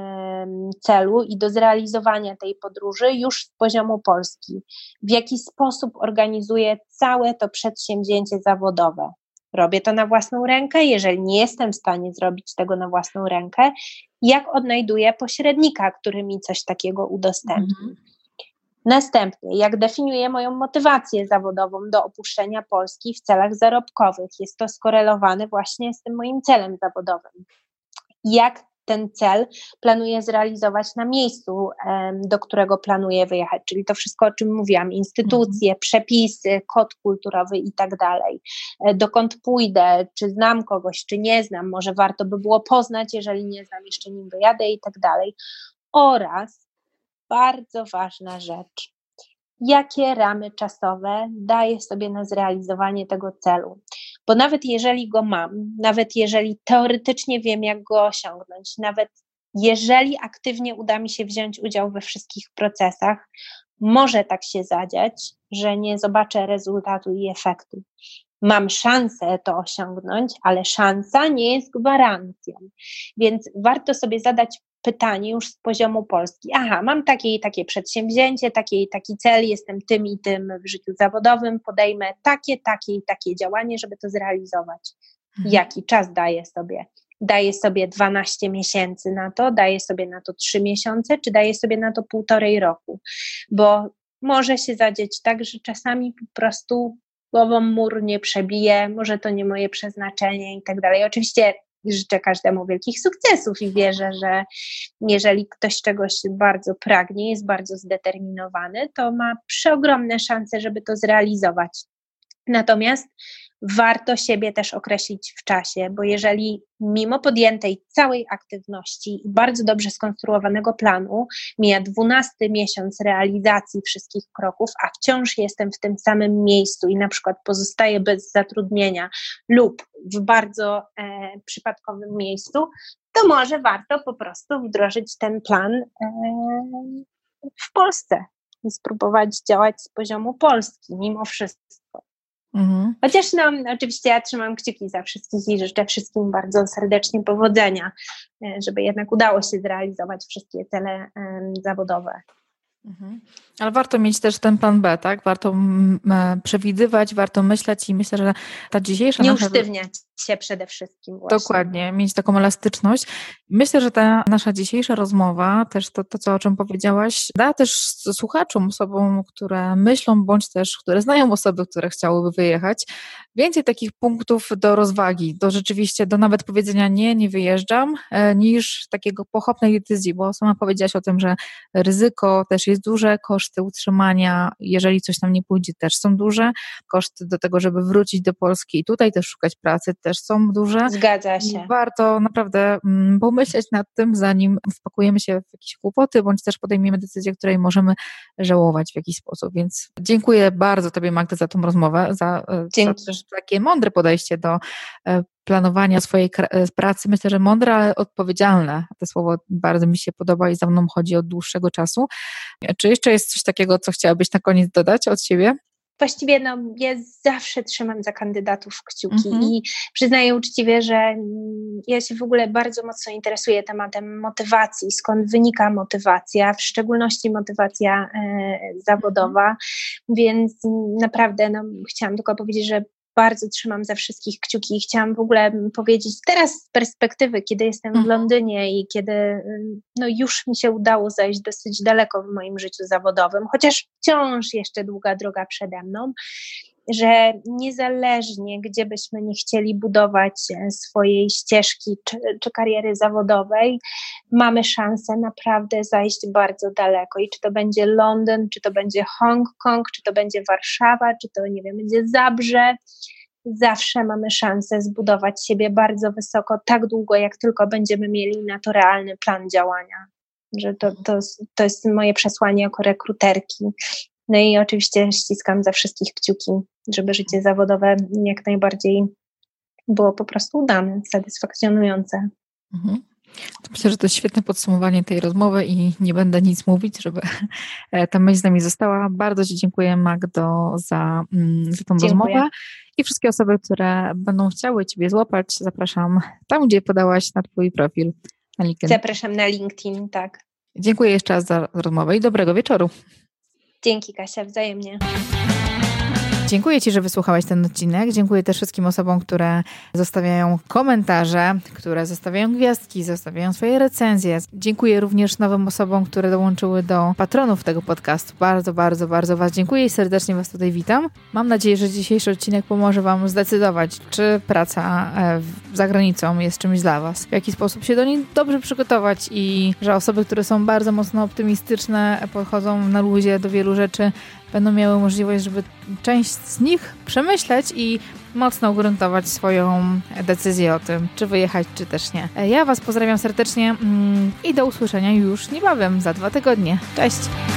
celu i do zrealizowania tej podróży już z poziomu Polski. W jaki sposób organizuję całe to przedsięwzięcie zawodowe. Robię to na własną rękę, jeżeli nie jestem w stanie zrobić tego na własną rękę, jak odnajduję pośrednika, który mi coś takiego udostępni. Następnie, jak definiuję moją motywację zawodową do opuszczenia Polski w celach zarobkowych. Jest to skorelowane właśnie z tym moim celem zawodowym. Jak ten cel planuję zrealizować na miejscu, do którego planuję wyjechać, czyli to wszystko, o czym mówiłam, instytucje, przepisy, kod kulturowy i tak dalej. Dokąd pójdę, czy znam kogoś, czy nie znam, może warto by było poznać, jeżeli nie znam, jeszcze nim wyjadę i tak dalej. Oraz bardzo ważna rzecz. Jakie ramy czasowe daję sobie na zrealizowanie tego celu? Bo nawet jeżeli go mam, nawet jeżeli teoretycznie wiem, jak go osiągnąć, nawet jeżeli aktywnie uda mi się wziąć udział we wszystkich procesach, może tak się zadziać, że nie zobaczę rezultatu i efektu. Mam szansę to osiągnąć, ale szansa nie jest gwarancją. Więc warto sobie zadać pytanie już z poziomu Polski. Mam takie i takie przedsięwzięcie, taki cel, jestem tym i tym w życiu zawodowym, podejmę takie i takie działanie, żeby to zrealizować. Jaki czas daję sobie? Daję sobie 12 miesięcy na to, daję sobie na to 3 miesiące, czy daję sobie na to 1,5 roku? Bo może się zadzieć tak, że czasami po prostu głową mur nie przebije, może to nie moje przeznaczenie i tak dalej. Oczywiście życzę każdemu wielkich sukcesów i wierzę, że jeżeli ktoś czegoś bardzo pragnie, jest bardzo zdeterminowany, to ma przeogromne szanse, żeby to zrealizować. Natomiast warto siebie też określić w czasie, bo jeżeli mimo podjętej całej aktywności i bardzo dobrze skonstruowanego planu mija 12 miesiąc realizacji wszystkich kroków, a wciąż jestem w tym samym miejscu i na przykład pozostaję bez zatrudnienia lub w bardzo przypadkowym miejscu, to może warto po prostu wdrożyć ten plan w Polsce i spróbować działać z poziomu Polski mimo wszystko. Chociaż oczywiście ja trzymam kciuki za wszystkich i życzę wszystkim bardzo serdecznie powodzenia, żeby jednak udało się zrealizować wszystkie cele zawodowe. Ale warto mieć też ten plan B, tak? Warto przewidywać, warto myśleć i myślę, że ta dzisiejsza... Nie usztywniać się przede wszystkim właśnie. Dokładnie, mieć taką elastyczność. Myślę, że ta nasza dzisiejsza rozmowa, też to o czym powiedziałaś, da też słuchaczom, osobom, które myślą, bądź też, które znają osoby, które chciałyby wyjechać, więcej takich punktów do rozwagi, do rzeczywiście, do nawet powiedzenia nie wyjeżdżam, niż takiego pochopnej decyzji, bo sama powiedziałaś o tym, że ryzyko też jest duże, koszty utrzymania, jeżeli coś tam nie pójdzie, też są duże, koszty do tego, żeby wrócić do Polski i tutaj też szukać pracy, też są duże. Zgadza się. I warto naprawdę pomyśleć nad tym, zanim wpakujemy się w jakieś kłopoty, bądź też podejmiemy decyzję, której możemy żałować w jakiś sposób. Więc dziękuję bardzo Tobie, Magda, za tą rozmowę, za też takie mądre podejście do planowania swojej pracy. Myślę, że mądre, ale odpowiedzialne. To słowo bardzo mi się podoba i za mną chodzi od dłuższego czasu. Czy jeszcze jest coś takiego, co chciałabyś na koniec dodać od siebie? Właściwie ja zawsze trzymam za kandydatów kciuki i przyznaję uczciwie, że ja się w ogóle bardzo mocno interesuję tematem motywacji, skąd wynika motywacja, w szczególności motywacja zawodowa, więc naprawdę chciałam tylko powiedzieć, że bardzo trzymam za wszystkich kciuki i chciałam w ogóle powiedzieć teraz z perspektywy, kiedy jestem w Londynie i kiedy już mi się udało zajść dosyć daleko w moim życiu zawodowym, chociaż wciąż jeszcze długa droga przede mną, że niezależnie gdzie byśmy nie chcieli budować swojej ścieżki czy kariery zawodowej, mamy szansę naprawdę zajść bardzo daleko i czy to będzie Londyn, czy to będzie Hongkong, czy to będzie Warszawa, czy to będzie Zabrze, zawsze mamy szansę zbudować siebie bardzo wysoko, tak długo jak tylko będziemy mieli na to realny plan działania, że to jest moje przesłanie jako rekruterki. No i oczywiście ściskam za wszystkich kciuki, żeby życie zawodowe jak najbardziej było po prostu udane, satysfakcjonujące. Myślę, że to jest świetne podsumowanie tej rozmowy i nie będę nic mówić, żeby ta myśl z nami została. Bardzo Ci dziękuję, Magdo, za tą rozmowę i wszystkie osoby, które będą chciały Ciebie złapać, zapraszam tam, gdzie podałaś na Twój profil na LinkedIn. Zapraszam na LinkedIn, tak. Dziękuję jeszcze raz za rozmowę i dobrego wieczoru. Dzięki, Kasia, wzajemnie. Dziękuję Ci, że wysłuchałeś ten odcinek. Dziękuję też wszystkim osobom, które zostawiają komentarze, które zostawiają gwiazdki, zostawiają swoje recenzje. Dziękuję również nowym osobom, które dołączyły do patronów tego podcastu. Bardzo, bardzo, bardzo Was dziękuję i serdecznie Was tutaj witam. Mam nadzieję, że dzisiejszy odcinek pomoże Wam zdecydować, czy praca za granicą jest czymś dla Was, w jaki sposób się do niej dobrze przygotować i że osoby, które są bardzo mocno optymistyczne, podchodzą na luzie do wielu rzeczy, będą miały możliwość, żeby część z nich przemyśleć i mocno ugruntować swoją decyzję o tym, czy wyjechać, czy też nie. Ja Was pozdrawiam serdecznie i do usłyszenia już niebawem, za 2 tygodnie. Cześć!